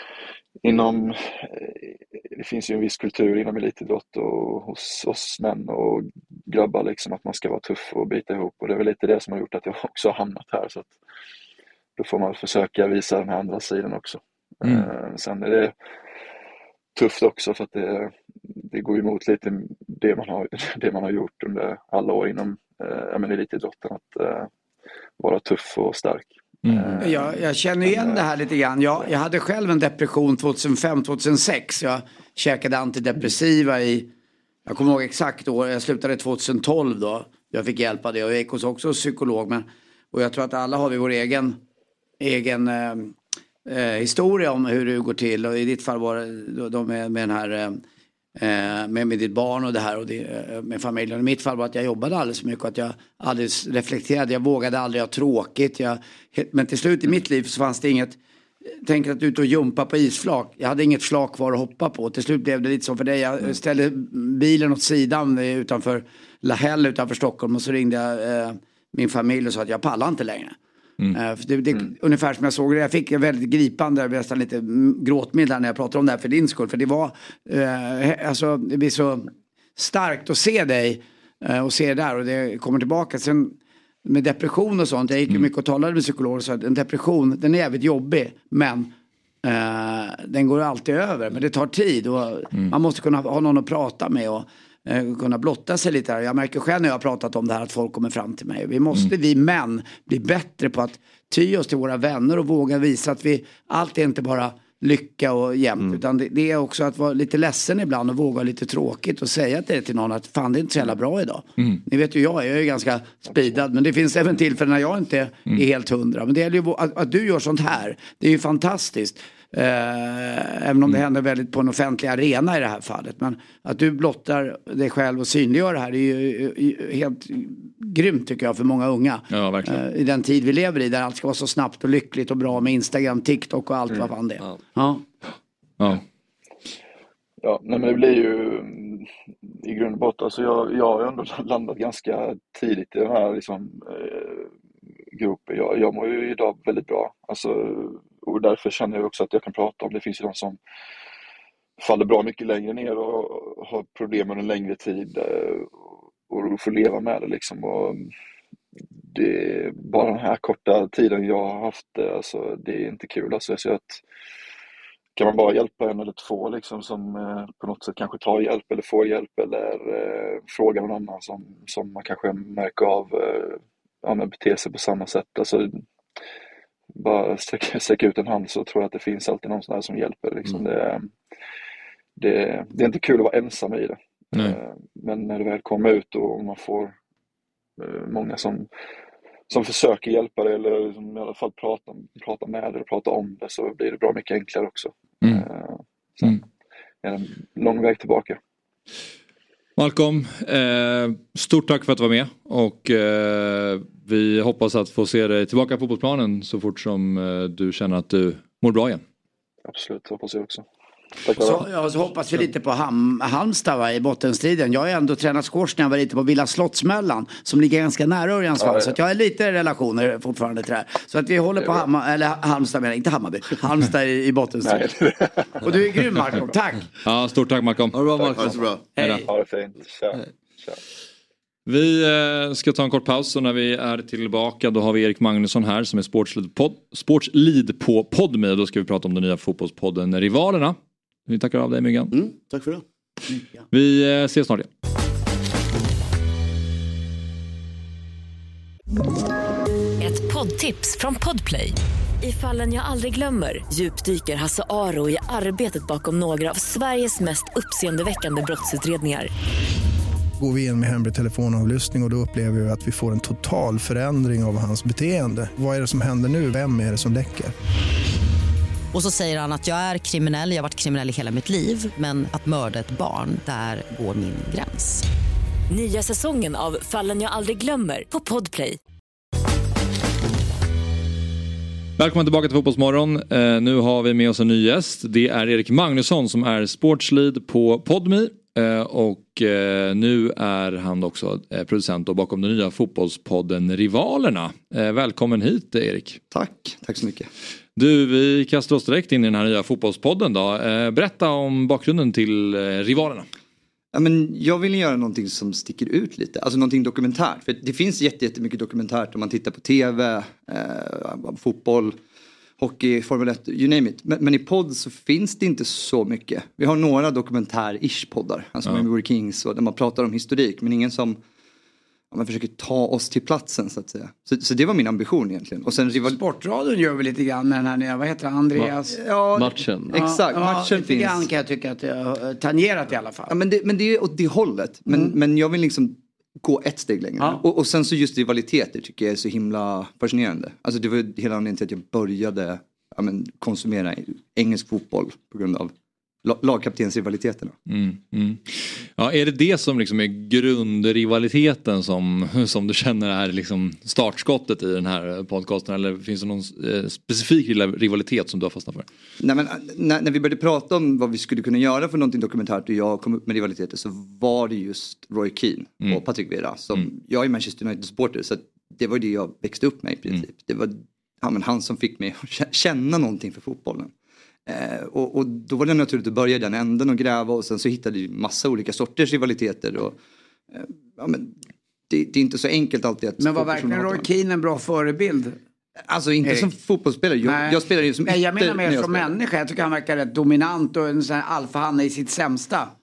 [SPEAKER 11] det finns ju en viss kultur inom elitidrott och hos oss män och grabbar liksom, att man ska vara tuff och bita ihop, och det är väl lite det som har gjort att jag också har hamnat här, så att då får man försöka visa den här andra sidan också. Sen är det tufft också för att det går emot lite det man har gjort under alla år inom elitidrotten, att vara tuff och stark.
[SPEAKER 4] Jag känner igen det här lite grann. Jag hade själv en depression 2005-2006. Jag käkade antidepressiva jag kommer ihåg exakt år. Jag slutade 2012 då. Jag fick hjälp av det, och jag gick också psykolog. Och jag tror att alla har vi vår egen historia om hur det går till, och i ditt fall var det med den här med ditt barn och det här och med familjen. I mitt fall var att jag jobbade alldeles för mycket och att jag aldrig reflekterade, jag vågade aldrig ha tråkigt, men till slut i mitt liv så fanns det inget, tänk att ut och jumpa på isflak, jag hade inget flak kvar att hoppa på. Till slut blev det lite så för dig, jag ställde bilen åt sidan utanför Lahäll utanför Stockholm, och så ringde jag min familj och sa att jag pallar inte längre. Ungefär som jag såg det. Jag fick en väldigt gripande, nästan lite gråtmild när jag pratade om det här för din skull. För det var det blir så starkt att se dig och se det där, och det kommer tillbaka. Sen med depression och sånt, jag gick ju mycket och talade med psykologer, så att en depression, den är jävligt jobbig, men den går alltid över, men det tar tid och man måste kunna ha någon att prata med och kunna blotta sig lite här. Jag märker själv när jag har pratat om det här att folk kommer fram till mig. Vi män bli bättre på att ty oss till våra vänner och våga visa att allt är inte bara lycka och jämnt, utan det är också att vara lite ledsen ibland och våga lite tråkigt och säga till någon att fan, det är inte så jävla bra idag. Ni vet ju jag är ju ganska speedad, men det finns även tillfällen när jag inte är helt 100. Men det är ju att du gör sånt här, det är ju fantastiskt. Även om det händer väldigt på en offentlig arena i det här fallet. Men att du blottar dig själv och synliggör det här är ju helt grymt tycker jag för många unga.
[SPEAKER 1] Ja, verkligen.
[SPEAKER 4] I den tid vi lever i där allt ska vara så snabbt och lyckligt och bra med Instagram, TikTok och allt vad fan det är.
[SPEAKER 11] Ja, nej, men det blir ju i grund och botten, alltså jag har ändå landat ganska tidigt i den här liksom, gruppen. Jag mår ju idag väldigt bra. Alltså, och därför känner jag också att jag kan prata om det. finns ju de som faller bra mycket längre ner och har problem under en längre tid och får leva med det liksom. Och det, bara den här korta tiden jag har haft det, alltså, det är inte kul. Alltså, så att kan man bara hjälpa en eller två liksom, som på något sätt kanske tar hjälp eller får hjälp eller frågar någon annan som man kanske märker av beter sig på samma sätt. Alltså, bara sträcka ut en hand så tror jag att det finns alltid någon sån här som hjälper. Liksom. Det är inte kul att vara ensam i det. Men när det väl kommer ut och man får många som försöker hjälpa dig eller liksom i alla fall prata med dig och prata om det, så blir det bra mycket enklare också. Sen är det en lång väg tillbaka.
[SPEAKER 1] Malcolm, stort tack för att du var med och vi hoppas att få se dig tillbaka på fotbollsplanen så fort som du känner att du mår bra igen.
[SPEAKER 11] Absolut, hoppas jag också.
[SPEAKER 4] Så hoppas vi lite på Halmstad i bottenstriden. Jag har ändå tränat squash när jag var lite på Villa Slottsmällan som ligger ganska nära Örjansvall. Så att jag har lite relationer fortfarande till det här. Så att vi håller på Halmstad, men inte Hammarby. Halmstad i bottenstriden. Och du är grym, Malcolm. Tack!
[SPEAKER 1] Ja, stort tack, Malcolm.
[SPEAKER 2] Ha det bra, Malcolm.
[SPEAKER 10] Ha det så bra.
[SPEAKER 4] Hej.
[SPEAKER 11] Ha det fint. Tja.
[SPEAKER 1] Vi ska ta en kort paus och när vi är tillbaka då har vi Erik Magnusson här som är sportslead på Podme. Då ska vi prata om den nya fotbollspodden Rivalerna. Vi tackar av dig, Myggan.
[SPEAKER 10] Tack för det.
[SPEAKER 1] Vi ses snart igen.
[SPEAKER 7] Ett poddtips från Podplay. I Fallen jag aldrig glömmer djupdyker Hasse Aro i arbetet bakom några av Sveriges mest uppseendeväckande brottsutredningar.
[SPEAKER 8] Går vi in med hemlig telefonavlyssning och då upplever vi att vi får en total förändring av hans beteende. Vad är det som händer nu? Vem är det som läcker?
[SPEAKER 9] Och så säger han att jag är kriminell, jag har varit kriminell i hela mitt liv. Men att mörda ett barn, där går min gräns.
[SPEAKER 7] Nya säsongen av Fallen jag aldrig glömmer på Podplay.
[SPEAKER 1] Välkommen tillbaka till Fotbollsmorgon. Nu har vi med oss en ny gäst. Det är Erik Magnusson som är sportslead på Podme. Och nu är han också producent och bakom den nya fotbollspodden Rivalerna. Välkommen hit, Erik.
[SPEAKER 12] Tack så mycket.
[SPEAKER 1] Du, vi kastar oss direkt in i den här nya fotbollspodden då. Berätta om bakgrunden till Rivalerna.
[SPEAKER 12] Ja, men jag vill göra någonting som sticker ut lite. Alltså någonting dokumentärt. För det finns jättemycket dokumentärt om man tittar på tv, fotboll, hockey, Formel 1, you name it. Men i podd så finns det inte så mycket. Vi har några dokumentär-ish-poddar. Alltså Memory Kings och där man pratar om historik. Men ingen som man försöker ta oss till platsen så att säga. Så det var min ambition egentligen. Och sen
[SPEAKER 4] Sportradion gör vi lite grann med den här, vad heter det, Andreas?
[SPEAKER 2] Matchen.
[SPEAKER 12] Exakt, matchen
[SPEAKER 4] lite
[SPEAKER 12] finns.
[SPEAKER 4] grann kan jag tycka att det har tangerat i alla fall.
[SPEAKER 12] Ja, men det är åt det hållet. Men jag vill liksom gå ett steg längre. Ja. Och sen så just rivaliteter tycker jag är så himla fascinerande. Alltså det var hela anledningen till att jag började konsumera engelsk fotboll på grund av lagkaptensrivaliteterna.
[SPEAKER 1] Ja, är det som liksom är grundrivaliteten som du känner är liksom startskottet i den här podcasten, eller finns det någon specifik rivalitet som du har fastnat för?
[SPEAKER 12] Nej, men när vi började prata om vad vi skulle kunna göra för någonting dokumentärt och jag kom upp med rivaliteter, så var det just Roy Keane och Patrick Vieira som jag är Manchester United-supporter, så det var det jag växte upp med i princip. Det var han som fick mig att känna någonting för fotbollen. Och då var det naturligt att börja i den änden och gräva, och sen så hittade vi massa olika sorters rivaliteter och det är inte så enkelt alltid att...
[SPEAKER 4] Men var verkligen Roy Keane en bra förebild?
[SPEAKER 12] Alltså inte som fotbollsspelare, jag spelar ju som
[SPEAKER 4] jag menar mer som människa. Jag tycker han verkar rätt dominant och en sån här alfahanne i sitt sämsta.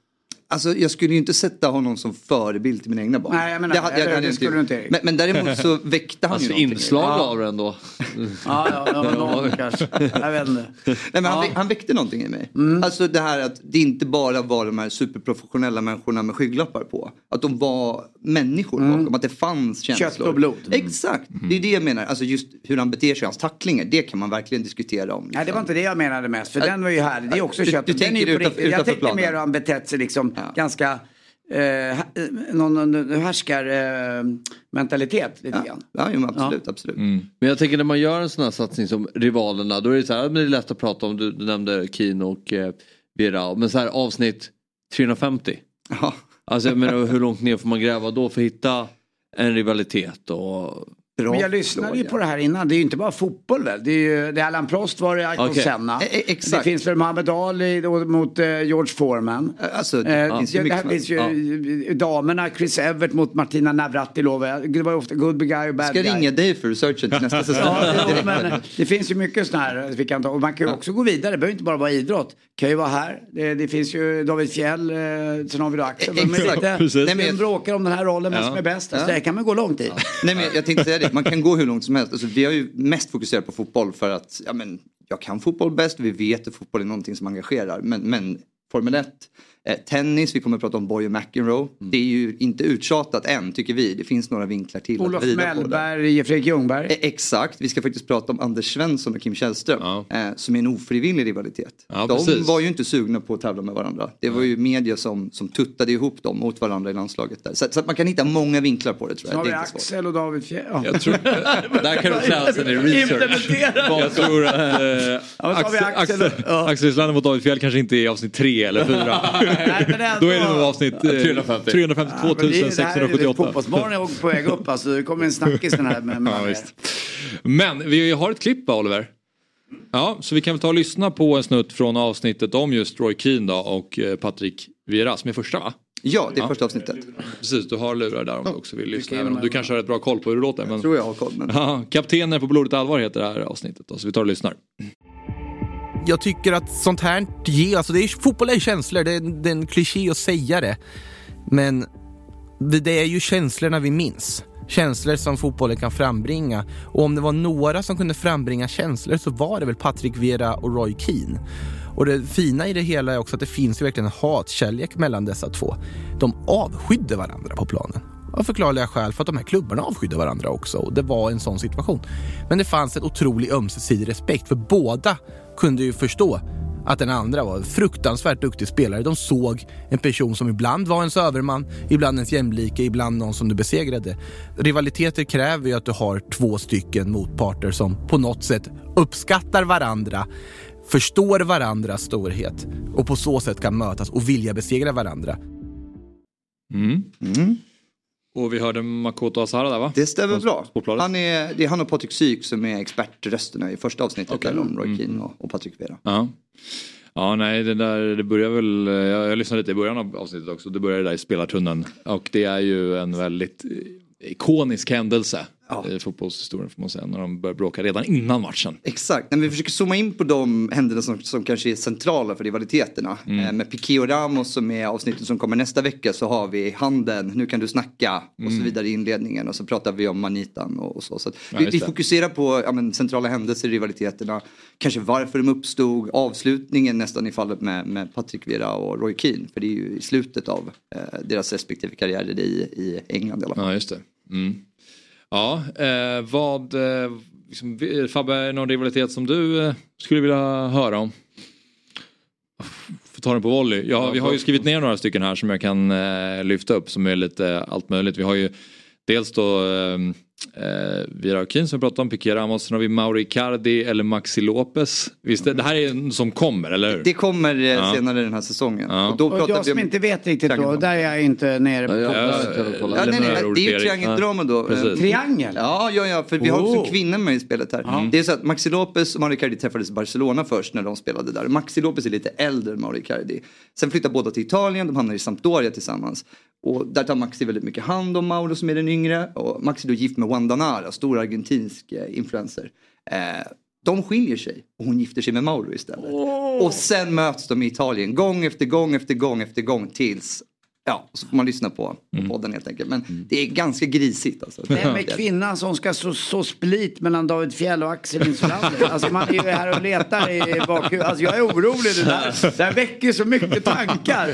[SPEAKER 12] Alltså jag skulle ju inte sätta honom som förebild till mina egna barn.
[SPEAKER 4] Nej, jag menar, det skulle du inte.
[SPEAKER 12] Men däremot så väckte han ju någonting.
[SPEAKER 2] Inslag av det ändå.
[SPEAKER 4] Ja, kanske. Jag vet inte.
[SPEAKER 12] Nej, men han väckte någonting i mig. Alltså det här att det inte bara var de här superprofessionella människorna med skygglappar på. Att de var människor bakom, att det fanns känslor.
[SPEAKER 4] Kött och blod.
[SPEAKER 12] Exakt, det är det jag menar. Alltså just hur han beter sig, hans tacklingar, det kan man verkligen diskutera om. Liksom.
[SPEAKER 4] Nej, det var inte det jag menade mest. För den var ju här. Det är också kött.
[SPEAKER 12] Du tänker
[SPEAKER 4] jag tänkte mer hur han betett sig liksom ganska någon härskarmentalitet lite grann.
[SPEAKER 12] Ja, absolut.
[SPEAKER 2] Men jag tänker när man gör en sån här satsning som rivalerna, då är det så här, men det är lätt att prata om, du nämnde Keane och Vera, men så här avsnitt 350.
[SPEAKER 12] Ja.
[SPEAKER 2] Alltså jag menar, hur långt ner får man gräva då för att hitta en rivalitet och...
[SPEAKER 4] Men jag lyssnade ju på det här innan. Det är ju inte bara fotboll väl. Det är ju Alan Prost var det, Ayrton Senna.
[SPEAKER 12] Exakt.
[SPEAKER 4] Det finns väl Muhammad Ali mot George Foreman.
[SPEAKER 12] Alltså,
[SPEAKER 4] det finns ju damerna, Chris Evert mot Martina Navratilova. Det var ju ofta good guy och bad guy.
[SPEAKER 12] Ska ringa dig för researchen till nästa säsong.
[SPEAKER 4] Men det finns ju mycket sådana här vi kan ta. Och man kan ju också gå vidare. Det behöver inte bara vara idrott. Det kan ju vara här. Det finns ju David Fjäll. Sen har vi då Axel. Men bråkar om den här rollen. Vem som är bäst. Alltså, det kan man gå långt i.
[SPEAKER 12] Nej, men jag tänkte säga det. Man kan gå hur långt som helst. Alltså, vi har ju mest fokuserat på fotboll för att jag kan fotboll bäst. Vi vet att fotboll är någonting som engagerar. Men Formel 1, tennis, vi kommer att prata om Boy och McEnroe. Det är ju inte uttjatat än tycker vi. Det finns några vinklar till.
[SPEAKER 4] Olof Mellberg, Fredrik Ljungberg.
[SPEAKER 12] Exakt, vi ska faktiskt prata om Anders Svensson och Kim Källström. Som är en ofrivillig rivalitet.
[SPEAKER 1] Ja,
[SPEAKER 12] de var ju inte sugna på att tävla med varandra. Det var ju media som tuttade ihop dem mot varandra i landslaget där. Så att man kan hitta många vinklar på det tror jag.
[SPEAKER 4] Så har vi Axel och David Fjäll.
[SPEAKER 1] Jag tror, där kan du säga sen i research. Jag tror att Axel Islander mot David Fjäll kanske inte är avsnitt 3 eller 4. Då är det nog avsnitt 352 678.
[SPEAKER 4] Fotbollsbarn är på väg upp. Alltså, det kommer en snackis den här med
[SPEAKER 1] Men vi har ett klipp, Oliver. Ja, så vi kan väl ta och lyssna på en snutt från avsnittet om just Roy Keane då, och Patrick Vieira som är första, va?
[SPEAKER 12] Ja, det är första avsnittet.
[SPEAKER 1] Precis, du har lurar där om du också vill lyssna. Även om du kanske har ett bra koll på hur det låter. Men...
[SPEAKER 12] Jag tror jag har koll. Men...
[SPEAKER 1] Ja, Kaptenen på blodigt allvar heter det här avsnittet då, så vi tar och lyssnar.
[SPEAKER 13] Jag tycker att sånt här alltså fotboll är känslor, det är en kliché att säga det. Men det är ju känslorna vi minns. Känslor som fotbollen kan frambringa. Och om det var några som kunde frambringa känslor så var det väl Patrick Vieira och Roy Keane. Och det fina i det hela är också att det finns ju verkligen en hatkärlek mellan dessa två. De avskydde varandra på planen. Av förklarliga skäl för att de här klubbarna avskydde varandra också. Och det var en sån situation. Men det fanns en otrolig ömsesidig respekt. För båda kunde ju förstå att den andra var en fruktansvärt duktig spelare. De såg en person som ibland var ens överman, ibland ens jämlike, ibland någon som du besegrade. Rivaliteter kräver ju att du har 2 stycken motparter som på något sätt uppskattar varandra, förstår varandras storhet och på så sätt kan mötas och vilja besegra varandra.
[SPEAKER 1] Och vi hörde Makoto Asara där, va?
[SPEAKER 12] Det stämmer bra. Det är han och Patrik Syk som är expertrösterna i första avsnittet där om Roy Keane och Patrick Vieira.
[SPEAKER 1] Ja, nej, det börjar väl... Jag lyssnade lite i början av avsnittet också. Det började där i spelartunneln. Och det är ju en väldigt ikonisk händelse i fotbollshistorien får man säga. När de börjar bråka redan innan matchen.
[SPEAKER 12] Exakt, när vi försöker zooma in på de händelser som kanske är centrala för rivaliteterna. Med Piqué och Ramos som är avsnittet som kommer nästa vecka så har vi handen, nu kan du snacka och så vidare i inledningen. Och så pratar vi om Manitan och så. Så vi fokuserar på centrala händelser i rivaliteterna. Kanske varför de uppstod, avslutningen nästan i fallet med Patrick Vieira och Roy Keane. För det är ju i slutet av deras respektive karriärer i England i alla fall.
[SPEAKER 1] Ja, just det. Ja, liksom, Fabbe, är någon rivalitet som du skulle vilja höra om? Får ta den på volley. Vi har ju skrivit ner några stycken här som jag kan lyfta upp som är lite allt möjligt. Vi har ju dels då Vieira och Keane som vi pratade om, Piqué Ramos, sen har vi Mauro Icardi eller Maxi Lopez. Visst, det här är en som kommer, eller hur?
[SPEAKER 12] Det kommer senare den här säsongen.
[SPEAKER 4] Och då pratar jag som inte vet riktigt då, där är jag inte nere på
[SPEAKER 12] det är ju triangeldrama då.
[SPEAKER 4] Triangel?
[SPEAKER 12] Ja, för vi har också kvinnor med i spelet här. Det är så att Maxi Lopez och Mauro Icardi träffades i Barcelona först när de spelade där. Maxi Lopez är lite äldre än Mauro Icardi. Sen flyttar båda till Italien, de hamnar i Sampdoria tillsammans. Och där tar Maxi väldigt mycket hand om Mauro som är den yngre. Och Maxi är då gift med Wanda Nara, stor argentinsk influencer. De skiljer sig och hon gifter sig med Mauro istället. Och sen möts de i Italien gång efter gång tills... Ja, så får man lyssna på podden helt enkelt. Men det är ganska grisigt alltså.
[SPEAKER 4] Det är med kvinnan som ska så split mellan David Fjäll och Axel Insulander. Alltså man är ju här och letar i bakhuvudet. Alltså jag är orolig det där väcker så mycket tankar.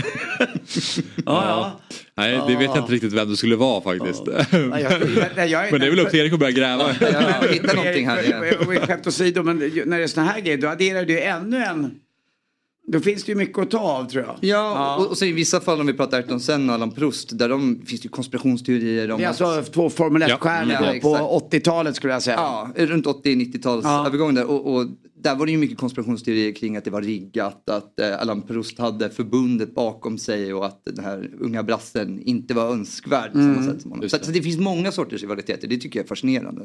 [SPEAKER 4] Ja.
[SPEAKER 1] Nej, det vet jag inte riktigt vem det skulle vara faktiskt. Men det är väl upp till Erik att börja gräva.
[SPEAKER 12] Jag hittar någonting här.
[SPEAKER 4] Skämt åsido, men när det är såna här grejer då adderar du ännu en. Då finns det ju mycket att ta av tror jag.
[SPEAKER 12] Ja. Och så i vissa fall om vi pratar Ayrton Senna och Allan Proust där finns det ju konspirationsteorier om...
[SPEAKER 4] Det är alltså 2 Formel 1-stjärnor på 80-talet skulle jag säga. Ja,
[SPEAKER 12] runt 80-90-tals övergång där. Och där var det ju mycket konspirationsteorier kring att det var riggat, att Allan Proust hade förbundet bakom sig och att den här unga brassen inte var önskvärd på samma sätt som honom. Så det finns många sorters rivaliteter, det tycker jag är fascinerande.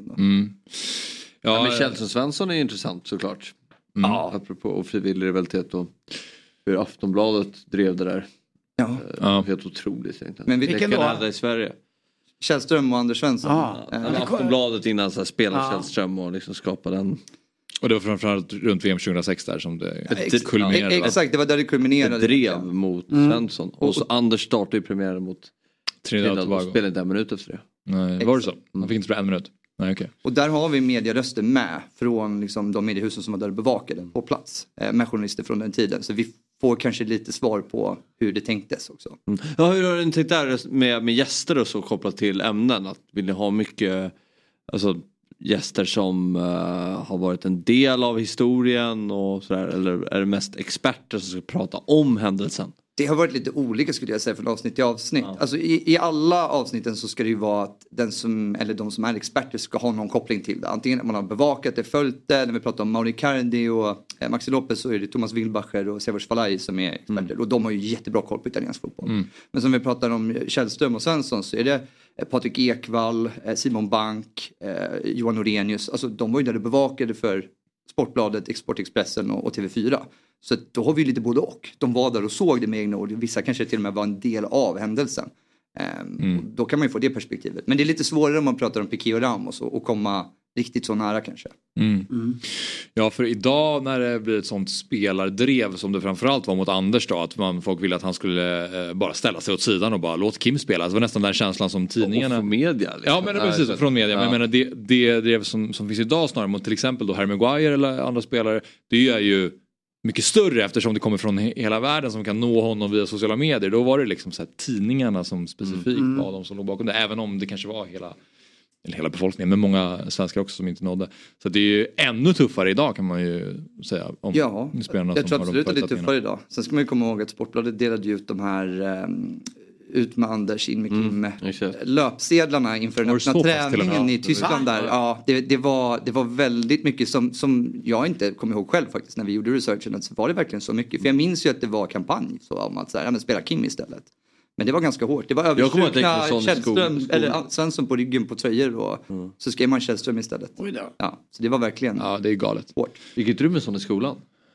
[SPEAKER 2] Ja, men Kjellström Svensson är intressant såklart. Apropå frivillig rivalitet och hur Aftonbladet drev det där. Helt otroligt egentligen.
[SPEAKER 12] Men vilken
[SPEAKER 2] då? Hade i Sverige.
[SPEAKER 12] Källström och Anders Svensson.
[SPEAKER 2] Aftonbladet innan så här, spelade Källström och liksom skapade en...
[SPEAKER 1] Och det var framförallt runt VM 2006 där som det kulminerade.
[SPEAKER 12] Exakt, det var där det kulminerade.
[SPEAKER 2] Ett drev mot Svensson. Och så Anders startade ju premiären mot Trinidad och spelade inte en minut efter det.
[SPEAKER 1] Nej, var det så? Man fick inte spela en minut. Nej, okay.
[SPEAKER 12] Och där har vi medieröster med från liksom, de mediehusen som var där bevakade på plats. Med journalister från den tiden. Så vi får kanske lite svar på hur det tänktes också.
[SPEAKER 2] Ja, hur har ni tänkt där med gäster och så kopplat till ämnen? Att vill ni ha mycket gäster som har varit en del av historien och sådär? Eller är det mest experter som ska prata om händelsen?
[SPEAKER 12] Det har varit lite olika skulle jag säga från avsnitt till avsnitt. Alltså i alla avsnitten så ska det ju vara att de som är experter ska ha någon koppling till det. Antingen att man har bevakat det, följt det. När vi pratar om Mauri Cardi och Maxi Lopez så är det Thomas Wilbacher och Severs Falai som är experter. Och de har ju jättebra koll på italiensk fotboll. Men som vi pratar om Källström och Svensson så är det Patrik Ekwall, Simon Bank, Johan Orenius. Alltså de var ju där och bevakade för Sportbladet, Exportexpressen och TV4. Så då har vi lite både och. De var där och såg det med egna ord. Vissa kanske till och med var en del av händelsen. Då kan man ju få det perspektivet. Men det är lite svårare om man pratar om Piqué och Ramos och komma riktigt så nära kanske.
[SPEAKER 1] Ja, för idag när det blir ett sånt spelardrev som det framförallt var mot Anders då, att folk ville att han skulle bara ställa sig åt sidan och bara låt Kim spela. Det var nästan den känslan som tidningarna...
[SPEAKER 2] Och från media. Liksom.
[SPEAKER 1] Ja, men precis, från media. Men jag menar, det drev som finns idag snarare mot till exempel då Harry Maguire eller andra spelare, det är ju mycket större eftersom det kommer från hela världen som kan nå honom via sociala medier. Då var det liksom så här tidningarna som specifikt var de som låg bakom det. Även om det kanske var hela befolkningen, men många svenskar också som inte nådde. Så det är ju ännu tuffare idag kan man ju säga. Om spelarna
[SPEAKER 12] jag tror absolut att det är tuffare idag. Sen ska man ju komma ihåg att Sportbladet delade ut de här ut med Anders, in med Kim löpsedlarna inför den öppna träningen i Tyskland där. Ja, det var väldigt mycket som jag inte kommer ihåg själv faktiskt när vi gjorde researchen. Så var det verkligen så mycket. För jag minns ju att det var kampanj så om att spela Kim istället. Men det var ganska hårt. Det var överstrukna Källström eller Svensson på ryggen på tröjor och så skrev man Källström istället. Ja, så det var verkligen
[SPEAKER 1] det är galet.
[SPEAKER 12] Hårt.
[SPEAKER 2] Gick du med sån i skolan?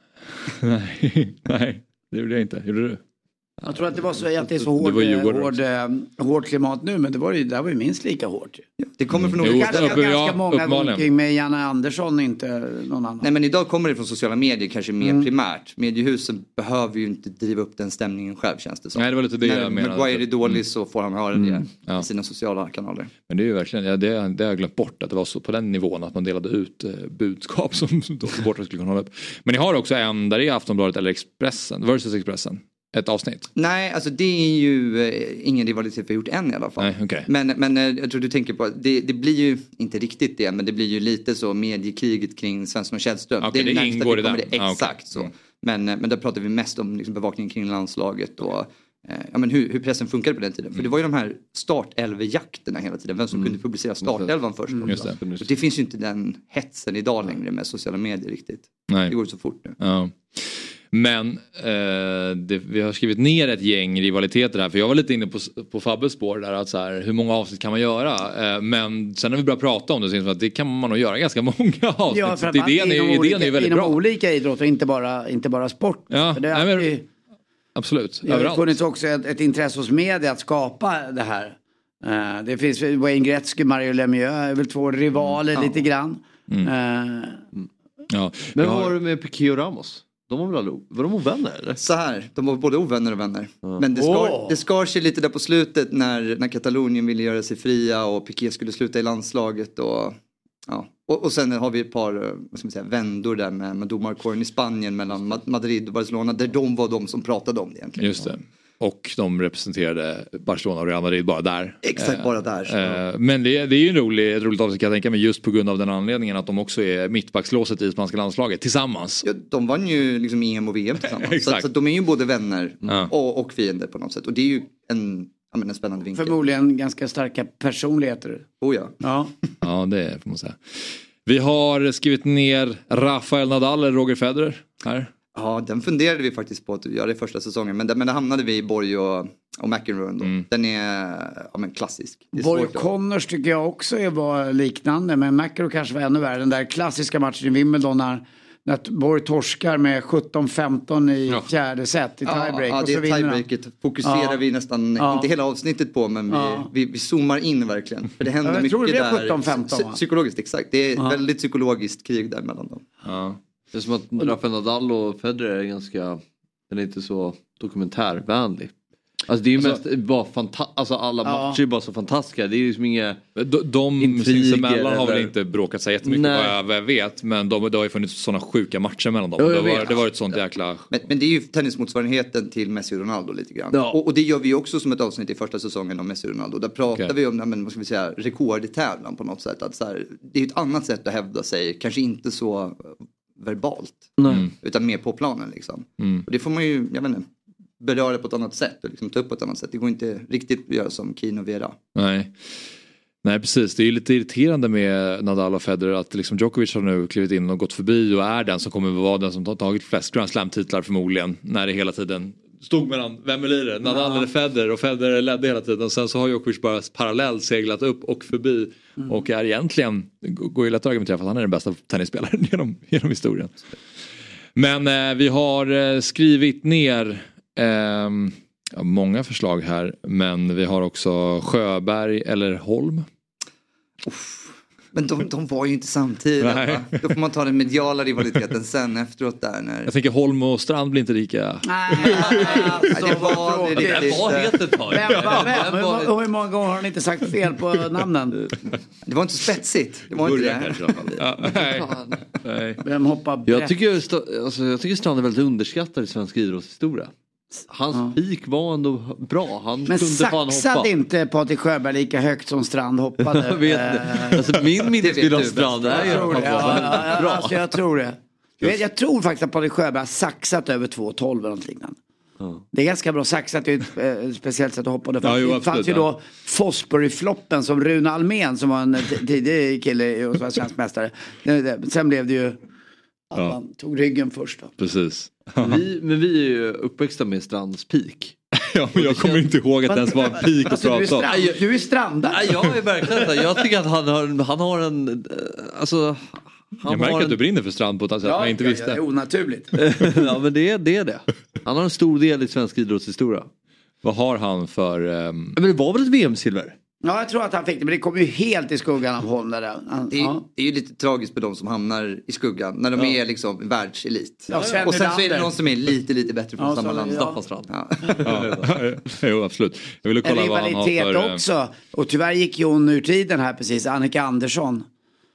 [SPEAKER 1] Nej, det gjorde jag inte. Gjorde du?
[SPEAKER 4] Jag tror att det var så att det är så hårt klimat nu, men det var ju minst lika hårt.
[SPEAKER 12] Det kommer från
[SPEAKER 4] ganska många gånger med Janne Andersson, inte någon annan.
[SPEAKER 12] Nej, men idag kommer det från sociala medier kanske mer primärt. Mediehusen behöver ju inte driva upp den stämningen själv, känns det som.
[SPEAKER 1] Nej, det var lite det jag menade.
[SPEAKER 12] När Maguire är dålig så får han höra det i sina sociala kanaler.
[SPEAKER 1] Men det är ju verkligen, det har jag glömt bort att det var så på den nivån att man delade ut budskap som supportrar skulle kunna hålla upp. Men ni har också en där i Aftonbladet eller Expressen, versus Expressen. Ett avsnitt?
[SPEAKER 12] Nej, alltså det är ju ingen rivalitet vi har gjort än i alla fall.
[SPEAKER 1] Nej, okay.
[SPEAKER 12] Men jag tror du tänker på, det blir ju inte riktigt det, men det blir ju lite så mediekriget kring Svensson och Källström.
[SPEAKER 1] Okay, det ingår i den.
[SPEAKER 12] Exakt så. Men där pratar vi mest om liksom bevakningen kring landslaget och hur pressen funkade på den tiden. För det var ju de här startelvejakterna hela tiden. Vem som kunde publicera startelvan först. Och det finns ju inte den hetsen idag längre med sociala medier riktigt.
[SPEAKER 1] Nej.
[SPEAKER 12] Det går så fort nu.
[SPEAKER 1] Ja. Men vi har skrivit ner ett gäng rivaliteter här. För jag var lite inne på Fabbes spår där. Att så här, hur många avsnitt kan man göra? Men sen när vi börjar prata om det så att det kan man nog göra ganska många avsnitt. Ja, för idén är väldigt bra.
[SPEAKER 4] Inom olika idrotter, inte bara sport.
[SPEAKER 1] Ja,
[SPEAKER 4] för det är alltid,
[SPEAKER 1] absolut.
[SPEAKER 4] Det har funnits också ett intresse hos media att skapa det här. Det finns Wayne Gretzky, Mario Lemieux är väl två rivaler lite grann.
[SPEAKER 1] Ja.
[SPEAKER 2] Men vad var det med Piqué och Ramos? De var de ovänner eller?
[SPEAKER 12] Så här, de var både ovänner och vänner. Men det skar sig lite där på slutet när Katalonien ville göra sig fria och Piqué skulle sluta i landslaget. Och sen har vi ett par vad ska man säga, vändor där med domarkåren i Spanien mellan Madrid och Barcelona. Där de var de som pratade om det egentligen.
[SPEAKER 1] Just det. Och de representerade Barcelona och Real Madrid bara där.
[SPEAKER 12] Exakt, bara där.
[SPEAKER 1] Men det är ju ett roligt avsnitt kan jag tänka mig just på grund av den anledningen att de också är mittbackslåset i spanska landslaget tillsammans.
[SPEAKER 12] Ja, de vann ju liksom EM och VM tillsammans. så de är ju både vänner och fiender på något sätt. Och det är ju en spännande vinkel.
[SPEAKER 4] Förmodligen ganska starka personligheter.
[SPEAKER 12] Oh ja.
[SPEAKER 1] Ja, det får man säga. Vi har skrivit ner Rafael Nadal eller Roger Federer här.
[SPEAKER 12] Ja, den funderade vi faktiskt på att göra i första säsongen. Men där hamnade vi i Borg och McEnroe ändå. Den är klassisk.
[SPEAKER 4] Borg och Connors tycker jag också var liknande. Men McEnroe kanske var ännu värre. Den där klassiska matchen i Wimbledon när Borg torskar med 17-15 i fjärde set i tiebreak.
[SPEAKER 12] Ja, det tiebreaket fokuserar vi nästan, inte hela avsnittet på, men vi zoomar in verkligen. För det händer mycket
[SPEAKER 4] tror det
[SPEAKER 12] där.
[SPEAKER 4] 17-15,
[SPEAKER 12] psykologiskt, exakt. Det är väldigt psykologiskt krig där mellan dem.
[SPEAKER 2] Ja. Det är som att Rafael Nadal och Federer är ganska, den är inte så dokumentärvänlig. Alltså det är ju mest bara alltså alla matcher är bara så fantastiska. Det är ju som inga
[SPEAKER 1] de sinsemellan har väl inte bråkat sig jättemycket vad jag vet. Men det har ju funnits sådana sjuka matcher mellan dem. Det var ett sånt jäkla...
[SPEAKER 12] Men det är ju tennismotsvarigheten till Messi och Ronaldo lite grann. Ja. Och det gör vi också som ett avsnitt i första säsongen om Messi och Ronaldo. Där pratar vi om vad ska vi säga, rekord i tävlan på något sätt. Att så här, det är ett annat sätt att hävda sig. Kanske inte så verbalt. Utan mer på planen liksom. Och det får man ju, jag vet inte, beröra på ett annat sätt och liksom ta upp på ett annat sätt. Det går inte riktigt att göra som Keane och Vera.
[SPEAKER 1] Nej, precis. Det är lite irriterande med Nadal och Federer att liksom Djokovic har nu klivit in och gått förbi och är den som kommer att vara den som tagit flest Grand Slam-titlar förmodligen. När det hela tiden stod mellan, vem är det? Nadal eller Federer, och Federer ledde hela tiden. Sen så har Djokovic bara parallellt seglat upp och förbi och är egentligen, går ju lätt att argumentera för att han är den bästa tennisspelaren genom historien. Men vi har skrivit ner många förslag här, men vi har också Sjöberg eller Holm.
[SPEAKER 12] Men de var ju inte samtidigt. Då får man ta den mediala rivaliteten sen efterut där. När...
[SPEAKER 1] Jag tänker Holm och Strand blir inte lika.
[SPEAKER 4] Nej, det var helt ett tag. Hur många gånger har ni inte sagt fel på namnen?
[SPEAKER 12] Det var inte spetsigt. Det var inte det.
[SPEAKER 1] Nej.
[SPEAKER 4] Vem hoppar
[SPEAKER 2] jag tycker Strand är väldigt underskattad i svensk idrottshistoria. Hans peak var ändå bra. Han
[SPEAKER 4] men
[SPEAKER 2] kunde fan hoppa.
[SPEAKER 4] Saxade inte Patrik Sjöberg lika högt som Strand hoppade?
[SPEAKER 2] Jag vet alltså, min minnesbild av Strand är ju bra.
[SPEAKER 4] Alltså, jag tror det. Jag tror faktiskt att Patrik Sjöberg har saxat över 2,12 eller något liknande. Det är ganska bra saxat, det är ett speciellt sätt att hoppa. Det fanns ju då Fosbury-floppen som Rune Almén som var en tidig kille och var svensk mästare. Sen blev det ju att man tog ryggen först då.
[SPEAKER 1] Precis.
[SPEAKER 2] Men vi är ju uppväxta med Strands peak.
[SPEAKER 1] Ja, men jag kommer inte ihåg att det ens var en peak att prata om.
[SPEAKER 4] Du är strandad.
[SPEAKER 2] Nej, jag är verkligen. Jag tycker att han har en... Alltså...
[SPEAKER 1] Jag märker att du brinner för Strand på ett sätt jag inte visste.
[SPEAKER 4] Det är onaturligt.
[SPEAKER 2] Ja, men det är det. Han har en stor del i svensk idrottshistoria.
[SPEAKER 1] Vad har han för...
[SPEAKER 2] Men det var väl ett VM-silver?
[SPEAKER 4] Ja, jag tror att han fick det, men det kom ju helt i skuggan av honom.
[SPEAKER 12] Det är ju lite tragiskt med de som hamnar i skuggan när de är liksom världselit.
[SPEAKER 4] Ja,
[SPEAKER 12] och sen så är det någon som är lite bättre från samma land.
[SPEAKER 2] Staffan Strand.
[SPEAKER 1] Jo, absolut. Jag ville kolla vad han har för...
[SPEAKER 4] också. Och tyvärr gick ju hon ur tiden här precis. Annika Andersson.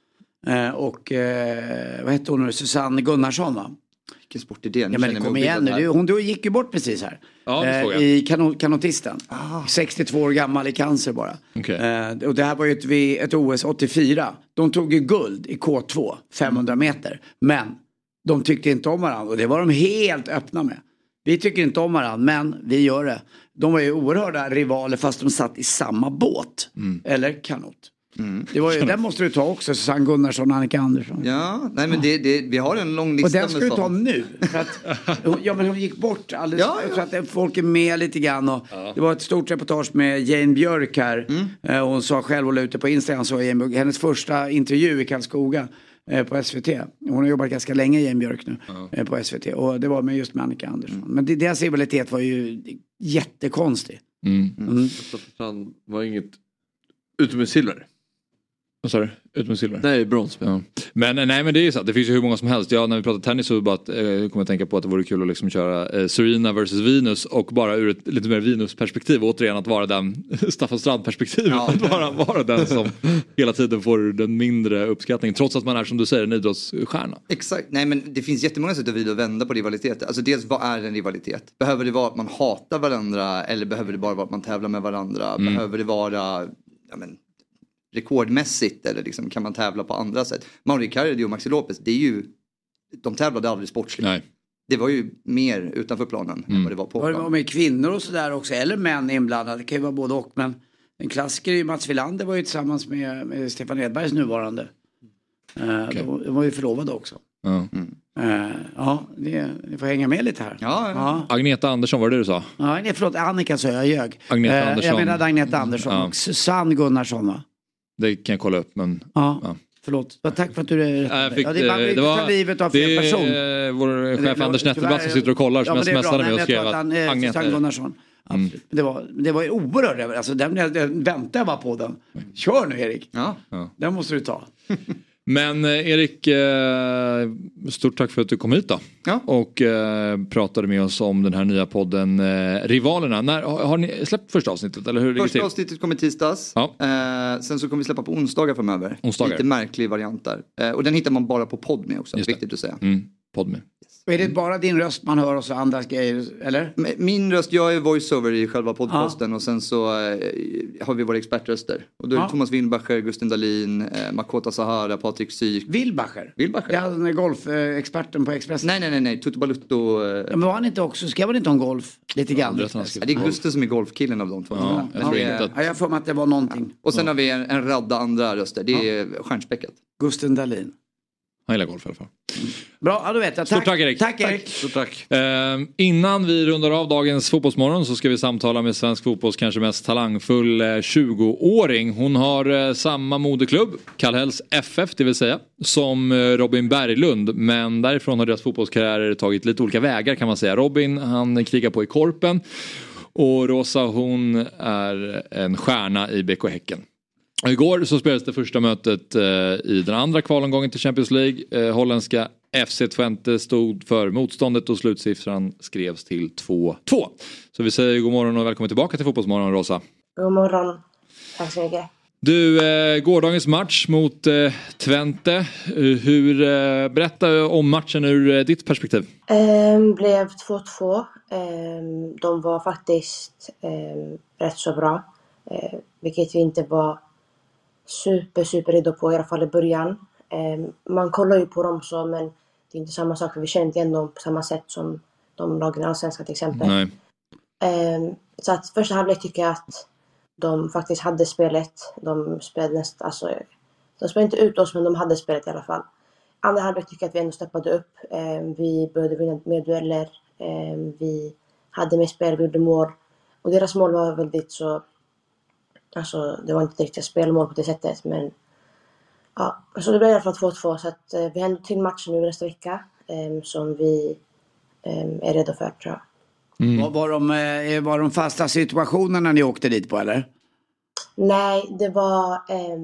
[SPEAKER 4] Och vad hette hon nu? Susanne Gunnarsson, va?
[SPEAKER 12] Vilken sport är det?
[SPEAKER 4] Ja, men kom igen nu. Hon gick ju bort precis här.
[SPEAKER 1] Ja,
[SPEAKER 4] i kanotisten. 62 år gammal i cancer bara. Och det här var ju ett OS 84. De tog ju guld i K2, 500 meter. Men de tyckte inte om varandra. Och det var de helt öppna med. Vi tycker inte om varandra, men vi gör det. De var ju oerhörda rivaler fast de satt i samma båt. Eller kanot. Det var ju, den måste du ta också, Susanne Gunnarsson och Annika Andersson.
[SPEAKER 12] Ja, nej men vi har en lång lista.
[SPEAKER 4] Och den ska du ta nu. För att, men hon gick bort alldeles. Så att folk är med lite grann. Och det var ett stort reportage med Jane Björk här. Hon sa själv, och la ute på Instagram, så Jane Björk, hennes första intervju i Karlskoga på SVT. Hon har jobbat ganska länge, Jane Björk nu, på SVT. Och det var med just med Annika Andersson. Men deras rivalitet var ju jättekonstig.
[SPEAKER 2] Han var inget utom med silver.
[SPEAKER 1] Vad sa du? Ut med silver?
[SPEAKER 2] Nej, brons.
[SPEAKER 1] Ja. Men det är ju så. Det finns ju hur många som helst. När vi pratar tennis så kommer jag tänka på att det vore kul att liksom köra Serena versus Venus och bara ur ett lite mer Venus-perspektiv. Återigen att vara den Staffan Strand-perspektiv. Ja. Att vara den som hela tiden får den mindre uppskattningen. Trots att man är, som du säger, en idrottsstjärna.
[SPEAKER 12] Exakt. Nej, men det finns jättemånga sätt att vrida och vända på rivalitet. Alltså dels, vad är en rivalitet? Behöver det vara att man hatar varandra eller behöver det bara vara att man tävlar med varandra? Behöver det vara rekordmässigt eller liksom, kan man tävla på andra sätt? Mauro Icardi och Maxi Lopez, de tävlade aldrig sportsligt.
[SPEAKER 1] Nej.
[SPEAKER 12] Det var ju mer utanför planen än vad det var på planen.
[SPEAKER 4] Och med kvinnor och sådär också, eller män inblandade, det kan ju vara både och, men en klassiker i Mats Wilander var ju tillsammans med Stefan Edbergs nuvarande. De var ju förlovade också. Ni får hänga med lite här.
[SPEAKER 12] Ja.
[SPEAKER 1] Agneta Andersson, var det du sa?
[SPEAKER 4] Ja, förlåt, Annika sa jag ljög.
[SPEAKER 1] Agneta Andersson.
[SPEAKER 4] Jag menade Agneta Andersson och Susanne Gunnarsson, va?
[SPEAKER 1] Det kan jag kolla upp, men...
[SPEAKER 4] Ja. Förlåt, tack för att du
[SPEAKER 1] det var
[SPEAKER 4] livet av fel person.
[SPEAKER 1] Vår chef Anders Nettelbratt som sitter och kollar som smsade mig och skrev att
[SPEAKER 4] Agneta Gunnarsson. Det var ju oerhört, alltså den väntade jag bara på den. Kör nu, Erik.
[SPEAKER 12] Ja.
[SPEAKER 4] Den måste du ta.
[SPEAKER 1] Men Erik, stort tack för att du kom hit då.
[SPEAKER 12] Ja.
[SPEAKER 1] Och pratade med oss om den här nya podden Rivalerna. Har ni släppt första avsnittet? Eller hur
[SPEAKER 12] första avsnittet kommer tisdags.
[SPEAKER 1] Ja.
[SPEAKER 12] Sen så kommer vi släppa på onsdagar framöver. Lite märklig variant där. Och den hittar man bara på Podme också. Viktigt att säga.
[SPEAKER 1] Podme.
[SPEAKER 4] Och är det bara din röst man hör och så andras grejer, eller?
[SPEAKER 12] Min röst, jag är voiceover i själva podcasten och sen så har vi våra expertröster. Och då är det Thomas Wilbacher, Gusten Dahlin, Makota Sahara, Patrik Syk.
[SPEAKER 4] Wilbacher? Det är den golfexperten på Expressen.
[SPEAKER 12] Nej, Tutu Balutto.
[SPEAKER 4] Men var han inte också, ska man inte om golf lite grann?
[SPEAKER 12] Det är Gusten som är golfkillen av de två.
[SPEAKER 4] Jag får mig att det var någonting.
[SPEAKER 12] Och sen har vi en radda andra röster, det är stjärnspäckat.
[SPEAKER 4] Gusten Dahlin.
[SPEAKER 1] Han gillar golf i alla fall.
[SPEAKER 4] Bra, då vet jag.
[SPEAKER 1] Stort tack Erik.
[SPEAKER 4] Tack Erik.
[SPEAKER 1] Stort tack. Innan vi rundar av dagens fotbollsmorgon så ska vi samtala med svensk fotbolls kanske mest talangfull 20-åring. Hon har samma moderklubb, Kallhälls FF det vill säga, som Robin Berglund. Men därifrån har deras fotbollskarriärer tagit lite olika vägar kan man säga. Robin, han krigar på i Korpen. Och Rosa, hon är en stjärna i BK Häcken. Igår så spelades det första mötet i den andra kvalomgången till Champions League. Holländska FC Twente stod för motståndet och slutsiffran skrevs till 2-2. Så vi säger god morgon och välkommen tillbaka till Fotbollsmorgon, Rosa.
[SPEAKER 14] God morgon. Tack så mycket.
[SPEAKER 1] Du, gårdagens match mot Twente. Berätta om matchen ur ditt perspektiv.
[SPEAKER 14] Blev 2-2. De var faktiskt rätt så bra. Vilket vi inte var super redo på i alla fall i början. Man kollar ju på dem så, men det är inte samma sak för vi känner inte igen dem på samma sätt som de lagen i Allsvenskan till exempel.
[SPEAKER 1] Nej.
[SPEAKER 14] Så att första halvlek tycker jag att de faktiskt hade spelet. De spelade de spelade inte ut oss men de hade spelet i alla fall. Andra halvlek tycker jag att vi ändå steppade upp. Vi började vinna med dueller. Vi hade med spel, vi gjorde mål. Och deras mål var väldigt så... Alltså det var inte riktigt spelmål på det sättet. Men ja, så det blev i alla fall 2-2. Så att vi har till matchen nu nästa vecka. Som vi är redo för, tror jag.
[SPEAKER 4] Var de fasta situationerna ni åkte dit på eller?
[SPEAKER 14] Nej, det var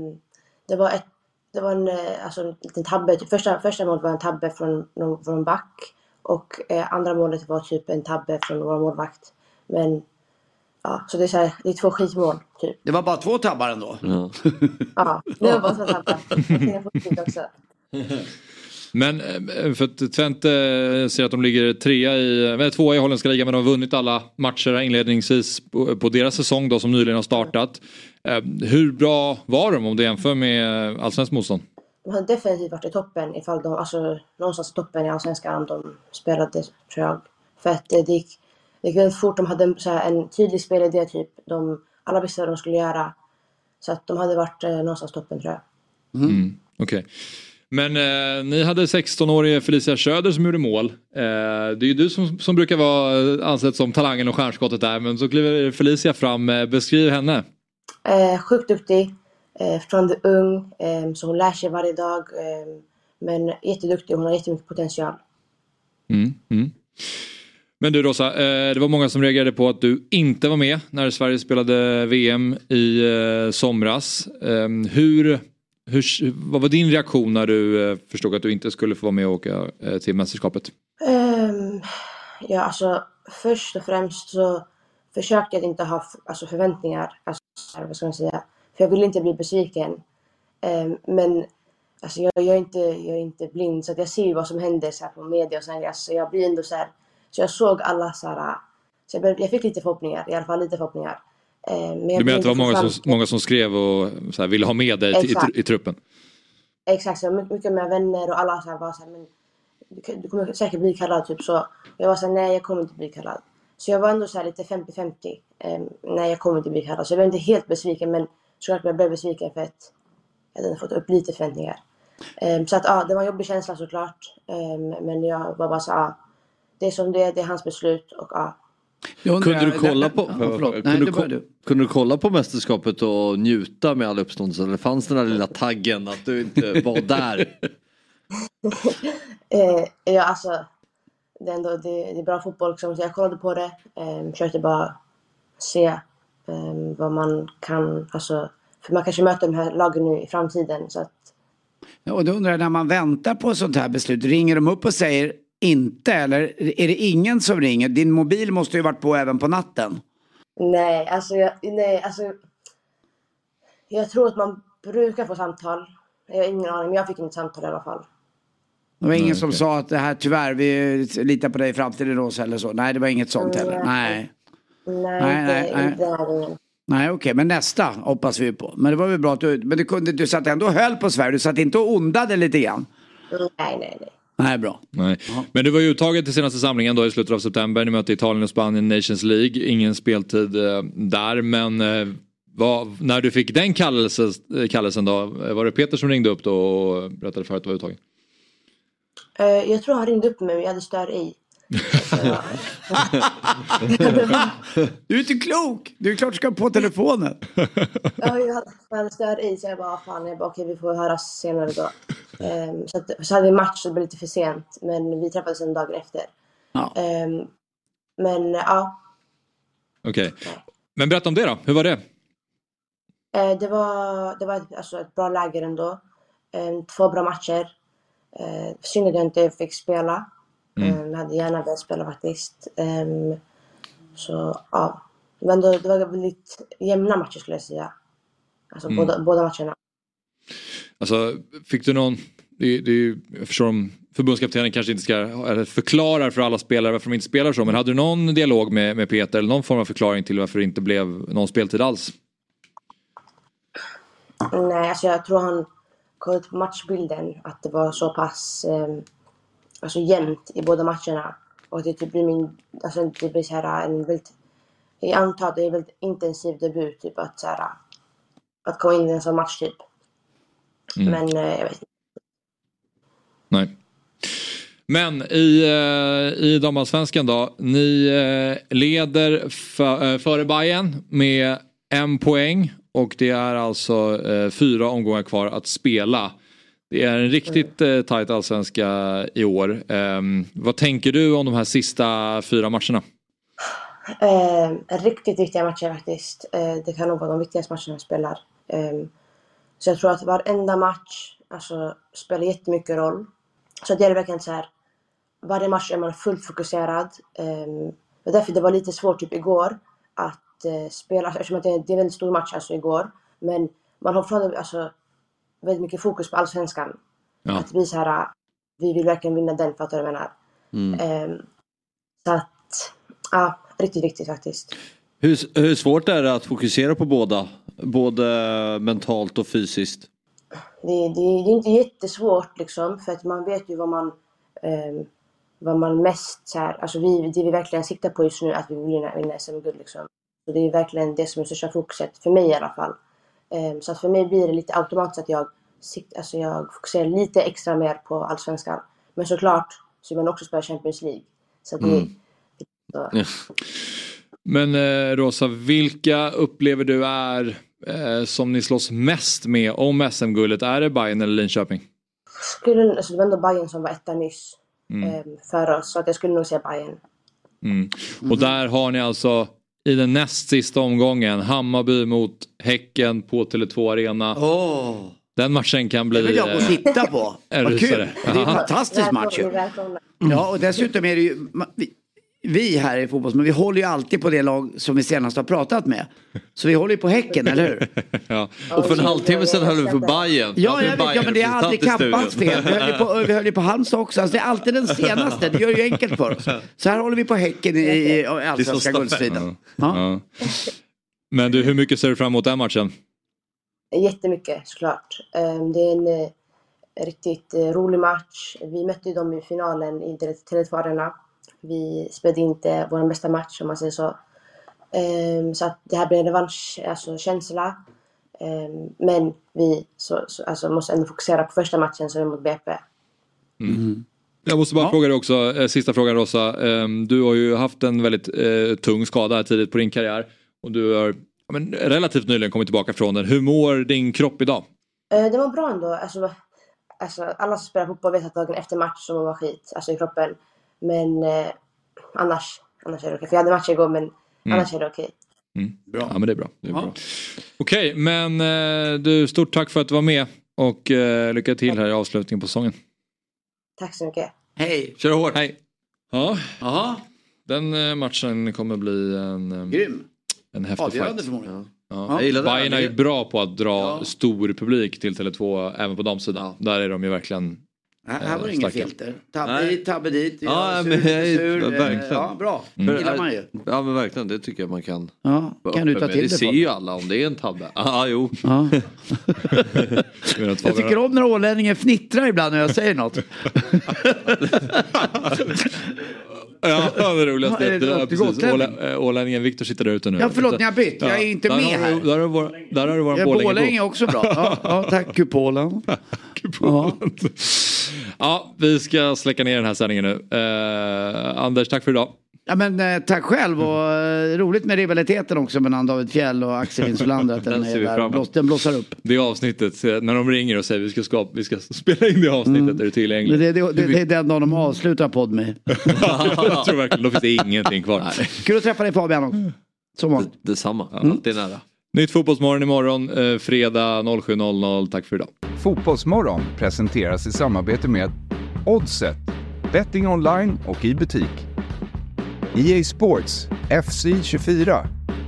[SPEAKER 14] en liten tabbe. Första målet var en tabbe från back. Och andra målet var typ en tabbe från vår målvakt. Men ja, så det är så här, det är 2 skitmål typ.
[SPEAKER 4] Det var bara 2 tabbar ändå.
[SPEAKER 14] Ja, det var bara 2 tabbar. också.
[SPEAKER 1] Men för att Twente ser att de ligger 2 i holländska ligan, men de har vunnit alla matcher inledningsvis på deras säsong då, som nyligen har startat. Hur bra var de om du jämför med allsvensk motstånd?
[SPEAKER 14] De har definitivt varit i toppen ifall de, någonstans i toppen i allsvenskan de spelade, tror jag. För att det gick väldigt fort, de hade en tydlig spelidé typ. Alla visste vad de skulle göra. Så att de hade varit någonstans toppen, tror jag.
[SPEAKER 1] Okej. Men ni hade 16-årige Felicia Schöder som gjorde mål. Det är ju du som brukar vara ansett som talangen och stjärnskottet där. Men så kliver Felicia fram. Beskriv henne.
[SPEAKER 14] Sjukt duktig. Fortfarande ung. Så hon lär sig varje dag. Men jätteduktig. Hon har jättemycket potential.
[SPEAKER 1] Men du Rosa, det var många som reagerade på att du inte var med när Sverige spelade VM i somras. Hur vad var din reaktion när du förstod att du inte skulle få vara med och åka till mästerskapet?
[SPEAKER 14] Ja, alltså först och främst så försökte jag inte ha förväntningar. Alltså, vad ska man säga? För jag ville inte bli besviken. Men alltså, jag är inte blind, så att jag ser ju vad som händer så här på media och så. Alltså, jag blir ändå så här, så jag såg alla så här, så jag fick lite förhoppningar, i alla fall lite förhoppningar. Men
[SPEAKER 1] du menar att det var många som skrev och så här, ville ha med dig i truppen?
[SPEAKER 14] Exakt, så mycket med vänner och alla så här var så här, men du kommer säkert bli kallad typ så. Jag var så här, nej, jag kommer inte bli kallad. Så jag var ändå så här lite 50-50. Nej, jag kommer inte bli kallad. Så jag var inte helt besviken, men såklart jag blev besviken för att jag hade fått upp lite förväntningar. Så att det var en jobbig känsla såklart. Men jag var bara så det är som det är hans beslut och
[SPEAKER 2] Kunde du kolla på mästerskapet och njuta med all uppståndelse, eller fanns den där lilla taggen att du inte var där?
[SPEAKER 14] Ja, alltså det är bra fotboll liksom, så jag kollade på det, försökte bara se vad man kan, alltså, för man kanske möter de här lagen nu i framtiden, så att...
[SPEAKER 4] Och då undrar jag, när man väntar på sånt här beslut, ringer de upp och säger inte, eller är det ingen som ringer? Din mobil måste ju varit på även på natten.
[SPEAKER 14] Nej, alltså jag tror att man brukar få samtal. Jag har ingen aning, men jag fick inget samtal i alla fall.
[SPEAKER 4] Det var ingen som sa att det här, tyvärr, vi litar på dig i framtiden då, eller så. Nej, det var inget sånt heller. Nej, okej, men nästa hoppas vi på. Men det var väl bra att du satt ändå och höll på Sverige. Du satt inte och ondade lite grann.
[SPEAKER 14] Nej.
[SPEAKER 4] Nej, bra.
[SPEAKER 1] Nej. Men du var ju uttaget till senaste samlingen då i slutet av september. Ni mötte Italien och Spanien i Nations League. Ingen speltid där, men när du fick den kallelsen då, var det Peter som ringde upp då och berättade för att du var uttagen?
[SPEAKER 14] Jag tror han ringde upp mig, men jag hade stör i.
[SPEAKER 4] Du är inte klok. Du är klart ska på telefonen.
[SPEAKER 14] Ja, jag hade stör i, så jag bara okej, vi får höras senare då. Så hade vi match, så det blev lite för sent, men vi träffades en dag efter.
[SPEAKER 4] Ja.
[SPEAKER 14] Men ja.
[SPEAKER 1] Okej. Men berätta om det då. Hur var det?
[SPEAKER 14] Det var alltså ett bra läger ändå. 2 bra matcher. Synd att jag inte fick spela. Jag hade gärna velat spela faktiskt. Så ja, men det var väldigt jämna matcher skulle jag säga. Alltså båda matcherna.
[SPEAKER 1] Alltså fick du någon, jag förstår om förbundskaptenen kanske inte ska förklara för alla spelare varför de inte spelar så, men hade du någon dialog med Peter eller någon form av förklaring till varför det inte blev någon speltid alls?
[SPEAKER 14] Nej, alltså jag tror han kollade på matchbilden att det var så pass alltså jämnt i båda matcherna, och det typ blir det blir så här en väldigt, jag antar att det är en väldigt intensiv debut typ, att så här, att komma in i en sån match typ. Men jag vet inte.
[SPEAKER 1] Nej. Men i damallsvenskan då, ni leder före Bayern med 1 poäng, och det är alltså 4 omgångar kvar att spela. Det är en riktigt tajt allsvenska i år. Vad tänker du om de här sista 4 matcherna?
[SPEAKER 14] Riktigt viktiga matcher faktiskt. Det kan nog vara de viktigaste matcherna jag spelar. Så jag tror att varenda match spelar jättemycket roll. Så det är verkligen så här, varje match är man fullt fokuserad. Och därför det var lite svårt typ igår att spela, eftersom att det är en väldigt stor match igår. Men man har fortfarande väldigt mycket fokus på allsvenskan. Ja. Att vi så här, vi vill verkligen vinna den, för att jag menar. Så att, ja, riktigt viktigt faktiskt.
[SPEAKER 2] Hur svårt är det att fokusera på båda? Både mentalt och fysiskt?
[SPEAKER 14] Det är inte jättesvårt liksom, för att man vet ju vad man mest så här, alltså det vi verkligen siktar på just nu, att vi vill vinna SM-guld liksom. Så det är verkligen det som är största fokuset för mig i alla fall. Så att för mig blir det lite automatiskt att jag fokuserar lite extra mer på allsvenskan. Men såklart så vill man också spela Champions League. Så det
[SPEAKER 1] Ja. Men Rosa, vilka upplever du är som ni slåss mest med om SM-guldet? Är det Bayern eller Linköping?
[SPEAKER 14] Det var ändå Bayern som var etta nyss för oss, så att jag skulle nog säga Bayern.
[SPEAKER 1] Och där har ni alltså i den näst sista omgången Hammarby mot Häcken på Tele2 Arena. Den matchen kan bli...
[SPEAKER 4] Det vill jag gå och titta på. Vad kul. Det är en fantastisk match ju. Ja, och dessutom är det ju... Vi här i fotboll, men vi håller ju alltid på det lag som vi senast har pratat med. Så vi håller ju på Häcken, eller hur?
[SPEAKER 2] Ja. Och för en halvtimme sedan höll vi på Bayern.
[SPEAKER 4] Ja, jag vet, men det är aldrig Kappans fel. Vi höll ju på Halmstad också. Alltså, det är alltid den senaste. Det gör det ju enkelt för oss. Så här håller vi på Häcken i allsvenska guldstriden.
[SPEAKER 1] Ja. Men du, hur mycket ser du fram emot den matchen?
[SPEAKER 14] Jättemycket, såklart. Det är en riktigt rolig match. Vi mötte ju dem i finalen i Tele2 Arena. Vi spelade inte vår bästa match, om man säger så. Så att det här blir en revansch, alltså känsla. Men vi alltså måste ändå fokusera på första matchen som är mot BP.
[SPEAKER 1] Jag måste bara fråga dig också, sista frågan Rosa. Du har ju haft en väldigt tung skada här tidigt på din karriär. Och du har relativt nyligen kommit tillbaka från den. Hur mår din kropp idag?
[SPEAKER 14] Det var bra ändå. Alltså, alla som spelar fotboll vet att dagen efter match så mår man skit, alltså i kroppen. Men annars är det okej. För jag hade match igår, men annars är det okej.
[SPEAKER 1] Bra. Ja, men det är bra. Okej, men du, stort tack för att du var med. Och lycka till här i avslutningen på säsongen.
[SPEAKER 14] Tack så mycket.
[SPEAKER 4] Hej.
[SPEAKER 1] Kör hårt. Hej. Ja. Aha. Den matchen kommer bli en häftig fight. Ja. Bayern är ju bra på att dra stor publik till Tele2 även på de sidan. Där är de ju verkligen
[SPEAKER 4] här var det inga filter. Tabbe dit.
[SPEAKER 2] Ja, men verkligen.
[SPEAKER 4] Ja, bra. Det gillar man ju.
[SPEAKER 2] Ja, men verkligen. Det tycker jag man kan.
[SPEAKER 4] Ja, kan du ta till det
[SPEAKER 2] ser ju alla om det är en tabbe. Jo.
[SPEAKER 4] Ja. Jag tycker om när ålänningen fnittrar ibland när jag säger något.
[SPEAKER 1] Ja, det roligaste är ålänningen Viktor sitter där ute nu.
[SPEAKER 4] Ja, förlåt, ni har bytt. Jag är inte med här.
[SPEAKER 1] Där har du våran Borlänge.
[SPEAKER 4] Borlänge är också bra. Ja, tack Kupolen.
[SPEAKER 1] Ja, vi ska släcka ner den här sändningen nu. Anders, tack för idag.
[SPEAKER 4] Ja, men tack själv, och roligt med rivaliteten också mellan David Fjäll och Axel Insulander, att den blossar upp.
[SPEAKER 1] Det avsnittet, när de ringer och säger vi ska spela in det avsnittet, är det tillgängligt.
[SPEAKER 4] Det är den de avslutar podd med.
[SPEAKER 1] Jag tror verkligen, då finns det ingenting kvar.
[SPEAKER 4] Kul att träffa dig Fabian också. Som
[SPEAKER 2] detsamma, alltid nära.
[SPEAKER 1] Nytt Fotbollsmorgon imorgon, fredag 07.00. Tack för idag.
[SPEAKER 3] Fotbollsmorgon presenteras i samarbete med Oddset, betting online och i butik. EA Sports, FC 24.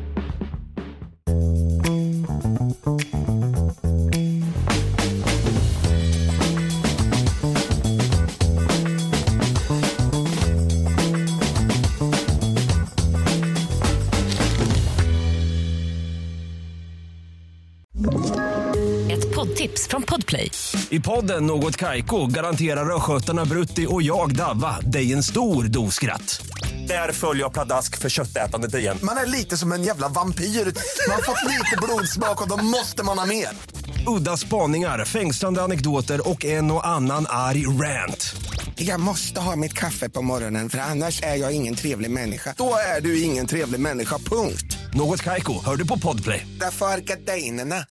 [SPEAKER 7] Ett poddtips från Podplay.
[SPEAKER 15] I podden Något Kaiko garanterar röskötarna Brutti och jag Davva dig en stor doskratt. Där följer jag pladask för köttätandet igen.
[SPEAKER 16] Man är lite som en jävla vampyr. Man har fått lite blodsmak och då måste man ha mer.
[SPEAKER 15] Udda spaningar, fängslande anekdoter och en och annan arg rant.
[SPEAKER 16] Jag måste ha mitt kaffe på morgonen för annars är jag ingen trevlig människa. Då är du ingen trevlig människa, punkt.
[SPEAKER 15] Något Kaiko, hör du på Podplay.
[SPEAKER 16] Därför är gardinerna.